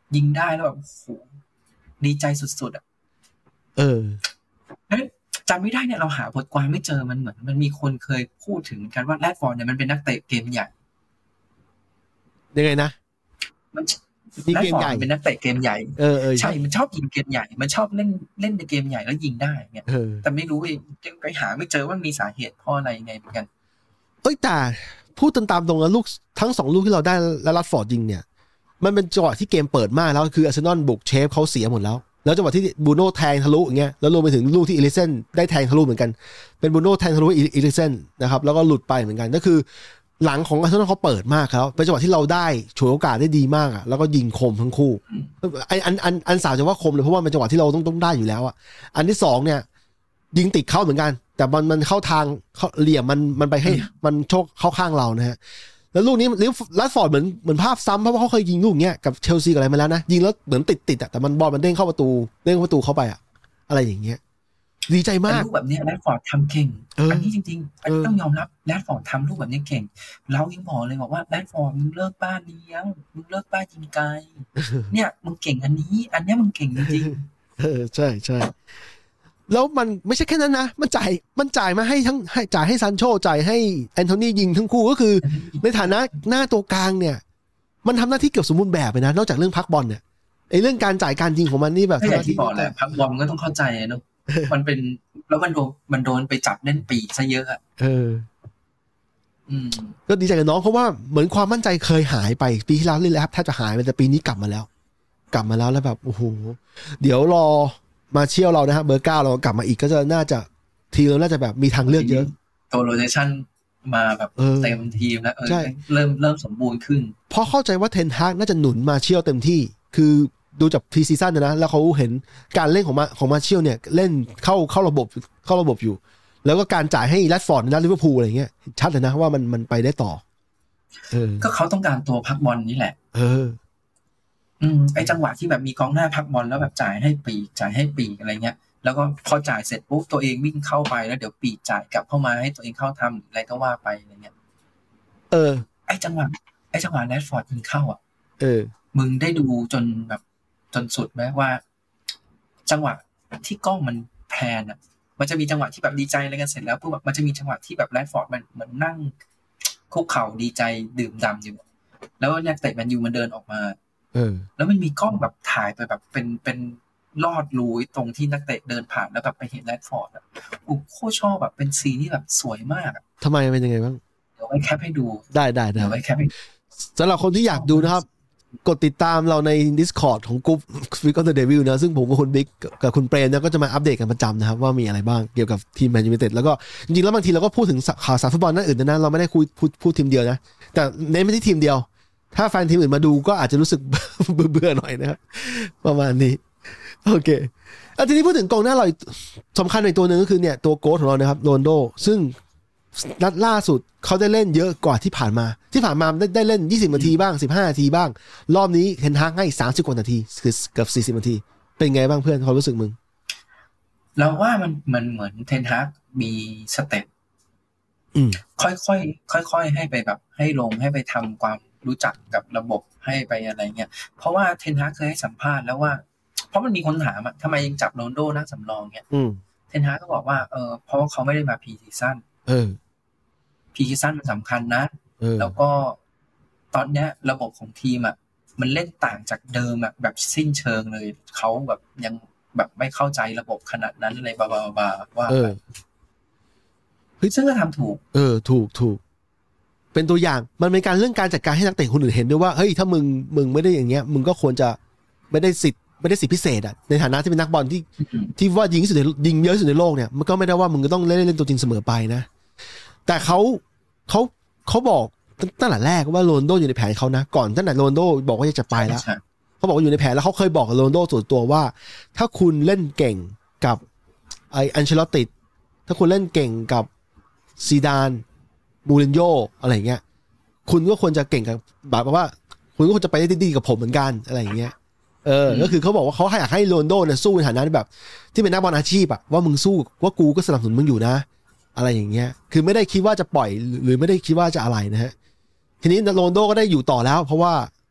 Speaker 2: ยิงได้แล้วแบบโอ้โหดีใจสุดๆอ่ะ
Speaker 1: เออ
Speaker 2: จำไม่ได้เนี่ยเราหาบทความไม่เจอมันเหมือนมันมีคนเคยพูดถึงกันว่าแรดฟอร์ดเนี่ยมันเป็นนักเตะเกมใหญ่
Speaker 1: ยังไงนะ
Speaker 2: มันแรดฟอร์ดเป็นนักเตะเกมใหญ่
Speaker 1: เออเออ
Speaker 2: ใช่มันชอบยิงเกมใหญ่มันชอบเล่นเล่นในเกมใหญ่แล้วยิงได้เนี่ยแต่ไม่รู้ยังไปหาไม่เจอว่ามีสาเหตุเพราะอะไรยังไงเหมือนกัน
Speaker 1: เอ้ยแต่พูดตามตรงแล้วลูกทั้งสองลูกที่เราได้แล้วแรดฟอร์ดยิงเนี่ยมันเป็นจังหวะที่เกมเปิดมากแล้วคืออาร์เซนอลบุกเชฟเขาเสียหมดแล้วแล้วจังหวะที่บูโน่แทงทะลุอย่างเงี้ยแล้วรวมไปถึงลูกที่อีลิเซนได้แทงทะลุเหมือนกันเป็นบูโน่แทงทะลุอีลิเซนนะครับแล้วก็หลุดไปเหมือนกันก็คือหลังของอาร์เซนอลเขาเปิดมากครับเป็นจังหวะที่เราได้ฉวยโอกาสได้ดีมากอ่ะแล้วก็ยิงคมทั้งคู่ไออันอันอันสาวจะว่าคมเลยเพราะว่าเป็นจังหวะที่เราต้องต้องได้อยู่แล้วอ่ะอันที่สองเนี่ยยิงติดเข้าเหมือนกันแต่มันมันเข้าทางเขาเหลี่ยมมันมันไปให้มันโชคเข้าข้างเรานะฮะแล้วลูกนี้ลิฟลัดฟอร์ดเหมือนเหมือนภาพซ้ำเพราะว่าเขาเคยยิงลูกเงี้ยกับเชลซีกับอะไรมาแล้วนะยิงแล้วเหมือนติดติดอ่ะแต่มันบอลมันเด้งเข้าประตูเด้งประตูเข้าไปอ่ะอะไรอย่างเงี้ยดีใจมาก
Speaker 2: ลูกแบบนี้แรดฟอร์ดทำเก่งอันนี้จริงๆอันนี้ต้องยอมรับแรดฟอร์ดทำลูกแบบนี้เก่งเรายังบอกเลยบอกว่าแรดฟอร์ดมึงเลิกบ้าเลี้ยงมึงเลิกบ้ายิงไกลเนี่ยมึงเก่งอันนี้อันนี้มึงเก่งจริง
Speaker 1: ๆเออใช่ใช่แล้วมันไม่ใช่แค่นั้นนะมันจ่ายมันจ่ายมาให้ทั้งให้จ่ายให้ซานโชจ่ายให้แอนโทนียิงทั้งคู่ก็คือในฐานะหน้าตัวกลางเนี่ยมันทำหน้าที่เกือบสมบูรณ์แบบเลยนะนอกจากเรื่องพักบอลเนี่ยไอ้เรื่องการจ่ายการยิงของมันนี่แบบ
Speaker 2: ที่บอกแหละพักบอลมันก็ต้องเข้าใจเนาะมันเป็นแล้วมันโดนมันโดนไปจับเล่นปีกซะเยอะอ่ะ
Speaker 1: เอออืมก็ดีใจกับน้องเพราะว่าเหมือนความมั่นใจเคยหายไปปีที่แล้วเล่นแล้วแทบจะหายไปแต่ปีนี้กลับมาแล้วกลับมาแล้วแล้วแบบโอ้โหเดี๋ยวรอมาเชี่ยวเรานะฮะเบอร์เก้าเรากลับมาอีกก็จะน่าจะทีเราน่าจะแบบมีทางเลือกเยอะ
Speaker 2: ตัวโรเทชั่นมาแบบเต็มทีมแล้วเออเริ่มเริ่มสมบูรณ์ขึ้น
Speaker 1: เพราะเข้าใจว่าเทนฮากน่าจะหนุนมาเชี่ยวเต็มที่คือดูจากพรีซีซั่นนะแล้วเขาเห็นการเล่นของมาของมาเชี่ยวเนี่ยเล่นเข้าเข้าระบบเข้าระบบอยู่แล้วก็การจ่ายให้แรดฟอร์ดนะลิเวอร์พูลอะไรเงี้ยชัดเลยนะว่ามันมันไปได้ต่อ
Speaker 2: เออก็เขาต้องการตัวพักบอลนี่แหละ
Speaker 1: เออ
Speaker 2: อืมไอจังหวะที่แบบมีกองหน้าพักบอลแล้วแบบจ่ายให้ปีกจ่ายให้ปีกอะไรเงี้ยแล้วก็พอจ่ายเสร็จปุ๊บตัวเองวิ่งเข้าไปแล้วเดี๋ยวปีกจ่ายกลับเข้ามาให้ตัวเองเข้าทำอะไรก็ว่าไปอะไรเงี้ย
Speaker 1: เออ
Speaker 2: ไอจังหวะไอจังหวะแรดฟอร์ดยิงเข้าอ่ะ
Speaker 1: เออ
Speaker 2: มึงได้ดูจนแบบจนสุดไหมว่าจังหวะที่กล้องมันแพนอ่ะมันจะมีจังหวะที่แบบดีใจอะไรกันเสร็จแล้วปุ๊บแบบมันจะมีจังหวะที่แบบแรดฟอร์ดมันเหมือนนั่งคุกเข่าดีใจดื่มด่ำอยู่แล้วนักเตะแมนยูมันเดินออกมา
Speaker 1: เออ
Speaker 2: แล้วมันมีกล้องแบบถ่ายไปแบบเป็นเป็นลอดรูตรงที่นักเตะเดินผ่านแล้วแบบไปเห็นแรดฟอร์ดอ่ะโอ้โคตรชอบแบบเป็นซีนที่แบบสวยมาก
Speaker 1: ทำไมเป็นยังไงบ้าง
Speaker 2: เดี๋ยวไว้แคปให้ดู
Speaker 1: ได้ได้ได้
Speaker 2: เดี๋ยวไว้แคปให้
Speaker 1: สำหรับคนที่อยากดูนะครับกดติดตามเราใน Discord ของกลุ่ม Speak of the Devil นะซึ่งผมกับคุณบิ๊กกับคุณเปรมเนี่ยก็จะมาอัปเดตกันประจำนะครับว่ามีอะไรบ้างเกี่ยวกับทีมแมนยูไนเต็ดแล้วก็จริงๆแล้วบางทีเราก็พูดถึงข่าวสารฟุตบอลนั่นอื่นนะเราไม่ได้คุยพูดพูดทีมเดียวนะแต่เน้นไปที่ทีมเดียวถ้าแฟนทีมอื่นมาดูก็อาจจะรู้สึกเบื่อๆหน่อยนะครับประมาณนี้โอเคอ่ะทีนี้พูดถึงกองหน้าเราสำคัญในตัวนึงก็คือเนี่ยตัวโค้ชของเรานะครับโรนลโดซึ่งนัดล่าสุดเขาได้เล่นเยอะกว่าที่ผ่านมาที่ผ่านมาได้ได้เล่นยี่สิบนาทีบ้างสิบห้านาทีบ้างรอบนี้เห็นทางให้สามสิบกว่านาทีคือเกือบสี่สิบนาทีเป็นไงบ้างเพื่อนความรู้สึกมึง
Speaker 2: เราว่ามันมันเหมือนเทนฮากมีสเต็ปค่อยๆค่อยๆให้ไปแบบให้ลงให้ไปทำความรู้จักกับระบบให้ไปอะไรเงี้ยเพราะว่าเทนฮากเคยให้สัมภาษณ์แล้วว่าเพราะมันมีคนถามอ่ะทำไมยังจับโรนลโดนั่งสำรองเงี้ยเทนฮากก็บอกว่าเออเพราะว่าเขาไม่ได้มาพรีซีซั่น
Speaker 1: เออ
Speaker 2: พรีซีซั่นมันสำคัญนะแล้วก็ตอนเนี้ยระบบของทีมอ่ะมันเล่นต่างจากเดิมอ่ะแบบสิ้นเชิงเลยเขาแบบยังแบบไม่เข้าใจระบบขนาดนั้นอะไรบาบาบาว่า
Speaker 1: เฮ้ย
Speaker 2: ซึ่งก็ทำถูก
Speaker 1: เออถูกถูกเป็นตัวอย่างมันเป็นการเรื่องการจัดการให้นักเตะคนอื่นเห็นด้วยว่าเฮ้ยถ้ามึงมึงไม่ได้อย่างเงี้ยมึงก็ควรจะไม่ได้สิทธิ์ไม่ได้สิทธิพิเศษอ่ะในฐานะที่เป็นนักบอลที่ที่ว่ายิงที่สุดในยิงเยอะที่สุดในโลกเนี่ยมันก็ไม่ได้ว่ามึงก็ต้องเล่นเล่นตัวจริงเสมอไปนะแต่เขาเขาเขาบอกตั้งแต่แรกว่าโรนลโดอยู่ในแผนเขานะก่อนตั้งแต่โรนลโดบอกว่าจะไปแล้วเขาบอกว่าอยู่ในแผนแล้วเขาเคยบอกกับโรนลโดส่วนตัวว่าถ้าคุณเล่นเก่งกับไออันเชลอตติถ้าคุณเล่นเก่งกับซีดานมูรินโญ่อะไรอย่างเงี้ยคุณก็ควรจะเก่งกับแบบว่าคุณก็ควรจะไปได้ดีกับผมเหมือนกันอะไรอย่างเงี้ยเออก็คือเขาบอกว่าเขาอยากให้โรนลโดเนี่ยสู้ในฐานะแบบที่เป็นนักบอลอาชีพอะว่ามึงสู้ว่ากูก็สนับสนุนมึงอยู่นะอะไรอย่างเงี้ยคือไม่ได้คิดว่าจะปล่อยหรือไม่ได้คิดว่าจะอะไรนะฮะทีนี้โรนลโดก็ได้อยู่ต่อแล้วเพราะว่า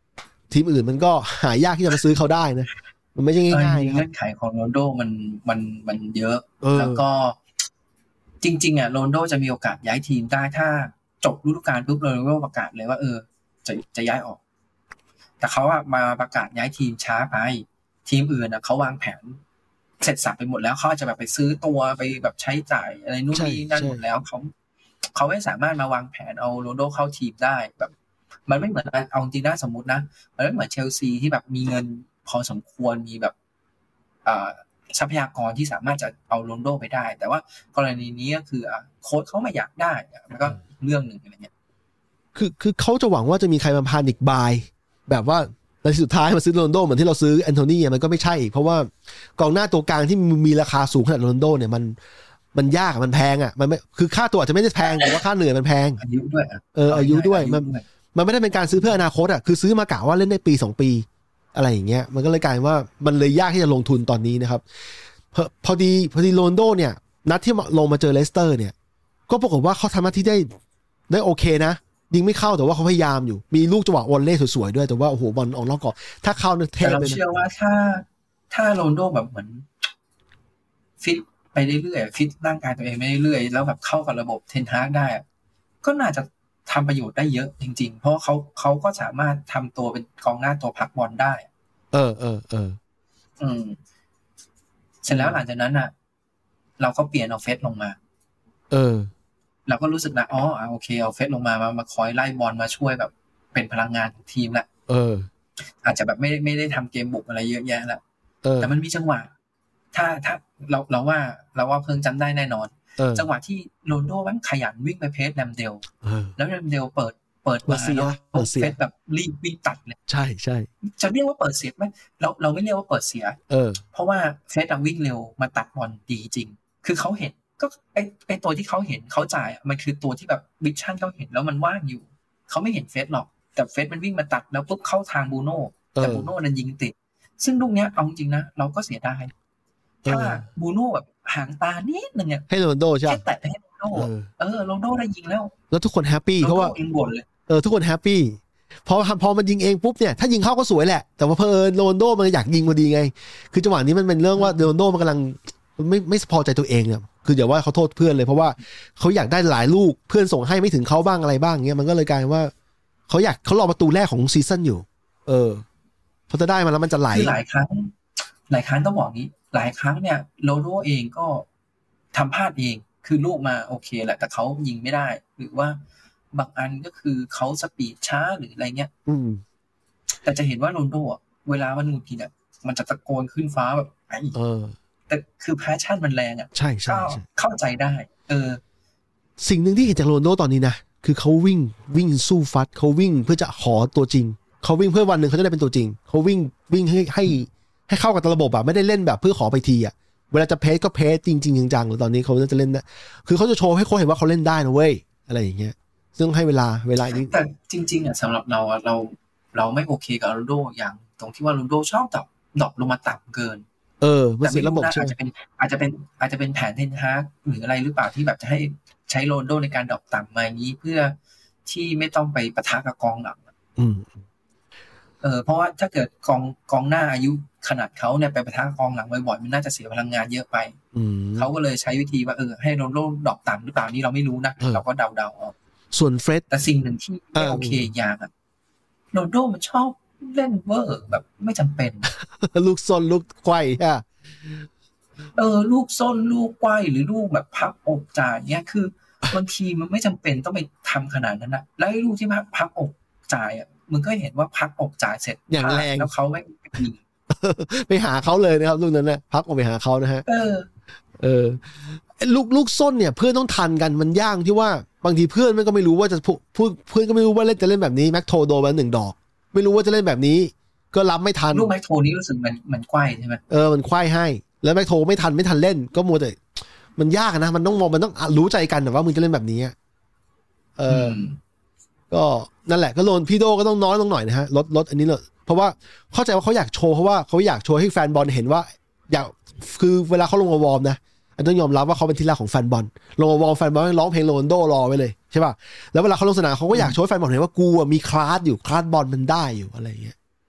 Speaker 1: ทีมอื่นมันก็หายากที่จะมาซื้อเขาได้นะมันไม่ใช่ง่ายๆนะ
Speaker 2: เงื่อนไขของโรนลโดมันมันมันเยอะแล้วก็จริงๆอ่ะโรนลโดจะมีโอกาสย้ายทีมได้ถ้าจบฤดูกาลปุ๊บโรนลโดประกาศเลยว่าเออจะจะย้ายออกแต่เขาอะมาประกาศย้ายทีมช้าไปทีมอื่นอะเขาวางแผนเสร็จสับไปหมดแล้วเขาจะแบบไปซื้อตัวไปแบบใช้จ่ายอะไรนู่นนี่นั่นหมดแล้วเขาเขาไม่สามารถมาวางแผนเอาโรนลโดเข้าทีมได้แบบมันไม่เหมือนเอาจริงนะสมมุตินะมันไม่เหมือนเชลซีที่แบบมีเงินพอสมควรมีแบบทรัพยากรที่สามารถจะเอาโรนลโดไปได้แต่ว่ากรณีนี้ก็คือโค้ชเขาไม่อยากได้มันก็เรื่องหนึ่งอะไรเงี้ย
Speaker 1: คือคือเขาจะหวังว่าจะมีใครมาพานิกบายแบบว่าในสุดท้ายมาซื้อโรนลโดเหมือนที่เราซื้อแอนโทนีมันก็ไม่ใช่เพราะว่ากองหน้าตัวกลางที่มีราคาสูงขนาดโรนลโดเนี่ยมันมันยากมันแพงอ่ะมันไม่คือค่าตัวอาจจะไม่ได้แพงแต่ว่าค่าเหนื่อยมันแพง
Speaker 2: อายุด้วย
Speaker 1: เอออายุด้วยมันมันไม่ได้เป็นการซื้อเพื่ออนาคตอ่ะคือซื้อมากะว่าเล่นได้ปีสองปีอะไรอย่างเงี้ยมันก็เลยกลายว่ามันเลยยากที่จะลงทุนตอนนี้นะครับพอดีพอดีโรนลโดเนี่ยนัดที่ลงมาเจอเลสเตอร์เนี่ยก็ปรากฏว่าเขาทำหน้าที่ได้ได้โอเคนะยิงไม่เข้าแต่ว่าเขาพยายามอยู่มีลูกจังหวะวอลเลย์สวยๆด้วยแต่ว่าโอ้โหบอลออกนอกกรอบถ้าเข้าเนี่ยเทพเลยนะ
Speaker 2: แต่เราเชื่อว่าถ้าถ้าโรนลโดแบบเหมือนฟิตไปเรื่อยๆฟิตร่างกายตัวเองไปเรื่อยๆแล้วแบบเข้ากับระบบเทนฮากได้ก็น่าจะทำประโยชน์ได้เยอะจริงๆเพราะเขาเขาก็สามารถทำตัวเป็นกองหน้าตัวพักบอลได้
Speaker 1: เออเออเออ
Speaker 2: อืมเสร็จแล้วหลังจากนั้นอ่ะเราก็เปลี่ยนเอาเฟสลงมา
Speaker 1: เออ
Speaker 2: เราก็รู้สึกนะอ๋อโอเคเอาเฟสลงมามามาคอยไล่บอลมาช่วยแบบเป็นพลังงานของทีมละ
Speaker 1: เออ
Speaker 2: อาจจะแบบไม่ไม่ได้ทำเกมบุกอะไรเยอะแยะละแต่มันมีจังหวะถ้าถ้าเราเราว่าเราว่าเพิ่งจำได้แน่นอนจังหวะที่โรนลโดมันขยันวิ่งไปเพสแรมเดลแล้วแรมเดลเปิดเปิดมาแล้วเฟสแบบรีบวิ่งตัดเลย
Speaker 1: ใช่ใช่
Speaker 2: จะเรียกว่าเปิดเสียไหมเราเราไม่เรียกว่าเปิดเสีย
Speaker 1: เออ
Speaker 2: เพราะว่าเฟสวิ่งเร็วมาตัดบอลดีจริงคือเขาเห็นก็ไอไอตัวที่เขาเห็นเขาจ่ายมันคือตัวที่แบบวิชั่นเขาเห็นแล้วมันว่างอยู่เขาไม่เห็นเฟสหรอกแต่เฟสมันวิ่งมาตัดแล้วปุ๊บเข้าทางบูโน่แต่บูโน่นั้นยิงติดซึ่งลูกเนี้ยเอาจริงนะเราก็เสียดายถ้าบูโน่แบบหางตานิดนึงเนี่ย
Speaker 1: ให้โรนลโดใช่
Speaker 2: แค่แตะให้โรนลโดเออโรนลโดได้ยิงแล้ว
Speaker 1: แล้วทุกคนแฮปปี้เพราะว่าเออทุกคนแฮปปี้พอพอมันยิงเองปุ๊บเนี่ยถ้ายิงเข้าก็สวยแหละแต่ว่าเพอโรนลโดมันอยากยิงพอดีไงคือจังหวะนี้มันเป็นเรื่องว่าโรนลโดมันกำลังไม่ไม่พอใจตัวเองเนี่ยคืออย่าว่าเขาโทษเพื่อนเลยเพราะว่าเขาอยากได้หลายลูกเพื่อนส่งให้ไม่ถึงเขาบ้างอะไรบ้างเงี้ยมันก็เลยกลายว่าเขาอยากเขารอประตูแรกของซีซั่นอยู่เออพอจะได้มาแล้วมันจะไหล
Speaker 2: หลายครั้งหลายครั้งต้องบอกนี้หลายครั้งเนี่ยโรนลโดเองก็ทำพลาดเองคือลูกมาโอเคแหละแต่เขายิงไม่ได้หรือว่าบางอันก็คือเขาสปีดช้าหรืออะไรเงี้ยแต่จะเห็นว่าโรนลโดอ่ะเวลามันหงุดหงิดอ่ะมันจะตะโกนขึ้นฟ้าแบบไอ้แต่คือแพชชั่นมันแรงอ่ะ
Speaker 1: ใช่ใช่
Speaker 2: เข้าใจได้เออ
Speaker 1: สิ่งหนึ่งที่เห็นจากโรนลโดตอนนี้นะคือเขาวิ่งวิ่งสู้ฟัดเขาวิ่งเพื่อจะขอตัวจริงเขาวิ่งเพื่อวันหนึ่งเขาจะได้เป็นตัวจริงเขาวิ่งวิ่งให้ให้ให้เข้ากับระบบอะไม่ได้เล่นแบบเพื่อขอไปทีอะเวลาจะเพสก็เพสจริงๆจังๆหรือตอนนี้เขาจะเล่นนะคือเขาจะโชว์ให้โค้ชเห็นว่าเขาเล่นได้นะเว้ยอะไรอย่างเงี้ยซึ่งให้เวลาเวลานี้
Speaker 2: แต่จริงๆอะสำหรับเราอะเราเราไม่โอเคกับโรนลโดอย่างตรงที่ว่าโรนลโดชอบดรอปดรอปลงมาต่ำเกิน
Speaker 1: เออมันเสียระบบใช่
Speaker 2: อาจจะเป็นอาจจะเป็นอาจจะเป็นแผนเทนฮากหรืออะไรหรือเปล่าที่แบบจะให้ใช้โรนลโดในการดรอปต่ำมาอย่างนี้เพื่อที่ไม่ต้องไปปะทะกับกองหลัง
Speaker 1: อืม
Speaker 2: เออเพราะว่าถ้าเกิดกองกองหน้าอายุขนาดเขาเนี่ยไปปะทะกองหลังบ่อยๆมันน่าจะเสียพลังงานเยอะไปเขาก็เลยใช้วิธีว่าเออให้โรนลโดดรอปต่ำหรือเปล่านี่เราไม่รู้นะเราก็เดาๆเอา
Speaker 1: ส่วนเฟรด
Speaker 2: แต่สิ่งหนึ่งที่ไม่โอเคอย่างอะโรนลโดมันชอบเล่นเวอร์แบบไม่จำเป็น
Speaker 1: ลูกส้นลูกไขว้ฮะ
Speaker 2: เออลูกส้นลูกไขว้หรือลูกแบบพับอกจ่ายเนี่ยคือบางทีมันไม่จำเป็นต้องไปทำขนาดนั้นนะแล้วไอ้ลูกที่พักพับอกจ่ายอ่ะมึงก็เห็นว่าพักอกจ่ายเสร็จ
Speaker 1: อย่างแรง
Speaker 2: แล้วเขาไม่ยิง
Speaker 1: ไปหาเขาเลยนะครับลูกนั้นนะพักออกไปหาเขานะฮะเออเออลูกลูกส้นเนี่ยเพื่อนต้องทันกันมันยากที่ว่าบางทีเพื่อนมันก็ไม่รู้ว่าจะพูดเพื่อนก็ไม่รู้ว่าเล่นจะเล่นแบบนี้แม็กโทโดมาหนึ่งดอกไม่รู้ว่าจะเล่นแบบนี้ก็รับไม่ทัน
Speaker 2: ลูกแม็กโทนี่รู้สึกมันมันไขว้ใช่ไหม
Speaker 1: เออมันไขว้ให้แล้วแม็กโทไม่ทันไม่ทันเล่นก็มัวแต่มันยากนะมันต้องมองมันต้องรู้ใจกันแต่ว่ามึงจะเล่นแบบนี้เออก็นั่นแหละก็โลนพี่โดก็ต้องน้อยลงหน่อยนะฮะลดลดอันนี้เลยเพราะว่าเข้าใจว่าเขาอยากโชว์เพราะว่าเขาอยากโชว์ให้แฟนบอลเห็นว่าอยากคือเวลาเขาลงมาวอร์มนะอันต้องยอมรับว่าเขาเป็นที่รักของแฟนบอลลงมาวอร์มแฟนบอลร้องเพลงโรนัลโดรอไว้เลยใช่ป่ะแล้วเวลาเขาลงสนามเขาก็อยากโชว์ให้แฟนบอลเห็นว่ากูมีคลาสอยู่คลาสบอลมันได้อยู่อะไรอย่างเงี้ย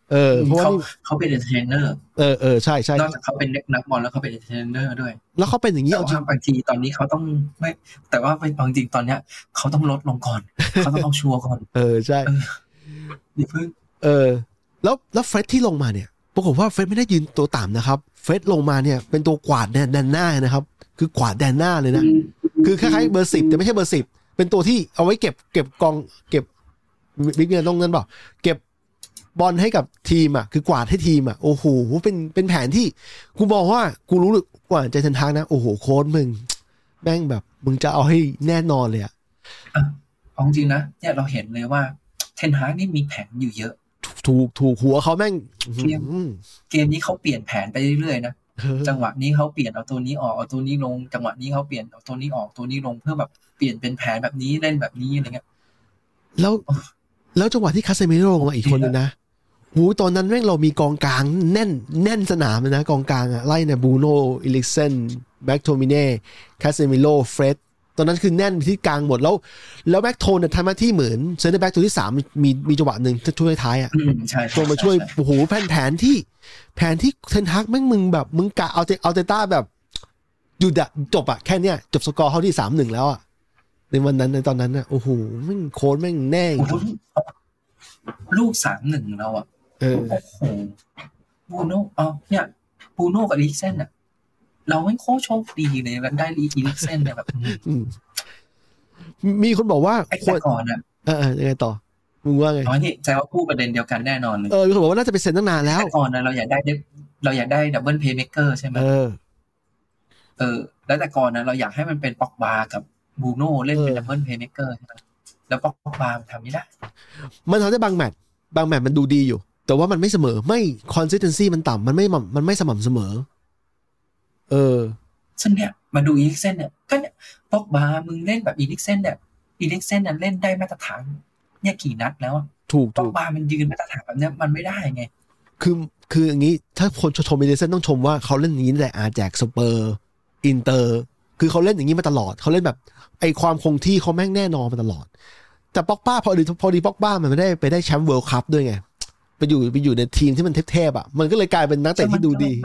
Speaker 1: เออเพราะว่า
Speaker 2: เขาเป็นเอนเตอร์เทนเนอร์
Speaker 1: เออเออใช่ใช่
Speaker 2: นอกจากเขาเป็นนักบอลแล้วเขาเป็นเอนเตอร์เทนเนอร์ด้วย
Speaker 1: แล้วเขาเป็นอย่างนี้
Speaker 2: เอาจริงบางทีตอนนี้เขาต้องไม่แต่ว่าบางจริงตอนเนี้ยเขาต้องลดลงก่อนเขาต้องเอาชัวร์ก่อน
Speaker 1: เออใช่
Speaker 2: อย่าเพิ่ง
Speaker 1: เออแล้วแล้วเฟรดที่ลงมาเนี่ยปรากฏว่าเฟรดไม่ได้ยืนตัวต่ำนะครับเฟรดลงมาเนี่ยเป็นตัวกวาดแดนหน้านะครับคือกวาดแดนหน้าเลยนะคือคล้ายๆเบอร์สิบแต่ไม่ใช่เบอร์สิบเป็นตัวที่เอาไว้เก็บเก็บกองเก็บบิ๊กเนี่ยต้องนั้นเปล่าเก็บบอลให้กับทีมอ่ะคือกวาดให้ทีมอ่ะโอ้โหเป็นเป็นแผนที่กูบอกว่ากูรู้กว่าจะเทนทางนะโอ้โหโค้ชมึงแม่งแบบมึงจะเอาให้แน่นอนเลยอ่ะ
Speaker 2: เอาจริงนะเนี่ยเราเห็นเลยว่าเทนฮากนี่มีแผนอยู่เยอะ
Speaker 1: ถูกถูกหัวเขาแม่ง
Speaker 2: เกมเกมนี้เขาเปลี่ยนแผนไปเรื่อยๆนะจังหวะนี้เขาเปลี่ยนเอาตัวนี้ออกเอาตัวนี้ลงจังหวะนี้เขาเปลี่ยนเอาตัวนี้ออกตัวนี้ลงเพื่อแบบเปลี่ยนเป็นแผนแบบนี้เล่นแบบนี้อะไรเงี้ย
Speaker 1: แล้วแล้วจังหวะที่คาเซมิโร่ลงมาอีกคนนึงนะหูตอนนั้นแม่งเรามีกองกลางแน่นแน่นสนามเลยนะกองกลางอะไล่เนี่ยบูโน่อิลิกเซนแบ็กโทมิเน่คาเซมิโร่เฟรดตอนนั้นคือแน่นที่กลางหมดแล้วแล้วแบ็กโทนเนี่ยทำหน้าที่เหมือนเซนเตอร์แบ็กตัวที่สามมีมีจังหวะหนึ่งช่วยท้ายอ่ะตัวมาช่วยโอ้โหแผนแผนที่แผนที่เทนฮากแม่งมึงแบบมึงกะเอาเตเอาเตต้าแบบหยุดอะจบอะแค่เนี้ยจบสกอร์เขาที่ สามหนึ่ง แล้วอะในวันนั้นในตอนนั้นน่ะโอ้โหแม่งโค้ชแม่งแน่
Speaker 2: ลูก สามหนึ่ง แล้วอ่ะ
Speaker 1: เออ
Speaker 2: โอ้โหบูโน่อ๋อเนี่ยบูโน่กับอีลิกเซนน่ะเราไม่โคตรโชคดีเลยมันได้อีลิกเซนเนี่ยแบบ
Speaker 1: มีคนบอกว่า
Speaker 2: คนก่อนอ่ะ
Speaker 1: เออๆยังไงต่อมึงว่าไง
Speaker 2: อ๋อนี่ใจว่าพูดประเด็นเดียวกันแน่นอนเลย
Speaker 1: เออมีคนบอกว่าน่าจะไปเซ็นตั้งนานแล้ว
Speaker 2: ก่อนนะเราอยากได้เราอยากได้ดับเบิลเพลย์เมคเกอร์ใช่ไหม
Speaker 1: เออ
Speaker 2: เออแล้วแต่ก่อนนะเราอยากให้มันเป็นป็อกบากับบูโน่เล่นเป็นดับเบิลเพลย์เมคเกอร์ใช่ไหมแล้วป็อกบาทำไม่ได้
Speaker 1: มันทำได้บางแมตช์บางแมตช์มันดูดีอยู่แต่ว่ามันไม่เสมอไม่ consistency มันต่ำมันไม่มันไม่สม่ำเสมอเออ
Speaker 2: ซึ่งเนี่ยมาดูอีลิกเซนเนี่ยก็เนี่ยป็อกบามึงเล่นแบบอีลิกเซนเนี่ยอีลิกเซนเนี่ยเล่นได้มาตรฐานเนี่ยกี่นัดแล้ว
Speaker 1: ถูก
Speaker 2: ป็อกบามันยืนมาตรฐานแบบเนี้ยมันไม่ได้ไง
Speaker 1: คือคืออย่างนี้ถ้าคนชมอีลิกเซนต้องชมว่าเขาเล่นอย่างนี้แหละอาแจกสเปอร์อินเตอร์คือเขาเล่นอย่างนี้มาตลอดเขาเล่นแบบไอความคงที่เขาแม่งแน่นอนมาตลอดแต่ป็อกบ้าพอดีพอดีป็อกบ้ามันไม่ได้ไปได้แชมป์เวิลด์คัพด้วยไงไปอยู่ไปอยู่ในทีมที่มันเทพๆอ่ะมันก็เลยกลายเป็นนักเตะที่ดูดี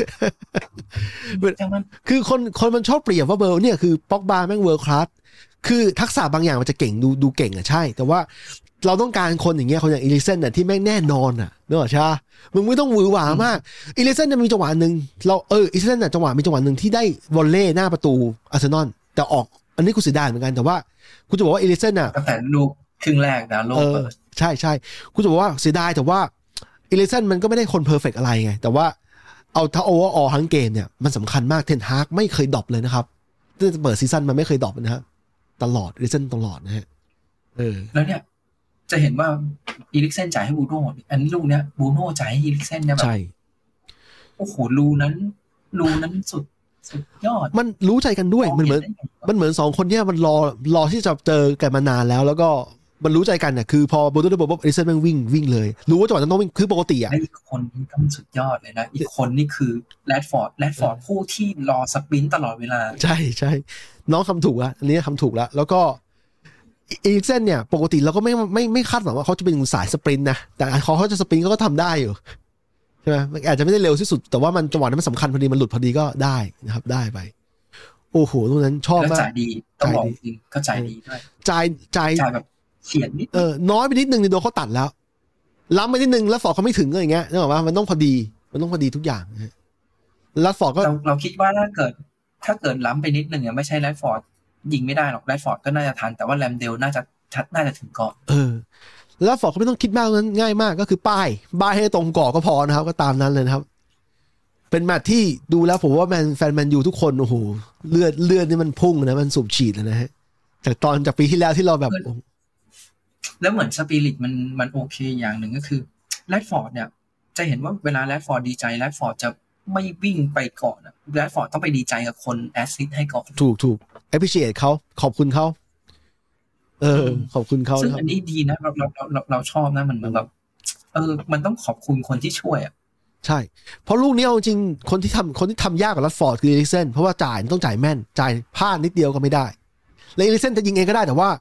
Speaker 1: คือคนคนมันชอบเปรียบว่าเบอร์เนี่ยคือป็อกบ้าแม่งเวิลด์คลาสคือทักษะบางอย่างมันจะเก่งดูดูเก่งอ่ะใช่แต่ว่าเราต้องการคนอย่างเงี้ยคนอย่างอีลิกเซนน่ะที่แม่งแน่นอนอ่ะนึกออกใช่ป่ะมึงไม่ต้องหวือหวามากอีลิกเซนจะมีจังหวะนึงเราเอออีลิกเซนน่ะจังหวะมีจังหวะนึงที่ได้วอลเล่หน้าประตูอาร์เซนอลแต่ออกอันนี้กูเสียดายเหมือนกันแต่ว่ากูจะบอกว่าอีลิกเซนน่ะ
Speaker 2: ตั้งแต่ลูกครึ่งแรกนะโลกเปิด
Speaker 1: ใช่ใช่กูจะบอกว่าเสียดายแต่ว่าอีลิกเซนมันก็ไม่ได้คนเพอร์เฟกต์อะไรไงแต่ว่าเอาถ้าโอเวอร์ออลทั้งเกมเนี่ยมันสำคัญมากเทนฮากไม่เคยดรอปเลยนะครับตั้งแต่เปิดซีซั่นมันไม่เคยดรอปนะครับตลอดอีลิกเซนตลอดนะฮะเออ
Speaker 2: แล้วเนี่ยจะเห็นว่าอีลิกเซนจ่ายให้บูโน่อันนี้ลูกเนี้ยบูโน่จ่ายให้อีลิกเซนเนี่ยแบบโอ้โหรูนั้นรูนั้นสุดสุดยอด
Speaker 1: มันรู้ใจกันด้วยมันเหมือนมันเหมือนสองคนเนี่ยมันรอรอที่จะเจอกันมานานแล้วแล้วก็มันรู้ใจกันเนี่ยคือพอบูโน่ได้บอลปุ๊บอีลิกเซนแม่งวิ่งวิ่งเลยรู้ว่าจังหวะนั้นต้องวิ่งคือปกติอ่ะ
Speaker 2: อีกคนนี่ก็สุดยอดเลยนะอีกคนนี่คือแรดฟอร์ดแรดฟอร์ดผู้ที่รอสปรินต์ตลอดเวลา
Speaker 1: ใช่ใช่น้องทำถูกแล้วอันนี้ทำถูกแล้วแล้วก็อีลิกเซนเนี่ยปกติเราก็ไม่ไม่ไม่คาดหวังว่าเขาจะเป็นสายสปรินต์นะแต่เขาเขาจะสปรินต์เขาก็ทำได้อยู่ใช่ไหมอาจจะไม่ได้เร็วที่สุดแต่ว่ามันจังหวะนั้นมันสำคัญพอดีมันหลุดพอดีก็ได้นะครับได้ไปโอ้โหตรงนั้นชอบมาก
Speaker 2: จ่ายดีต้องบอกจริงก็จ่ายดีด้วย
Speaker 1: จ่ายจ่าย
Speaker 2: จ่ายแบบเฉียดนิด
Speaker 1: เออน้อยไปนิดนึงนี่โดนเขาตัดแล้วล้ำไปนิดนึงแล้วฟอร์ดเขาไม่ถึงอะไรอย่างเงี้ยนึกออกป่ะมันต้องพอดีมันต้องพอดีทุกอย่างแล้วฟอร์ดก็
Speaker 2: เราเราคิดว่าถ้าเกิดถ้าเกิดล้ำไปนิดนึงเนี่ยไม่ใช่แรดฟอร์ดยิงไม่ได้หรอกแรดฟอร์ดก็น่าจะทันแต่ว่าแรมเดลน่าจะชัดน่าจะถึงก่อน
Speaker 1: เออแล้วฟอร์ดเขาไม่ต้องคิดมากนั้นง่ายมากก็คือป้ายป้ายให้ตรงก่อก็พอนะครับก็ตามนั้นเลยนะครับเป็นแมตช์ที่ดูแล้วผมว่าแมนแฟนแมนยูทุกคนโอ้โหเลือดเลือดนี่มันพุ่งนะมันสูบฉีดเลยนะฮะจากตอนจากปีที่แล้วที่เราแบบ
Speaker 2: แล้วเหมือนสปิริตมันมันโอเคอย่างหนึ่งก็คือแรดฟอร์ดเนี่ยจะเห็นว่าเวลาแรดฟอร์ดดีใจแรดฟอร์ดจะไม่วิ่งไปก่อนนะแรดฟอร์ดต้องไปดีใจกับคนแอสซิสต์ให้ก่อน
Speaker 1: ถูกถูก appreciate เขาขอบคุณเขาเออขอบคุณเขา
Speaker 2: ซึ่งอันนี้ดีนะเราเราเราเราชอบนะมันเหมือนแบบเออมันต้องขอบคุณคนที่ช่วยอ่ะ
Speaker 1: ใช่เพราะลูกนี้เอาจริงคนที่ทำคนที่ทำยากกว่าแรดฟอร์ดคืออีลิกเซนเพราะว่าจ่ายต้องจ่ายแม่นจ่ายพลาดนิดเดียวก็ไม่ได้แล้วอีลิกเซนจะยิงเองก็ได้แต่ว่า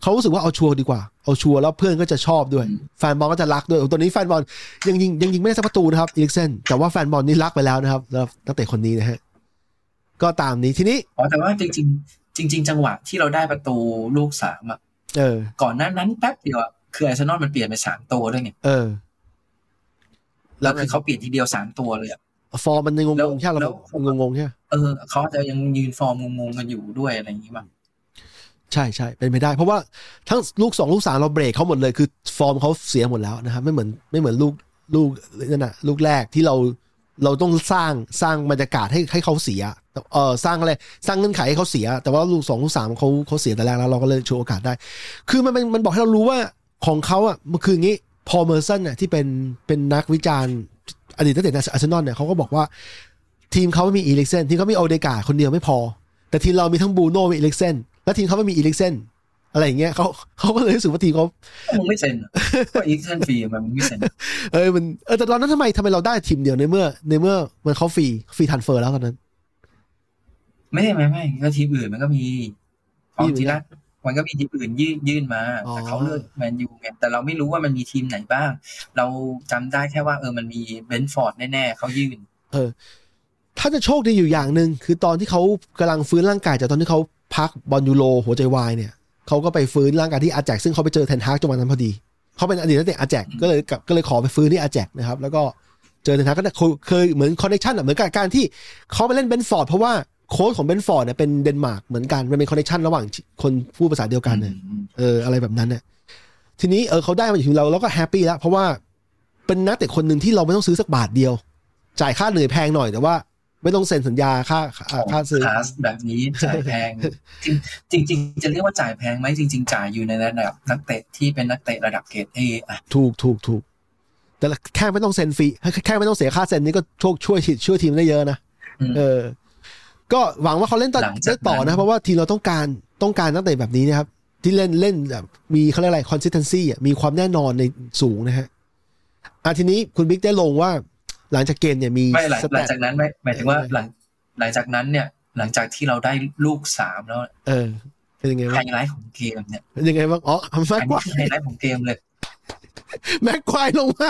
Speaker 1: เขารู้สึกว่าเอาชัวร์ดีกว่าเอาชัวร์แล้วเพื่อนก็จะชอบด้วยแฟนบอลก็จะรักด้วยตอนนี้แฟนบอลยังยิงยังยิงไม่ได้สักประตูนะครับอีลิกเซนแต่ว่าแฟนบอลนี่รักไปแล้วนะครับแล้วนักเตะคนนี้นะฮะก็ตามนี้ทีนี้
Speaker 2: อ๋อแต่ว่าจริงๆจริงๆจังหวะที่เราได้ประตูลูกสามอ่ะ
Speaker 1: เออ
Speaker 2: ก่อนหน้านั้นแป๊บเดียวคืออาร์เซนอลมันเปลี่ยนไปสามตัวด้วยไง
Speaker 1: เออ
Speaker 2: แล้วคือเขาเปลี่ยนทีเดียวสามตัวเลยอ่ะ
Speaker 1: ฟอร์มมันยังงงๆใช่ไหมงงๆใช่
Speaker 2: เออเขาจะยังยืนฟอร์มงงๆกันอยู่ด้วยอะไรอย่างงี้มั้ง
Speaker 1: ใช่ใช่เป็นไปได้เพราะว่าทั้งลูกสองลูกสามเราเบรกเขาหมดเลยคือฟอร์มเขาเสียหมดแล้วนะครับไม่เหมือนไม่เหมือนลูกลูกนั่นน่ะลูกแรกที่เราเราต้องสร้างสร้างบรรยากาศให้ให้เขาเสียเออสร้างอะไรสร้างเงื่อนไขให้เขาเสียแต่ว่าลูกสองลูกสามเขาเขาเสียแต่แรกแล้วเราก็เลยโชว์โอกาสได้คือมันมันบอกให้เรารู้ว่าของเขาอ่ะมันคืออย่างงี้พอเมอร์สันน่ะที่เป็นเป็นนักวิจารณ์อดีตนักเตะอาร์เซนอลเนี่ยเขาก็บอกว่าทีมเขาไม่มีอีลิกเซนทีมเขามีโอเดกาคนเดียวไม่พอแต่ทีมเรามีทั้งบูโน่มีอีลิกเซนแล้วทีมเขาไม่มีอีลิกเซนอะไรอย่างเงี้ยเขาเขาก็เลยรู้สึกว่าทีมเขา
Speaker 2: มึงไม่เซ็นก็อีลิกเซนฟรีมันไม่เซ็น
Speaker 1: เออมันเออแต่ตอนนั้นทำไมทำไมเราได้ทีมเดียวในเมื่อในเมื่อมันเขาฟรีฟรีทันเฟอร์แล้วตอนนั้น
Speaker 2: ไม่ไม่ไม่ก็ทีมอื่นมันก็มีของทีละมันก็มีทีมอื่นยื่นยื่นมาแต่เขาเลือกแมนยูไงแต่เราไม่รู้ว่ามันมีทีมไหนบ้างเราจำได้แค่ว่าเออมันมีเบนฟอร์ดแน่ๆเขายื่น
Speaker 1: เออถ้าจะโชคดีอยู่อย่างนึงคือตอนที่เขากำลังฟื้นร่างกายจากตอนที่เขาพักบอลยูโรหัวใจวายเนี่ยเขาก็ไปฟื้นร่างกายที่อาแจกซึ่งเขาไปเจอเทนฮากจังหวะนั้นพอดีเขาเป็นอดีตนักเตะอาแจกก็เลยก็เลยขอไปฟื้นที่อาแจกนะครับแล้วก็เจอเทนฮากก็เคยเหมือนคอนเนคชั่นอ่ะเหมือนกับการที่เขาไปเล่นเบนฟอร์ดเพราะว่าโค้ชของเบนฟอร์ดเนี่ยเป็นเดนมาร์กเหมือนกันมันเป็นคอนเนคชั่นระหว่างคนพูดภาษาเดียวกันเนี่ยเอออะไรแบบนั้นเนี่ยทีนี้เออเขาได้มาอยู่ที่เราแล้วก็แฮปปี้แล้วเพราะว่าเป็นนักเตะคนหนึ่งที่เราไม่ต้องซื้อสักบาทเดียวจ่ายค่าเหนื่อยแพงหน่อยแต่ว่าไม่ต้องเซ็นสัญญาค่าค่าซื้อ
Speaker 2: แบบนี้จ่ายแพงจริงจริงจะเรียกว่าจ่ายแพงไหมจริงๆจ่ายอยู่ในระดับนักเตะที่เป็นนักเตะระดับเกรด A อ่ะ
Speaker 1: ถูกถูกถูกแต่แค่ไม่ต้องเซ็นฟรีแค่ไม่ต้องเสียค่าเซ็นนี่ก็ช่วยช่วยช่วยทีมได้เยอะนะเออก็หวังว่าเขาเล่นต่อได้ต่อนะเพราะว่าทีมเราต้องการต้องการนักเตะแบบนี้นะครับที่เล่นเล่นแบบมีเขาเรียกอะไร consistency อ่ะมีความแน่นอนในสูงนะฮะอ่ะทีนี้คุณบิ๊กได้ลงว่าหลังจากเกมเนี่ยมี
Speaker 2: ไม่หลังหลังจากนั้นไม่หมายถึงว่าหลังหลังจากนั้นเนี่ยหลังจากที่เราได้ลูกสามแล้ว
Speaker 1: เออเป็นยังไง
Speaker 2: ไฮไลท์ของเกมเนี่ย
Speaker 1: เป็นยังไงบ้างอ๋อ
Speaker 2: อันนี้คือไฮไลท์ของเกมเลย
Speaker 1: แม็กควายลงมา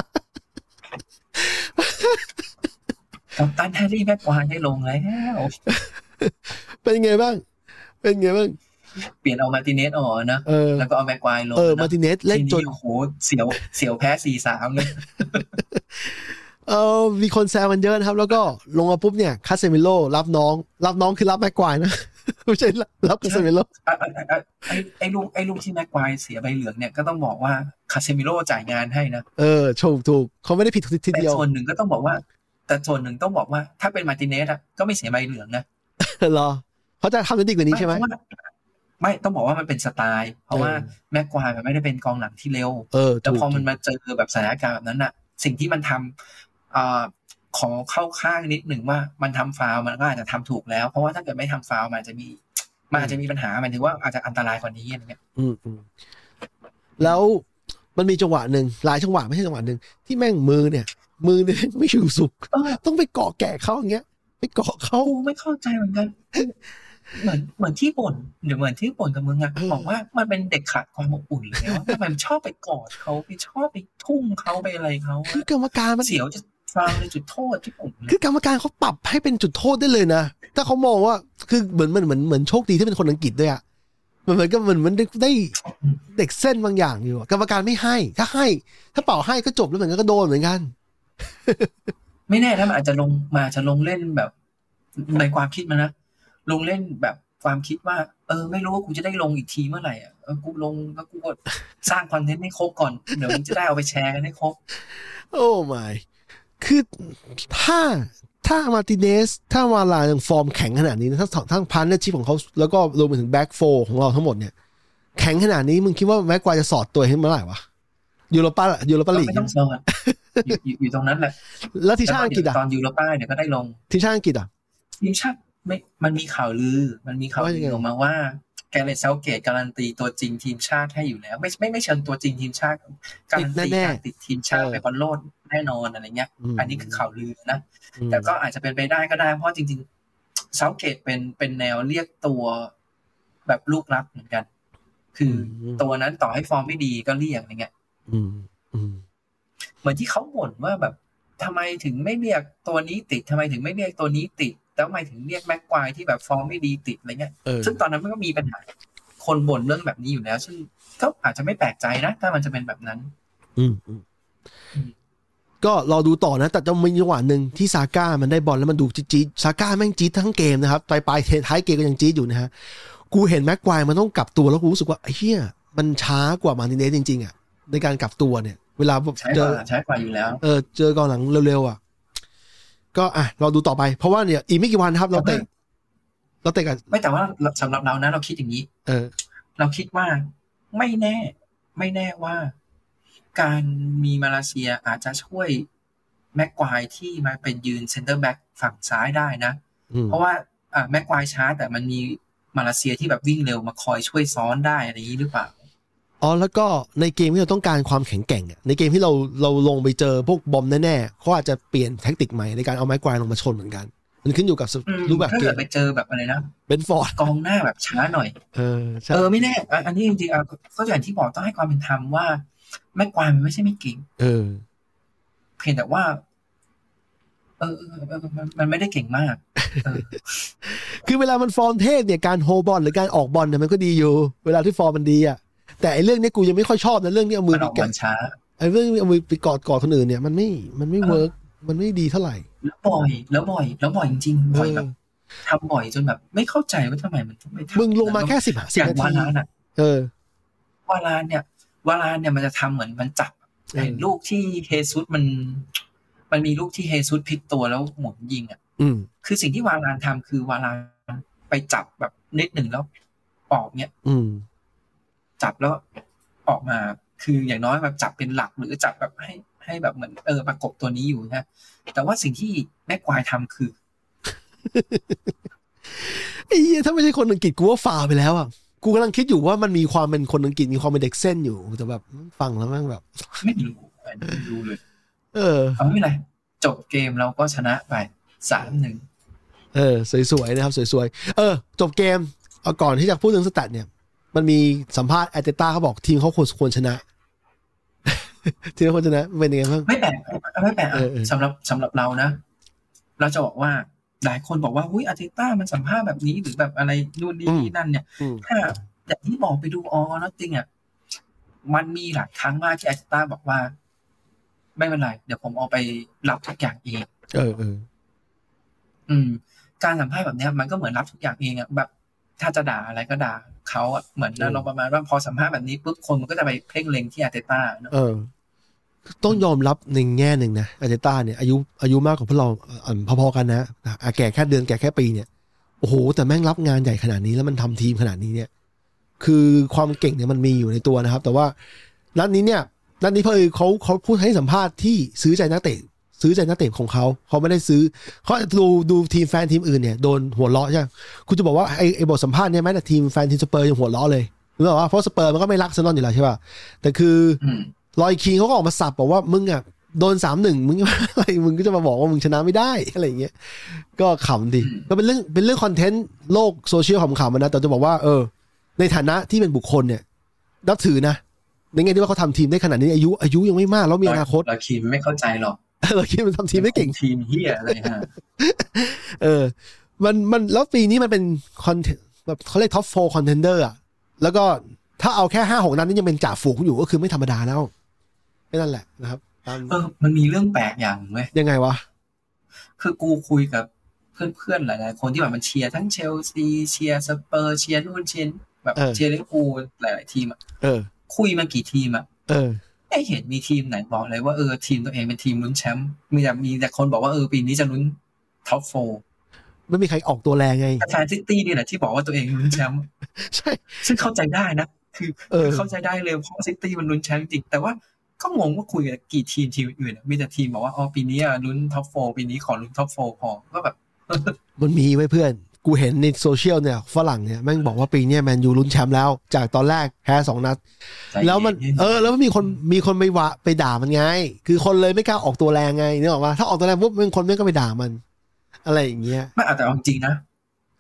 Speaker 2: กัปตันแฮร์รี่แม็กควายให้ลงแล้ว
Speaker 1: เป็นยังไงบ้างเป็นยังไงบ้าง
Speaker 2: เปลี่ยนเอามาร์ติเนสออกนะแล้วก็เอาแม็กควายลง
Speaker 1: เออมาร์ติเนสเล่นจน
Speaker 2: โอ้โหเสียวเสียวแพ้ สี่สาม เลย
Speaker 1: เออมีคนแซวกันเยอะนะครับแล้วก็ลงมาปุ๊บเนี่ยคาเซมิโลรับน้องรับน้องคือรับแม็กควายนะไม่ใช่รับคาเซมิโล
Speaker 2: ไอ้ไอ้ลูกไอ้ลูกที่แม็กควายเสียใบเหลืองเนี่ยก็ต้องบอกว่าคาเซมิโลจ่ายงานให้นะ
Speaker 1: เออถูกถูกเขาไม่ได้ผิดทีเดียว
Speaker 2: แต่ส่วนหนึ่งก็ต้องบอกว่าแต่ส่วนหนึ่งต้องบอกว่าถ้าเป็นมาร์ติเนสอ่ะก็ไม่เสียใบเหลืองนะ
Speaker 1: เหรอเขาจะทำได้ดีกว่านี้ใช่ไหม
Speaker 2: ไม่ต้องบอกว่ามันเป็นสไตล์เพราะว่าแม็กควายมันไม่ได้เป็นกองหลังที่เร็วแล้วพอมันมาเจอแบบสถานการณ์แบบนั้นอ่ะสิ่งที่มันทำอ่าขอเข้าข้างนิดหนึ่งว่ามันทำฟาวมันก็อาจจะทำถูกแล้วเพราะว่าถ้าเกิดไม่ทำฟาวมันจะมีมันอาจจะมีปัญหาหมายถึงว่าอาจจะอันตรายกว่านี้อะไรเงี้ย
Speaker 1: อืมอืมแล้วมันมีจังหวะหนึ่งหลายจังหวะไม่ใช่จังหวะหนึ่งที่แม่งมือเนี่ยมือเนี่ยไม่อยู่สุกต้องไปเกาะแกะเขาอย่างเงี้ยไปเกาะเขา
Speaker 2: ไม่เข้าใจเหมือนกันเหมือนเหมือนที่บ่นหรือเหมือนที่บ่นกับมึงอะบอกว่ามันเป็นเด็กขาดความอบอุ่นเลยว่าทำไมมันชอบไปกอดเขาไปชอบไปทุ่มเขาไปอะไรเขา
Speaker 1: คือกรรมการมัน
Speaker 2: เสียวจะฟาวในจุดโทษที่ผม
Speaker 1: คือกรรมการเขาปรับให้เป็นจุดโทษได้เลยนะถ้าเขามองว่าคือเหมือนมันเหมือนเหมือนโชคดีที่เป็นคนอังกฤษด้วยอะมันเหมือนกับเหมือนมันได้เด็กเส้นบางอย่างอยู่กรรมการไม่ให้ถ้าให้ถ้าเป่าให้ก็จบแล้วเหมือนกันก็โดนเหมือนกัน
Speaker 2: ไม่แน่นะมันอาจจะลงมาจะลงเล่นแบบในความคิดมันนะลงเล่นแบบความคิดว่าเออไม่รู้ว่ากูจะได้ลงอีกทีเมื่อไหร่อ่ะเออกูลงแล้วกูก็สร้างคอนเทนต์ให้ครบก่อนเดี๋ยวมึงจะได้เอาไปแชร์กันให้ครบ
Speaker 1: โอ้ my คือถ้าถ้ามาร์ติเนสถ้ามาลาอย่างฟอร์มแข็งขนาดนี้ทั้งทั้งพาร์ทเนอร์ชิพของเขาแล้วก็รวมไปถึงแบ็กโฟร์ของเราทั้งหมดเนี่ยแข็งขนาดนี้มึงคิดว่าแม็กควายจะสอดตัวให้เมื่อไหร่วะยูโรป้ายูโรป้าลีก
Speaker 2: ไม่ต้องสอดอยู่อยู่ตรงนั้นแหละ
Speaker 1: แล้วทีมชาติอังกฤษอ่ะ
Speaker 2: ตอนยูโรป้าเนี่ยก็ได้ลง
Speaker 1: ทีมชาติอังกฤษอ่ะ
Speaker 2: ทีมชาติไม่มันมีข่าวลือมันมีข่าวลือออกมาว่าแกเรตเซาเกตการันตีตัวจริงทีมชาติให้อยู่แล้วไม่ไม่ไม่เชิงตัวจริงทีมชาติการันตีการติดทีมชาติไปบอลโลกแน่นอนอะไรเงี้ยอันนี้คือข่าวลือนะแต่ก็อาจจะเป็นไปได้ก็ได้เพราะจริงๆเซาเกตเป็นเป็นแนวเรียกตัวแบบลูกรักเหมือนกันคือตัวนั้นต่อให้ฟอร์มไม่ดีก็เรียกอะไรเงี้ย
Speaker 1: อืมอืม
Speaker 2: เหมือนที่เขาบ่นว่าแบบทำไมถึงไม่เรียกตัวนี้ติดทำไมถึงไม่เรียกตัวนี้ติดแล้วทำไมถึงเรียกแม็กควายที่แบบฟอร์มไม่ดีติดอะไรเงี้ยซึ่งตอนนั้นมันก็มีปัญหาคนบ่นเรื่องแบบนี้อยู่แล้วซึ่งก็อาจจะไม่แปลกใจนะถ้ามันจะเป็นแบบนั้น
Speaker 1: อืมอืมก็รอดูต่อนะแต่จะมีจังหวะหนึ่งที่ซาก้ามันได้บอลแล้วมันดูจี๊ดซาก้าแม่งจี๊ดทั้งเกมนะครับปลายปลายท้ายเกมก็ยังจี๊ดอยู่นะฮะกูเห็นแม็กควายมันต้องกลับตัวแล้วกูรู้สึกว่าไอ้เหี้ยมันช้ากว่ามาร์ติเนสจริงๆอ่ะในการกลับตัวเนี่ยเวลา
Speaker 2: เจอใช้กว่าอยู่แล้ว
Speaker 1: เออเจอกองหลังเร็วๆอ่ะก็อ่ะเราดูต่อไปเพราะว่าเนี่ยอีกไม่กี่วันครับเราเตะเราเตะกัน
Speaker 2: ไม่แต่ว่าสำหรับเรานะเราคิดอย่างนี้
Speaker 1: เออ
Speaker 2: เราคิดว่าไม่แน่ไม่แน่ว่าการมีมาเลเซียอาจจะช่วยแม็กควายที่มาเป็นยืนเซนเตอร์แบ็กฝั่งซ้ายได้นะเพราะว่าอ่าแม็กควายช้าแต่มันมีมาเลเซียที่แบบวิ่งเร็วมาคอยช่วยซ้อนได้อะไรอย่างนี้หรือเปล่า
Speaker 1: อ๋อแล้วก็ในเกมที่เราต้องการความแข็งแกร่งอ่ะในเกมที่เราเราลงไปเจอพวกบอมแน่ๆเขาอาจจะเปลี่ยนแท็กติกใหม่ในการเอาแม็กควายลงมาชนเหมือนกันมันขึ้นอยู่กับรูปแบบเกม
Speaker 2: ถ้าเกิดไปเจอแบบอะไรนะ
Speaker 1: เบนฟอร์ด
Speaker 2: กองหน้าแบบช้าหน่อย
Speaker 1: เออ
Speaker 2: เออไม่แน่อันนี้จริงๆอ่ะก็อย่างที่บอกต้องให้ความเป็นธรรมว่าแม็กควายมันไม่ใช่ไม่เก่ง
Speaker 1: เออ
Speaker 2: เพียงแต่ว่าเออมันไม่ได้เก่งมาก
Speaker 1: คือเวลามันฟอร์มเทพเนี่ยการโฮบอลหรือการออกบอลเนี่ยมันก็ดีอยู่เวลาที่ฟอร์มมันดีอ่ะแต่ไอ้เรื่องนี้กูยังไม่ค่อยชอบนะเรื่องนี้เอามือ
Speaker 2: ไปแกะช้า
Speaker 1: ไอ้เรื่องเอามือไปกอดกอดคนอื่นเนี่ยมันไม่มันไม่เวิร์กมันไม่ดีเท่าไหร่
Speaker 2: แล้วบ่อยแล้วบ่อยแล้วบ่อยจริงๆบ่อยแบบทำบ่อยจนแบบไม่เข้าใจว่าทำไมมันไม่ทำ
Speaker 1: มึงลงมาแค่สิบสิบนาที
Speaker 2: วาลานอ่ะ
Speaker 1: เออ
Speaker 2: วาลานเนี่ยวาลานเนี่ยมันจะทำเหมือนมันจับเห็นลูกที่เฮซุสมันมันมีลูกที่เฮซุสพลิกตัวแล้วหมุนยิงอ่ะคือสิ่งที่วาลานทำคือวาลานไปจับแบบนิดหนึ่งแล้วออกเนี่ยจับแล้วออกมาคืออย่างน้อยแบบจับเป็นหลักหรือจับแบบให้ให้แบบเหมือนเออประกบตัวนี้อยู่นะแต่ว่าสิ่งที่แม็กควายทำคือ
Speaker 1: ไอ้เหี้ยถ้าไม่ใช่คนอังกฤษกูว่าฟาวไปแล้วอ่ะกูกำลังคิดอยู่ว่ามันมีความเป็นคนอังกฤษมีความเป็นเด็กเส้นอยู่แต่แบบฟังแล้วแม่งแบบ
Speaker 2: ไม่รู้ไม่รู้เลย
Speaker 1: เออ
Speaker 2: เอาไม่เป็นไรจบเกมเราก็ชนะไปสามหนึ่ง
Speaker 1: เออสวยๆนะครับสวยๆเออจบเกมเอาก่อนที่จะพูดถึงสแตทเนี่ยมันมีสัมภาษณ์อาร์เตต้าเขาบอกทีมเขาควรควรชนะทีมเขาควรชนะเป็นยังไงบ้าง
Speaker 2: ไม่แปลกไม่แปลกสำหรับสำหรับเรานะเราจะบอกว่าหลายคนบอกว่าหุ้ยอาร์เตต้ามันสัมภาษณ์แบบนี้หรือแบบอะไรนู่นนี่นั่นเนี่ยถ้าอย่างที่บอกไปดูออแล้วจริงอ่ะมันมีหลายครั้งมากที่อาร์เตต้าบอกว่าไม่เป็นไรเดี๋ยวผมเอาไปรับทุกอย่างเอง
Speaker 1: เออเออ
Speaker 2: อืมการสัมภาษณ์แบบนี้มันก็เหมือนรับทุกอย่างเองอ่ะแบบถ้าจะด่าอะไรก็ด่าเขาอ่ะเหมือนเราประมาณว่าพอสัมภาษณ์แบบนี้ปุ๊บคนมันก็จะไปเพ่งเล็งที่อาร์เตต้าเนาะ
Speaker 1: เออต้องยอมรับในแง่หนึ่งนะอาร์เตต้าเนี่ยอายุอายุมากกว่าพวกเราพอๆกันนะแก่แค่เดือนแก่แค่ปีเนี่ยโอ้โหแต่แม่งรับงานใหญ่ขนาดนี้แล้วมันทำทีมขนาดนี้เนี่ยคือความเก่งเนี่ยมันมีอยู่ในตัวนะครับแต่ว่านัดนี้เนี่ยนัดนี้เพอเขาเขาพูดให้สัมภาษณ์ที่ซื้อใจนักเตะซื้อใจนักเตะของเขาเขาไม่ได้ซื้อเขาดูดูทีมแฟนทีมอื่นเนี่ยโดนหัวเราะใช่คุณจะบอกว่าไอ้ไอ้บทสัมภาษณ์เนี่ยแม้แต่ทีมแฟนทีมสเปอร์ยังหัวเราะเลยรู้ป่ะว่าเพราะสเปอร์มันก็ไม่รักอาร์เซนอลอยู่แล้วใช่ป่ะแต่คือลอยคีนเขาก็ออกมาสับบอกว่ามึงอ่ะโดน สามหนึ่ง มึงอะไรมึงก็จะมาบอกว่ามึงชนะไม่ได้อะไรอย่างเงี้ยก็ขำดิก็เป็นเรื่องเป็นเรื่องคอนเทนต์โลกโซเชียลขำๆนะแต่จะบอกว่าเออในฐานะที่เป็นบุคคลเนี่ยนับถือนะในแง่ที่ว่าเขาทำทีมได้ขนาดนี้อายุอายุยังไม่มากแล้วมีอนาคต
Speaker 2: ลอยคีนไม่เข้าใจหรอก
Speaker 1: ลอยคีนมันทำทีมไม่เก่ง
Speaker 2: ทีมเฮียอะไรฮะ
Speaker 1: เออมันมันแล้วปีนี้มันเป็นคอนเทนต์แบบเขาเรียกท็อปโฟร์คอนเทนเดอร์อ่ะแล้วก็ถ้าเอาแค่ ห้าหก นัดนี่ยังเป็นจ่าฝูงอยู่ก็คือไม่ธรรมดาแล้วแค่นั้นแหละนะครับ
Speaker 2: เออมันมีเรื่องแปลกอย่างเว้ย
Speaker 1: ยังไงวะ
Speaker 2: คือกูคุยกับเพื่อนๆหลายๆคนที่แบบมันเชียร์ทั้งเชลซีเชียร์สเปอร์เชียร์นู่นเชียร์แบบเชียร์ลิเวอร์พูลหลายๆทีมอ่ะ
Speaker 1: เออ
Speaker 2: คุยมากี่ทีมอ่ะ
Speaker 1: เออ
Speaker 2: ไม่เห็นมีทีมไหนบอกเลยว่าเออทีมตัวเองเป็นทีมลุ้นแชมป์มีแต่มีแต่คนบอกว่าเออปีนี้จะลุ้นท็อปโฟร์
Speaker 1: ไม่มีใครออกตัวแรงไง
Speaker 2: แฟนซิตี้นี่แหละที่บอกว่าตัวเองลุ้นแชมป์
Speaker 1: ใช่
Speaker 2: ซึ่งเข้าใจได้นะคือเข้าใจได้เลยเพราะซิตี้มันลุ้นแชมป์จริงแต่ว่าก็งงว่าคุยกับกี่ทีมทีมอื่นมีแต่ทีมบอกว่าอ๋อปีนี้ลุ้นท็อปโฟร์ปีนี้ขอลุ้นท็อปโฟร์พอก็แบบ
Speaker 1: มันมีไว้เพื่อนกูเห็นในโซเชียลเนี่ยฝรั่งเนี่ยแม่งบอกว่าปีนี้แมนยูลุ้นแชมป์แล้วจากตอนแรกแพ้สองนัดแล้วมันเออแล้วมันมีคนมีคนไปว่าไปด่ามันไงคือคนเลยไม่กล้าออกตัวแรงไงนึกออกป่ะถ้าออกตัวแรงปุ๊บมันคนไม่ก็ไปด่ามันอะไรอย่างเงี้ย
Speaker 2: ไม่แต่เอาจริงนะ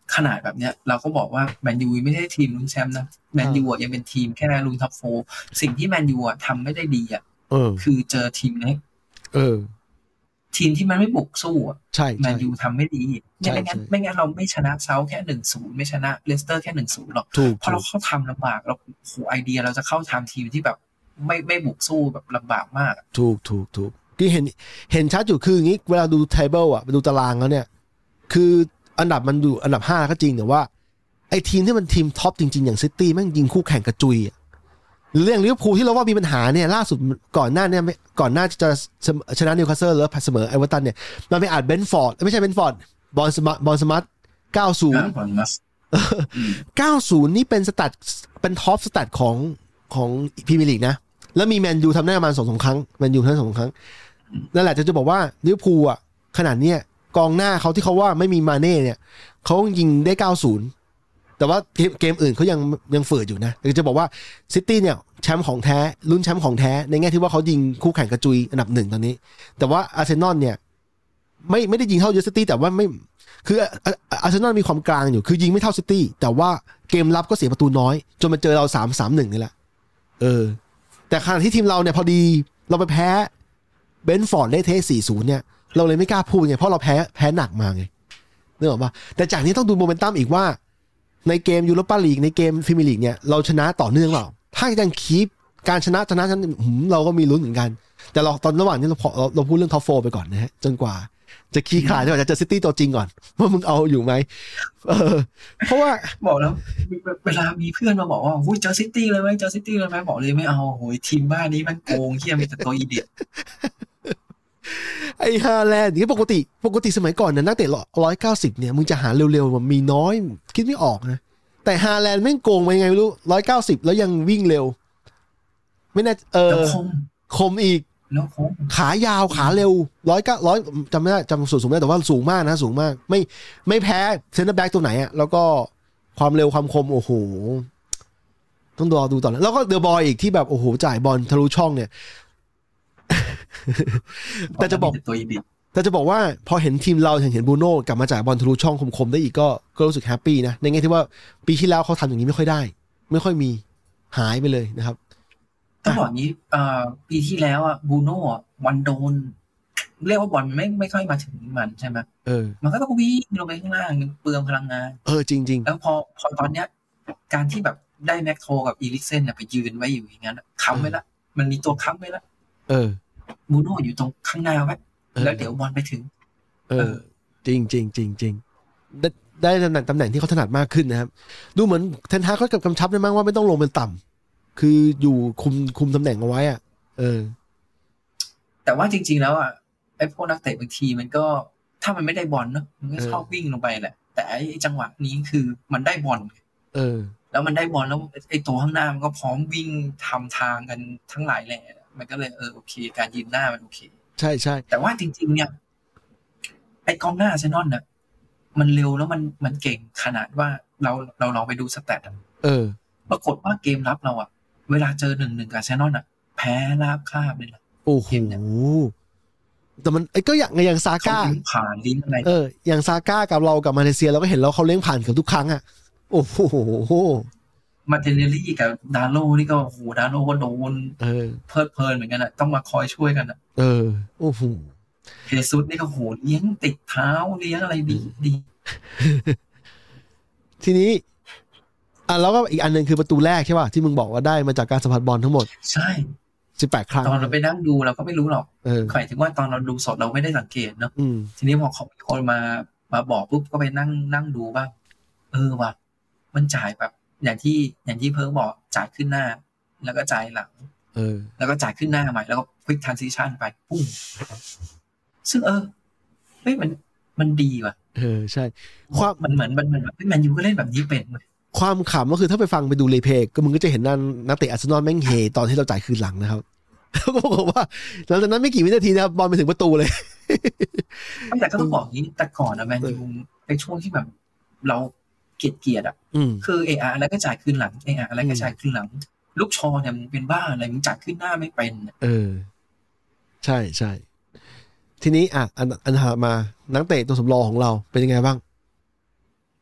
Speaker 2: ขนาดแบบเนี้ยเราก็บอกว่าแมนยูไม่ใช่ทีมลุ้นแชมป์นะแมนยูอ่ะยังเป็นทีมแค่ลุ้นท็อปโฟร์สิ่งที่แมนยูอ่ะทำไม่ได้ดีอ่ะคือเจอทีมเล็ก
Speaker 1: เออ
Speaker 2: ทีมที่มันไม่บุกสู้อ่ะ
Speaker 1: ใช่
Speaker 2: แมนยูทำไม่ดีไม่งั้นไม่งั้นเราไม่ชนะเซาท์แค่ หนึ่งศูนย์ ไม่ชนะเลสเตอร์แค่ หนึ่งศูนย์ หรอกเพราะเราเข้าทำลำบากเราโหไอเดียเราจะเข้าทำทีมที่แบบไม่ไม่บุกสู้แบบลำบากมาก
Speaker 1: ถูกถูกถูกที่เห็นเห็นชัดอยู่คืออย่างนี้เวลาดูเทเบิลอ่ะไปดูตารางแล้วเนี่ยคืออันดับมันอยู่อันดับห้าก็จริงแต่ว่าไอ้ทีมที่มันทีมท็อปจริงๆอย่างซิตี้แม่งยิงคู่แข่งกระจุยหรือเรื่องลิเวอร์พูลที่เราว่ามีปัญหาเนี่ยล่าสุดก่อนหน้าเนี่ยก่อนหน้าจะชนะนิวคาสเซิลแล้วเสมอไอเวอร์ตันเนี่ยมันไปอัดเบนฟอร์ดไม่ใช่เบนฟอร์ดบอลสมาร์ทบอลสมาร์ทเก้าสิบ เก้าสิบนี่เป็นสแตทเป็นท็อปสแตทของของพรีเมียร์ลีกนะแล้วมีแมนยูทำได้ประมาณ สองถึงสาม ครั้งแมนยูทำได้ สองถึงสาม ครั้งนั่นแหละจะจะบอกว่าลิเวอร์พูลอ่ะขนาดเนี้ยกองหน้าเขาที่เขาว่าไม่มีมาเน่เนี่ยเขายิงได้เก้าสิบแต่ว่าเกมเกมอื่นเขายังยังฝืดอยู่นะแต่จะบอกว่าซิตี้เนี่ยแชมป์ของแท้ลุ้นแชมป์ของแท้ในแง่ที่ว่าเขายิงคู่แข่งกระจุยอันดับหนึ่งตอนนี้แต่ว่าอาร์เซนอลเนี่ยไม่ไม่ได้ยิงเท่าซิตี้แต่ว่าไม่คืออาร์เซนอลมีความกลางอยู่คือยิงไม่เท่าซิตี้แต่ว่าเกมรับก็เสียประตูน้อยจนมาเจอเรา สาม สาม หนึ่ง นี่แหละเออแต่ขณะที่ทีมเราเนี่ยพอดีเราไปแพ้เบนฟอร์ดได้เทส สี่ศูนย์ เนี่ยเราเลยไม่กล้าพูดไงเพราะเราแพ้แพ้หนักมาไงนึกออกป่ะแต่จากนี้ต้องดูโมเมนตัมอีกว่าในเกมยูโรปาลีกในเกมพรีเมียร์ลีกเนี่ยเราชนะต่อเนื่องเปล่าถ้ายังคีปการชนะชนะเราก็มีลุ้นเหมือนกันแต่เราตอนระหว่างนี้เราเราเราพูดเรื่องท็อปโฟร์ไปก่อนนะฮะจนกว่าจะคีย์คลายจนกว่าจะเจอซิตี้ตัวจริงก่อนว่ามึงเอาอยู่ไหมเออเพราะว่า
Speaker 2: บอกแล้วเวลามีเพื่อนมาบอกว่าอุ้ยเจอซิตี้เลยไหมเจอซิตี้เลยไหมบอกเลยไม่เอาโหยทีมบ้านนี้มันโกงเหี้ยมีแต่ตัวอีเดีย
Speaker 1: ไอ้ฮาแลนด์นี่ปกติปกติสมัยก่อนเนี่ยนักเตะหนึ่งร้อยเก้าสิบเนี่ยมึงจะหาเร็วๆมันมีน้อยคิดไม่ออกนะแต่ฮาแลนด์แม่งโกงไปยังไงไม่รู้หนึ่งร้อยเก้าสิบแล้วยังวิ่งเร็วไม่แน่เออคมอีกขายาวขาเร็วร้อยเก้าร้อยจำไม่ได้จำสูงสูงไม่ได้แต่ว่าสูงมากนะสูงมากไม่ไม่แพ้เซนเตอร์แบ็กตัวไหนอ่ะแล้วก็ความเร็วความคมโอ้โหต้องรอดูต่อแล้วก็เดอะบอยอีกที่แบบโอ้โหจ่ายบอลทะลุช่องเนี่ยแต่จะบอกแต่จะบอกว่าพอเห็นทีมเราเห็นเห็นบูโน่กลับมาจ่ายบอลทะลุช่องคมๆได้อีกก็ก็รู้สึกแฮปปี้นะในแง่ที่ว่าปีที่แล้วเขาทำอย่างนี้ไม่ค่อยได้ไม่ค่อยมีหายไปเลยนะครับ
Speaker 2: ต้องบอกนี้ปีที่แล้วอ่ะบูโน่วันโดนเรียกว่าบอลไม่ไม่ค่อยมาถึงมันใช่ไหม
Speaker 1: เออ
Speaker 2: มันก็ต้องวิ่งลงไปข้างล่างเปลืองพลังงาน
Speaker 1: เออจริงๆ
Speaker 2: แล้วพอพอตอนเนี้ยการที่แบบได้แม็กโทกับอีริกเซนเนี่ยไปยืนไว้อยู่อย่างนั้นค้ำไว้ละมันมีตัวค้ำไว้ละ
Speaker 1: เออ
Speaker 2: บูโน่อยู่ตรงข้างหน้าไว้แล้วเดี๋ยวบอลไปถึง
Speaker 1: เออจริงจริงจริงจริงได้ได้ตำแหน่งตำแหน่งที่เขาถนัดมากขึ้นนะครับดูเหมือนเทนฮากเขากำชับได้มั้งว่าไม่ต้องลงเป็นต่ำคืออยู่คุมคุมตำแหน่งเอาไว้อ่ะเออ
Speaker 2: แต่ว่าจริงๆแล้วอ่ะไอ้พวกนักเตะบางทีมันก็ถ้ามันไม่ได้บอลเนาะมันก็ชอบวิ่งลงไปแหละแต่ไอ้จังหวะนี้คือมันได้บอล
Speaker 1: เออ
Speaker 2: แล้วมันได้บอลแล้วไอ้ตัวข้างหน้ามันก็พร้อมวิ่งทำทางกันทั้งหลายแหล่มันก็เลยเออโอเคการยืนหน้ามันโอเค
Speaker 1: ใช่ใช่
Speaker 2: แต่ว่าจริงๆเนี่ยไอ้กองหน้าอาร์เซนอลเนี่ยมันเร็วแล้วมันมันเก่งขนาดว่าเราเราลองไปดูสแตทอ่ะ
Speaker 1: เออ
Speaker 2: ปรากฏว่าเกมรับเราอ่ะเวลาเจอหนึ่งหนึ่งกับอาร์เซนอลอ่ะแพ้ราบคาบเลยนะ
Speaker 1: โอ้โหแต่มันไอ้ก็อย่างอย่างซาก้า
Speaker 2: ผ่านลิ้นอะไร
Speaker 1: เอออย่างซาก้ากับเรากับมาเลเซียเราก็เห็นแล้วเขาเลี้ยงผ่านเกือบทุกครั้งอ่ะโอ้โห
Speaker 2: มาเทเนลลี่กับดาโลนี่ก็โอ้โหดาโลก็โดนเออเพลิดเพลินเหมือนกันอ่ะต้องมาคอยช่วยกันอ่ะ
Speaker 1: เออโอ้โห
Speaker 2: เฮซุสนี่ก็โหเลี้ยงติดเท้าเลี้ยงอะไรดีดี
Speaker 1: ทีนี้อ่ะแล้วก็อีกอันนึงคือประตูแรกใช่ป่ะที่มึงบอกว่าได้มาจากการสัมผัสบอลทั้งหมด
Speaker 2: ใช่
Speaker 1: สิบแปดครั้ง
Speaker 2: ตอนเราไปนั่งดูเราก็ไม่รู้หรอกหมายถึงว่าตอนเราดูสดเราไม่ได้สังเกตเนาะทีนี้พอเขาคนมามาบอกปุ๊บก็ไปนั่งนั่งดูบ้างเออว่ะมันจ่ายแบบอย่างที่อย่างที่เพิ่งบอกจ่ายขึ้นหน้าแล้วก็จ่ายหลัง
Speaker 1: เออ
Speaker 2: แล้วก็จ่ายขึ้นหน้าใหม่แล้วก็ quick transition ไปปุ้งซึ่งเออเฮ้ยมันมันดีว่ะ
Speaker 1: เออใช่
Speaker 2: ความมันเหมือนมันเหมือนแบบแมนยูก็เล่นแบบนี้เป็นเลย
Speaker 1: ความขำก็คือถ้าไปฟังไปดูรีเพย์ก็มึงก็จะเห็นนั่นนักเตะอาร์เซนอลแม่งเฮตอนที่เราจ่ายคืนหลังนะครับเขาก็บอกว่าหลังจากนั้นไม่กี่วินาทีนะบอลไปถึงประตูเลย
Speaker 2: แต่ก็ต้องบอกนี้แต่ก่อนนะแมนยูในช่วงที่แบบเราเกลียดเกียดอ่ะคือเออาร์อะไรก็จ่ายคืนหลังเออาร์อะไรก็จ่ายคืนหลังลูกชอเนี่ยมันเป็นบ้าอะไรมันจ่ายขึ้นหน้าไม่เป็น
Speaker 1: เออใช่ใช่ทีนี้อ่ะอันอันหามานักเตะตัวสำรองของเราเป็นยังไงบ้าง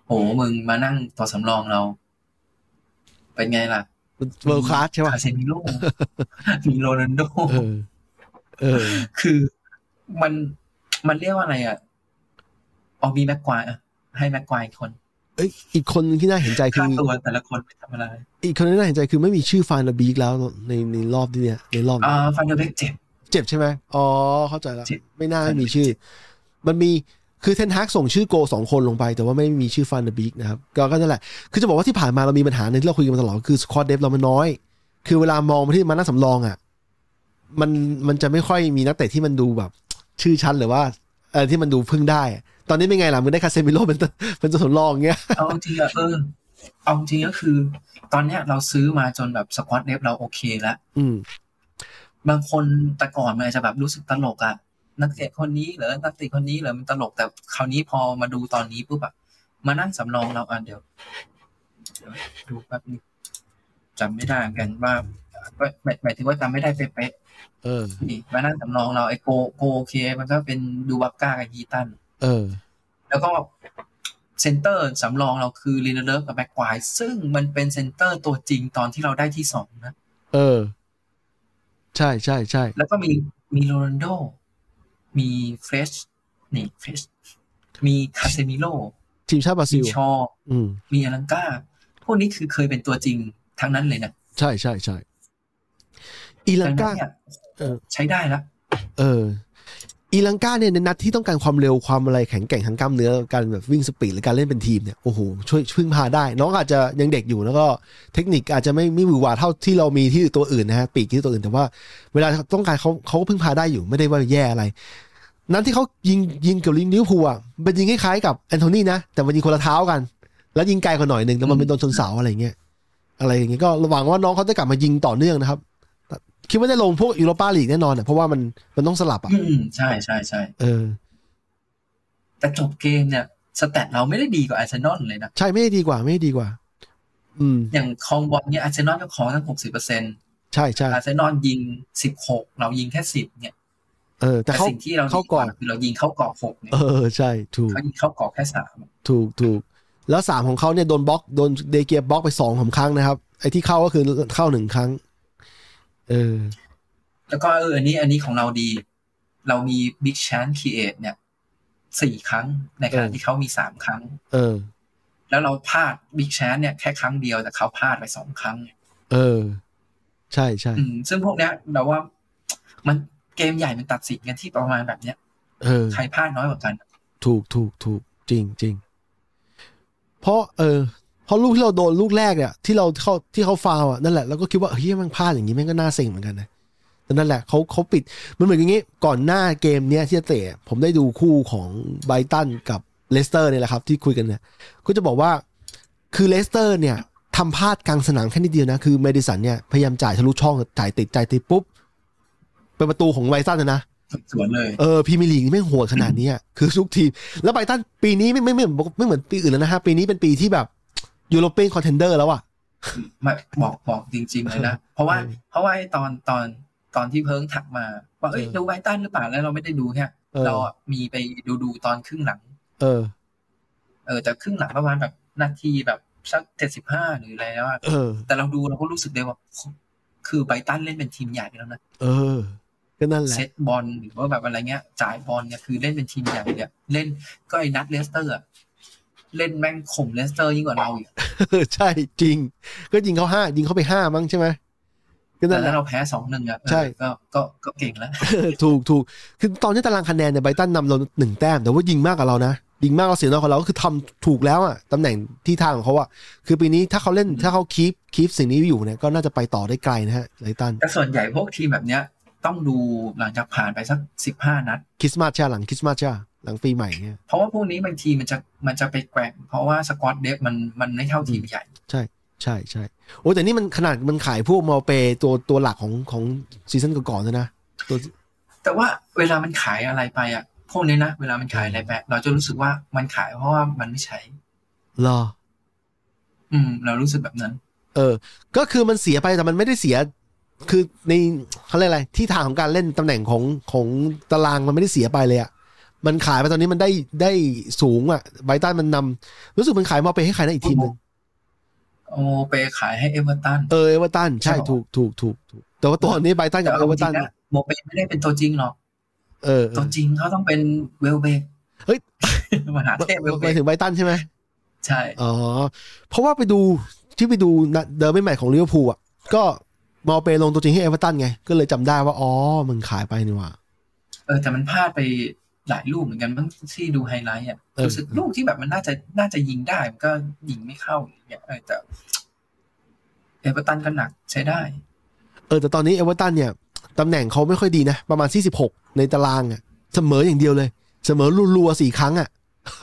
Speaker 2: โหมึงมานั่งตัวสำรองเราเป็นไงล่ะ
Speaker 1: เวิลด์คลาสใช่ป่ะ
Speaker 2: คาเซมิโร่มีโรนัลโด
Speaker 1: เออเออ
Speaker 2: คือมันมันเรียกว่าอะไรอ่ะออกมีแม็กควายอ่ะให้แม็กควายคน
Speaker 1: เอ้ยอีกคนนึงที่น่าเห็นใจคือ
Speaker 2: ตัวแต่ละคนไม่ทำอะไร
Speaker 1: อีกคนนึงน่าเห็นใจคือไม่มีชื่อฟานเดอร์บีกแล้วในในรอบที่เนี้ยในรอบ
Speaker 2: อ่าฟานเดอร์บีกเจ็บ
Speaker 1: เจ็บใช่ไหมอ๋อเข้าใจแล้วไม่น่ามีชื่อมันมีคือเทนฮากส่งชื่อโกสองคนลงไปแต่ว่าไม่มีชื่อฟานเดอร์บีกนะครับก็ก็นั่นแหละคือจะบอกว่าที่ผ่านมาเรามีปัญหาในที่เราคุยกันมาตลอดคือสควอตเดฟเรามันน้อยคือเวลามองไปที่มานั่งสำรองอ่ะมันมันจะไม่ค่อยมีนักเตะที่มันดูแบบชื่อชั้นหรือว่าเออที่มันดูพึ่งได้ตอนนี้เป็นไงล่ะมึงได้คาเซมิโร่เป็นเป็นตัวสำรองเงี้ย
Speaker 2: เอาจริงอะเออเอาจริงก็คือตอนเนี้ยเราซื้อมาจนแบบสควอตเดฟเราโอเคแล้ว
Speaker 1: อืม
Speaker 2: บางคนแต่ก่อนมันจะแบบรู้สึกตลกอะนักเตะคนนี้เหรอนักเตะคนนี้เหรอมันตลกแต่คราวนี้พอมาดูตอนนี้ปุ๊บอะมานั่งสำรองเราอ่ะเดี๋ยวดูแป๊บนึงจำไม่ได้กันว่าหมายถึงว่าจำไม่ได้เป๊ะ
Speaker 1: ๆเออ
Speaker 2: นี่มานั่งสำรองเราไอโกโกโอเคมันก็เป็นดูบักก้ากับยีตัน
Speaker 1: เออ
Speaker 2: แล้วก็เซนเตอร์สำรองเราคือลินเดอร์กับแม็กควายซึ่งมันเป็นเซนเตอร์ตัวจริงตอนที่เราได้ที่สองนะ
Speaker 1: เออใช่ใช่ใช่
Speaker 2: แล้วก็มีมีโรนัลโดมีเฟรชนี่เฟรชมีคาเซมิโร่
Speaker 1: ทีมชาติบราซิล
Speaker 2: มีชออืมมีอลังกาพวกนี้คือเคยเป็นตัวจริงทั้งนั้นเลยนะ
Speaker 1: ใช่ใช่ใช่อีลังกา
Speaker 2: เออใช้ได้ละ
Speaker 1: เอออีลังกาเนี่ยในนัดที่ต้องการความเร็วความอะไรแข็งแกร่งทางกล้ามเนื้อการแบบวิ่งสปีดหรือการเล่นเป็นทีมเนี่ยโอ้โหช่วยพึ่งพาได้น้องอาจจะยังเด็กอยู่แล้วก็เทคนิคอาจจะไม่ไม่หวือหวาเท่าที่เรามีที่ตัวอื่นนะฮะปีกที่ตัวอื่นแต่ว่าเวลาต้องการเขาเขาก็พึ่งพาได้อยู่ไม่ได้ว่าแย่อะไรนั้นที่เขายิงยิงกับลิเวอร์พูลอ่ะเป็นยิงคล้ายๆกับแอนโทนีนะแต่มันยิงคนละเท้ากันแล้วยิงไกลกว่าหน่อยนึงแล้วมันเป็นโดนชนเสาอะไรเงี้ยอะไรอย่างเงี้ยก็หวังว่าน้องเขาจะกลับมายิงต่อเนื่องนะครับคิดว่าได้ลงพวกยูโรปาลีกแน่นอนอ่ะเพราะว่ามันมันต้องสลับอ่ะ
Speaker 2: อืมใช่ใช่ใช่
Speaker 1: เออ
Speaker 2: แต่จบเกมเนี่ยสแตทเราไม่ได้ดีกว่าอาร์เซนอลเลยนะ
Speaker 1: ใช่ไม่ได้ดีกว่าไม่ได้ดีกว่าอืม
Speaker 2: อย่างคองบอลเนี่ยอาร์เซนอลก็คองตั้งหกสิบเปอร์เซ็นต์
Speaker 1: ใช่ใช่
Speaker 2: อาร์เซนอลยิงสิบหกเรายิงแค่สิบเนี่ย
Speaker 1: เออแต่
Speaker 2: สิ่งที่เราเข้ากรอบ
Speaker 1: คือ
Speaker 2: เรายิงเข้ากรอบหกเนี่ย
Speaker 1: เออใช่ถูก
Speaker 2: เขายิงเข้ากรอบแค่สาม
Speaker 1: ถูกถูกแล้วสามของเขาเนี่ยโดนบล็อกโดนเดเกียบล็อกไปสองครั้งนะครับไอ้ที่เข้าก็คือเข้าหนึ่งครั้งเออ
Speaker 2: แล้วก็เอออันนี้อันนี้ของเราดีเรามีบิ๊กแชนครีเอทเนี่ยสี่ครั้งในขณะที่เขามีสามครั้ง
Speaker 1: เออ
Speaker 2: แล้วเราพลาดบิ๊กแชนเนี่ยแค่ครั้งเดียวแต่เขาพลาดไปสองครั้ง
Speaker 1: เออใช่ใช่
Speaker 2: ซึ่งพวกเนี้ยเราว่ามันเกมใหญ่มันตัดสินกันที่ประมาณแบบเนี้ย
Speaker 1: เออ
Speaker 2: ใครพลาดน้อยกว่ากัน
Speaker 1: ถูกถูกถูกจริงจริงเพราะเออเพราะลูกที่เราโดนลูกแรกเนี่ยที่เราเข้าที่เขาฟาวอ่ะนั่นแหละแล้วก็คิดว่าเฮ้ยมันพลาดอย่างนี้แม่งก็น่าเซ็งเหมือนกันนะแต่นั่นแหละเขาเขาปิดมันเหมือนอย่างงี้ก่อนหน้าเกมเนี้ยที่จะเตะผมได้ดูคู่ของไบรตันกับเลสเตอร์เนี่ยแหละครับที่คุยกันเนี่ยก็จะบอกว่าคือเลสเตอร์เนี่ยทำพลาดกลางสนามแค่นิดเดียวนะคือเมดิสันเนี่ยพยายามจ่ายทะลุช่องจ่ายติดจ่ายติดปุ๊บเป็นประตูของไบรตันนะ
Speaker 2: สวนเลย
Speaker 1: เออพรีเมียร์ลีกนี่ไม่โหดขนาดนี้คือทุกทีมแล้วไบรตันปีนี้ไม่ไม่ไม่ไม่เหมือนปีอื่นแล้วนะฮะปีนี้เป็นปีที่แบบยูโรเปียนคอนเทนเดอร์แล้วอ่ะ
Speaker 2: ไม่บอกบอกจริงๆเลยนะเพราะว่าเพราะว่าตอนตอนตอนที่เพิ่งถักมาว่าเอ้ยดูไบรตันหรือเปล่าแล้วเราไม่ได้ดูแค่เรามีไปดูดูตอนครึ่งหลัง
Speaker 1: เออ
Speaker 2: เออแต่ครึ่งหลังประมาณแบบนาทีแบบสักเจ็ดสิบห้าหรืออะไรแล้วอ่ะแต่เราดูเราก็รู้สึกได้ว่าคือไบรตันเล่นเป็นทีมใหญ่แล้วนะ
Speaker 1: เออก็นั่นแหละ
Speaker 2: เซตบอลหรือว่าแบบอะไรเงี้ยจ่ายบอลเนี่ยคือเล่นเป็นทีมใหญ่เนี่ยเล่นก็ไอ้นัดเลสเตอร์เล่นแม่งข่มเลสเตอร์ยิ่งกว่าเราอีก
Speaker 1: ใช่จริงก็ยิงเขาห้ายิงเขาไปห้ามั้งใช่ไหม
Speaker 2: ก็นั่นแหละเราแพ้สองหนึ่งอ่ะ
Speaker 1: ใช่
Speaker 2: ก็ก็ก็เก่งแล้ว
Speaker 1: ถูกถูกคือตอนนี้ตารางคะแนนเนี่ยไบรตันนำเราหนึ่งแต้มแต่ว่ายิงมากกว่าเรานะยิงมากกว่าเสียน้อยกว่าเราก็คือทำถูกแล้วอ่ะตำแหน่งที่ทางของเขาอ่ะคือปีนี้ถ้าเขาเล่นถ้าเขาคีปคีปสิ่งนี้อยู่เนี่ยก็น่าจะไปต่อได้ไกลนะฮะไบรตัน
Speaker 2: แต่ส่วนใหญ่พวกทีมแบบเนี้ยต้องดูหลังจากผ่านไปสักสิบห้านัด
Speaker 1: คริสต์มาสใช่หลังคริสต์มาสใช่หลังปีใหม่เนี่ย
Speaker 2: เพราะว่าพวกนี้บางทีมันจะมันจะไปแกว่งเพราะว่าสควอตเดฟมันมันไม่เท่าทีมใหญ่
Speaker 1: ใช่ใช่ใช่โอ้แต่นี่มันขนาดมันขายพวกมาเปตัวตัวหลักของของซีซั่นก่อนๆนะตัว
Speaker 2: แต่ว่าเวลามันขายอะไรไปอ่ะพวกนี้นะเวลามันขายอะไรไปเราจะรู้สึกว่ามันขายเพราะว่ามันไม่ใช้
Speaker 1: หรอ
Speaker 2: อืมเรารู้สึกแบบนั้น
Speaker 1: เออก็คือมันเสียไปแต่มันไม่ได้เสียคือในเขาเรียกอะไรที่ทางของการเล่นตำแหน่งของของตารางมันไม่ได้เสียไปเลยอ่ะมันขายไปตอนนี้มันได้ได้สูงอ่ะไบรตันมันนำรู้สึกมันขายมอเปให้ใครนะอีกทีมนึง
Speaker 2: โอเปขายให้เอเวอร์ตัน
Speaker 1: เออเอเวอร์ตันใช่ถูกถูกถูกถูกแต่ว่าตัวนี้ไบรตันกับเอเวอร์ตัน
Speaker 2: โมเปไม่ได้เป็นตัวจริงหรอก
Speaker 1: เออ
Speaker 2: ตัวจริงเขาต้องเป็นเวลเบก
Speaker 1: เฮ้ย
Speaker 2: มหาเทพเวลเบก
Speaker 1: ไปถึงไบรตันใช่ไหม
Speaker 2: ใช่
Speaker 1: อ๋อเพราะว่าไปดูที่ไปดูเดิมใหม่ของลิเวอร์พูลอ่ะก็มอเปลงตัวจริงให้เอเวอร์ตันไงก็เลยจำได้ว่าอ๋อมึงขายไปนี่ว่า
Speaker 2: เออแต่มันพลาดไปหลายลูกเหมือนกันมั้งที่ดูไฮไลท์อ่ะรู้สึกลูกที่แบบมันน่าจะน่าจะยิงได้มันก็ยิงไม่เข้าอย่างเงี้ยแต่เอเวอร์ตันก็หนักใช้ได้
Speaker 1: เออแต่ตอนนี้เอเวอร์ตันเนี่ยตำแหน่งเขาไม่ค่อยดีนะประมาณที่สิบหกในตารางอ่ะเสมออย่างเดียวเลยเสมอรัวๆสี่ครั้งอ่ะ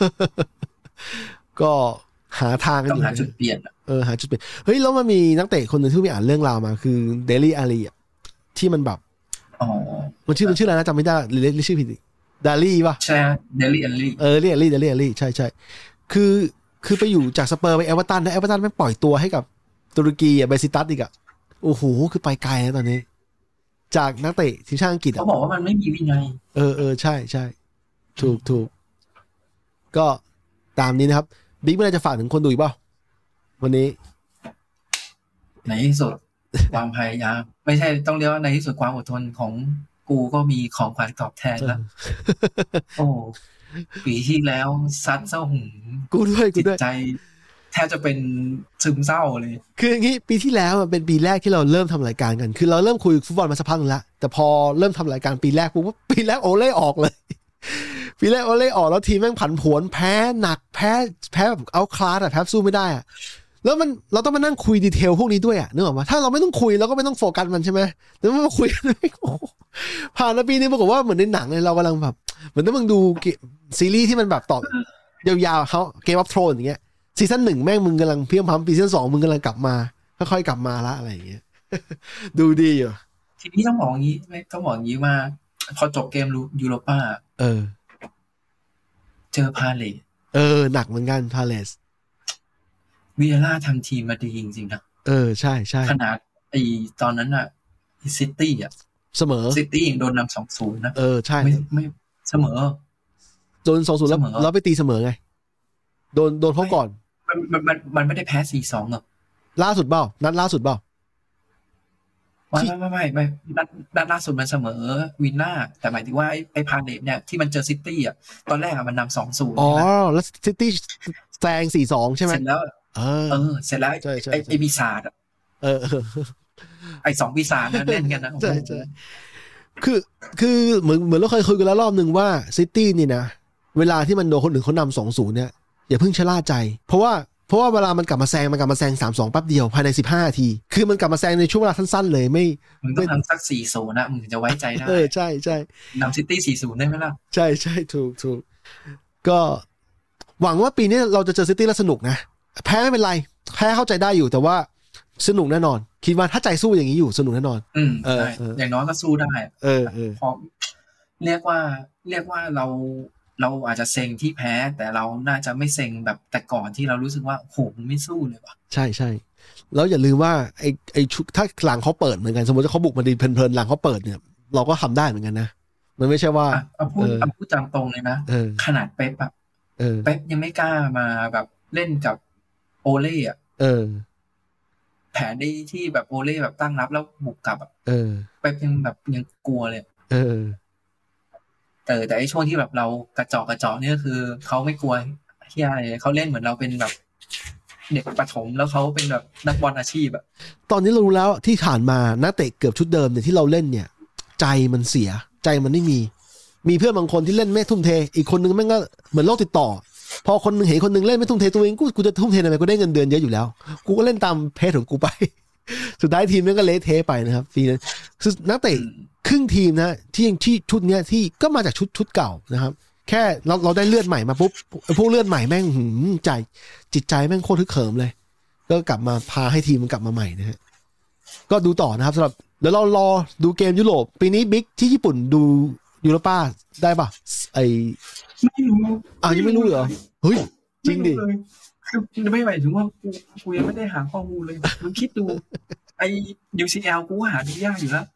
Speaker 1: ก็หาทางกัน
Speaker 2: อยู่ต้องหาจุดเปลี่ยน
Speaker 1: เออหาจุดเปลี่ยนเฮ้ยแล้วมันมีนักเตะคนหนึ่งที่ไปอ่านเรื่องราวมาคือเดลี่อาลีอ่ะที่มันแบบ
Speaker 2: อ๋อ
Speaker 1: มันชื่อมันชื่ออะไรนะจำไม่ได้หรือเรียกชื่อผิดดาลี่ป่ะ
Speaker 2: ใช่เดลี่อาลี
Speaker 1: เออเรียกลี่เดลี่อาลีใช่ใช่คือคือไปอยู่จากสเปอร์ไปเอเวอร์ตันแล้วเอเวอร์ตันไม่ปล่อยตัวให้กับตุรกีอ่ะเบซิตัสอีกอ่ะโอ้โหคือไปไกลนะตอนนี้จากนักเตะทีมชาติอังกฤษ
Speaker 2: เขาบอกว่ามันไม่มีวินัย
Speaker 1: เออเออใช่ใช่ถูกถูกก็ตามนี้นะครับบิ๊กไม่ได้จะฝากถึงคนดูอีกเปล่าวันนี้
Speaker 2: ในที่สุดความพยายามไม่ใช่ต้องเรียกว่าในที่สุดความอดทนของกูก็มีของขวัญตอบแทนแล้วโอ้ปีที่แล้วซัดเศร้าหู
Speaker 1: กูด้วยกูด้วย
Speaker 2: จิตใจแทบจะเป็นซึมเศร้าเลย
Speaker 1: คืออย่างงี้ปีที่แล้วมันเป็นปีแรกที่เราเริ่มทำรายการกันคือเราเริ่มคุยฟุตบอลมาสักพักนึงแล้วแต่พอเริ่มทำรายการปีแรกปุ๊บปีแรกโอเล่ออกเลยปีแรกโอเล่ออกแล้วทีมแม่งผันผวนแพ้หนักแพ้แพ้แบบเอาคลาสอะแพ้สู้ไม่ได้อะแล้วมันเราต้องมานั่งคุยดีเทลพวกนี้ด้วยอะนึกออกมาถ้าเราไม่ต้องคุยเราก็ไม่ต้องโฟกัสมันใช่ไหมแต่ว่ามาคุยกันผ่านมาปีนี้ปรากฏว่าเหมือนในหนังเลยเรากำลังแบบเหมือนถ้ามึงดูซีรีส์ที่มันแบบต่อยาวๆเขาเกมออฟโทรนอย่างเงี้ยซีซั่นหนึ่งแม่งมึงกำลังเพี้ยมพัมซีซั่นสองมึงกำลังกลับมาค่อยๆกลับมาละอะไรอย่างเงี้ยดูดีอยู่
Speaker 2: ทีนี้ต้องบอกอย่างนี้ต้องบอกอย่างนี้ว่าพอจบเกมยูโรป้า
Speaker 1: เออ
Speaker 2: เจอพาเลส
Speaker 1: เออหนักเหมือนกันพาเลส
Speaker 2: วิเอล่าทำทีมมาดีจริงๆนะ
Speaker 1: เออใช่ใช่
Speaker 2: ขนาดไอตอนนั้นอะซิตี้อะ
Speaker 1: เสมอ
Speaker 2: ซิตี้โดนนำสองศูนย์นะ
Speaker 1: เออใช่
Speaker 2: ไม่ไม่เสมอ
Speaker 1: โดนสองศูนย์แล้วแล้วไปตีเสมอไงโดนโดนเขาก่อน
Speaker 2: มันมันมันมันไม่ได้แพ้สี่สองหรอ
Speaker 1: ล่าสุดเปล่านัดล่าสุดเปล่า
Speaker 2: ไม่ไม่ไม่ไม่นัดนัดล่าสุดมันเสมอวินล่าแต่หมายถึงว่าไอ้พาเลตเนี่ยที่มันเจอซิตี้อ่ะตอนแรกอะมันนำสองศูนย์
Speaker 1: อ๋อแล้วซิตี้แซงสี่สองใช่ไหม
Speaker 2: เสร็จแล้วเออเสร็จแล้วไอ้ไอ้ปีศาจอ่ะ
Speaker 1: เออ
Speaker 2: ไอ้สองปีศาจนั้นเล่นกันนะ
Speaker 1: ใช่ใช่คือคือเหมือนเหมือนเราเคยคุยกันแล้วรอบหนึ่งว่าซิตี้นี่นะเวลาที่มันโดนคนอื่นเขานำสองศูนย์เนี่ยอย่าเพิ่งชะล่าใจเพราะว่าเพราะว่าเวลามันกลับมาแซงมันกลับมาแซง สามสอง แป๊บเดียวภายในสิบห้านาทีคือมันกลับมาแซงในช่วงเวลาสั้นๆเลยไม่
Speaker 2: มึงต้องทำสักสี่ศูนย์นะมึงถึงจะไว้ใจได้
Speaker 1: เออใช่ใช่
Speaker 2: นำซิตี้สี่ศูนย์ได้ไหมล่ะ
Speaker 1: ใช่ใช่ถูกถูกก็หวังว่าปีนี้เราจะเจอซิตี้แล้วสนุกนะแพ้ไม่เป็นไรแพ้เข้าใจได้อยู่แต่ว่าสนุกแน่นอนคิดว่าถ้าใจสู้อย่างนี้อยู่สนุกแน่นอน
Speaker 2: อืมเอออย่างน้อยก็สู้ได้
Speaker 1: เออเออ
Speaker 2: พอเรียกว่าเรียกว่าเราเราอาจจะเซ็งที่แพ้แต่เราน่าจะไม่เซ็งแบบแต่ก่อนที่เรารู้สึกว่าโหมันไม่สู้เลยว่ะ
Speaker 1: ใช่ใช่แล้วอย่าลืมว่าไอ้ไอ้ถ้าหลังเขาเปิดเหมือนกันสมมติว่าเขาบุกมาดีเพลินๆหลังเขาเปิดเนี่ยเราก็ทำได้เหมือนกันนะมันไม่ใช่ว่า
Speaker 2: เอาพูดเอาพูดตามตรงเลยนะขนาดเป๊ปแบบเป๊ปยังไม่กล้ามาแบบเล่นกับโอเล่อะแผนได้ที่แบบโอเล่แบบตั้งรับแล้วบุกกลับอ่ะเป๊ปยังแบบยังกลัวเลย
Speaker 1: เออ
Speaker 2: แต่แต่ไอ้ช่วงที่แบบเรากระจอกกระจอกนี่ก็คือเขาไม่กลัวที่อะไรเขาเล่นเหมือนเราเป็นแบบเด็กประถมแล้วเขาเป็นแบบนักบอลอาชีพอะ
Speaker 1: ตอนนี้เรารู้แล้วที่ผ่านมานักเตะเกือบชุดเดิมเนี่ยที่เราเล่นเนี่ยใจมันเสียใจมันไม่มีมีเพื่อนบางคนที่เล่นไม่ทุ่มเทอีกคนนึงแม่งก็เหมือนโรคติดต่อพอคนนึงเห็นคนนึงเล่นไม่ทุ่มเทตัวเองกูกูจะทุ่มเททำไมกูได้เงินเดือนเยอะอยู่แล้วกูก็เล่นตามเพจของกูไปสุดท้ายทีมนั้นก็เละเทะไปนะครับปีนั้นคือนักเตะครึ่งทีมนะที่ยังที่ชุดเนี้ยที่ก็มาจากชุดชุดเก่านะครับแค่เราเราได้เลือดใหม่มาปุ๊บพวกเลือดใหม่แม่งหืมใจจิตใจแม่งโคตรทึกเขิมเลยก็กลับมาพาให้ทีมมันกลับมาใหม่นะฮะก็ดูต่อนะครับสำหรับเดี๋ยวเรารอดูเกมยุโรปปีนี้บิ๊กที่ญี่ปุ่นดูยูโรป้าได้ป่ะไอ
Speaker 2: ไม่รู้
Speaker 1: อ่ะยังไม่รู้เหรอเฮ้ยจริงดิ
Speaker 2: คือไม่หมายถึงว่ากูกูยังไม่ได้หาข้อมูลเลยมึงคิดดูไอ ยู ซี แอล กูหาดูยากอยู่แล้ว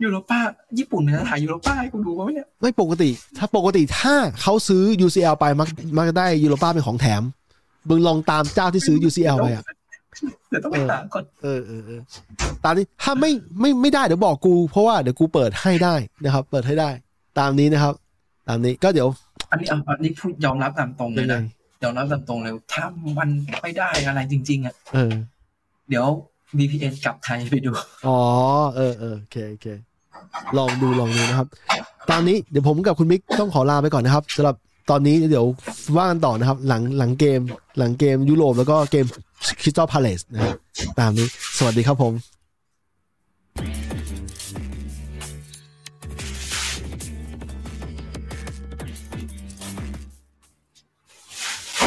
Speaker 2: ยูโรป้าญี่ปุ่นเนี่ยถ่ายยูโรป้าให้กูดูมั้ยเนี่ย
Speaker 1: ไม่ปกติถ้าปกติถ้าเขาซื้อ ยู ซี แอล ไปมักมักได้ยูโรป้าเป็นของแถมมึงลองตามเจ้าที่ซื้อ ยู ซี แอล ไปอ่ะ
Speaker 2: เดี๋ยวต้องไปหาก่อน
Speaker 1: เออเออเออตามนี้ถ้าไม่ไม่ไม่ได้เดี๋ยวบอกกูเพราะว่าเดี๋ยวกูเปิดให้ได้นะครับเปิดให้ได้ตามนี้นะครับตามนี้ก็เดี๋ยว
Speaker 2: อันนี้อันนี้พูดยอมรับตามตรงเลยนะยอมรับตามตรงเลยถ้ามันไม่ได้อะไรจริงๆอ่ะ
Speaker 1: เออ
Speaker 2: เดี๋ยว วี พี เอ็น กลับไทยไปดู
Speaker 1: อ๋อเออเออโอเคโอเคลองดูลองดูนะครับตอนนี้เดี๋ยวผมกับคุณมิกต้องขอลาไปก่อนนะครับสำหรับตอนนี้เดี๋ยวว่ากันต่อนะครับหลังหลังเกมหลังเกมยุโรปแล้วก็เกม Crystal Palace นะครับตามนี้สวัสดีครับผม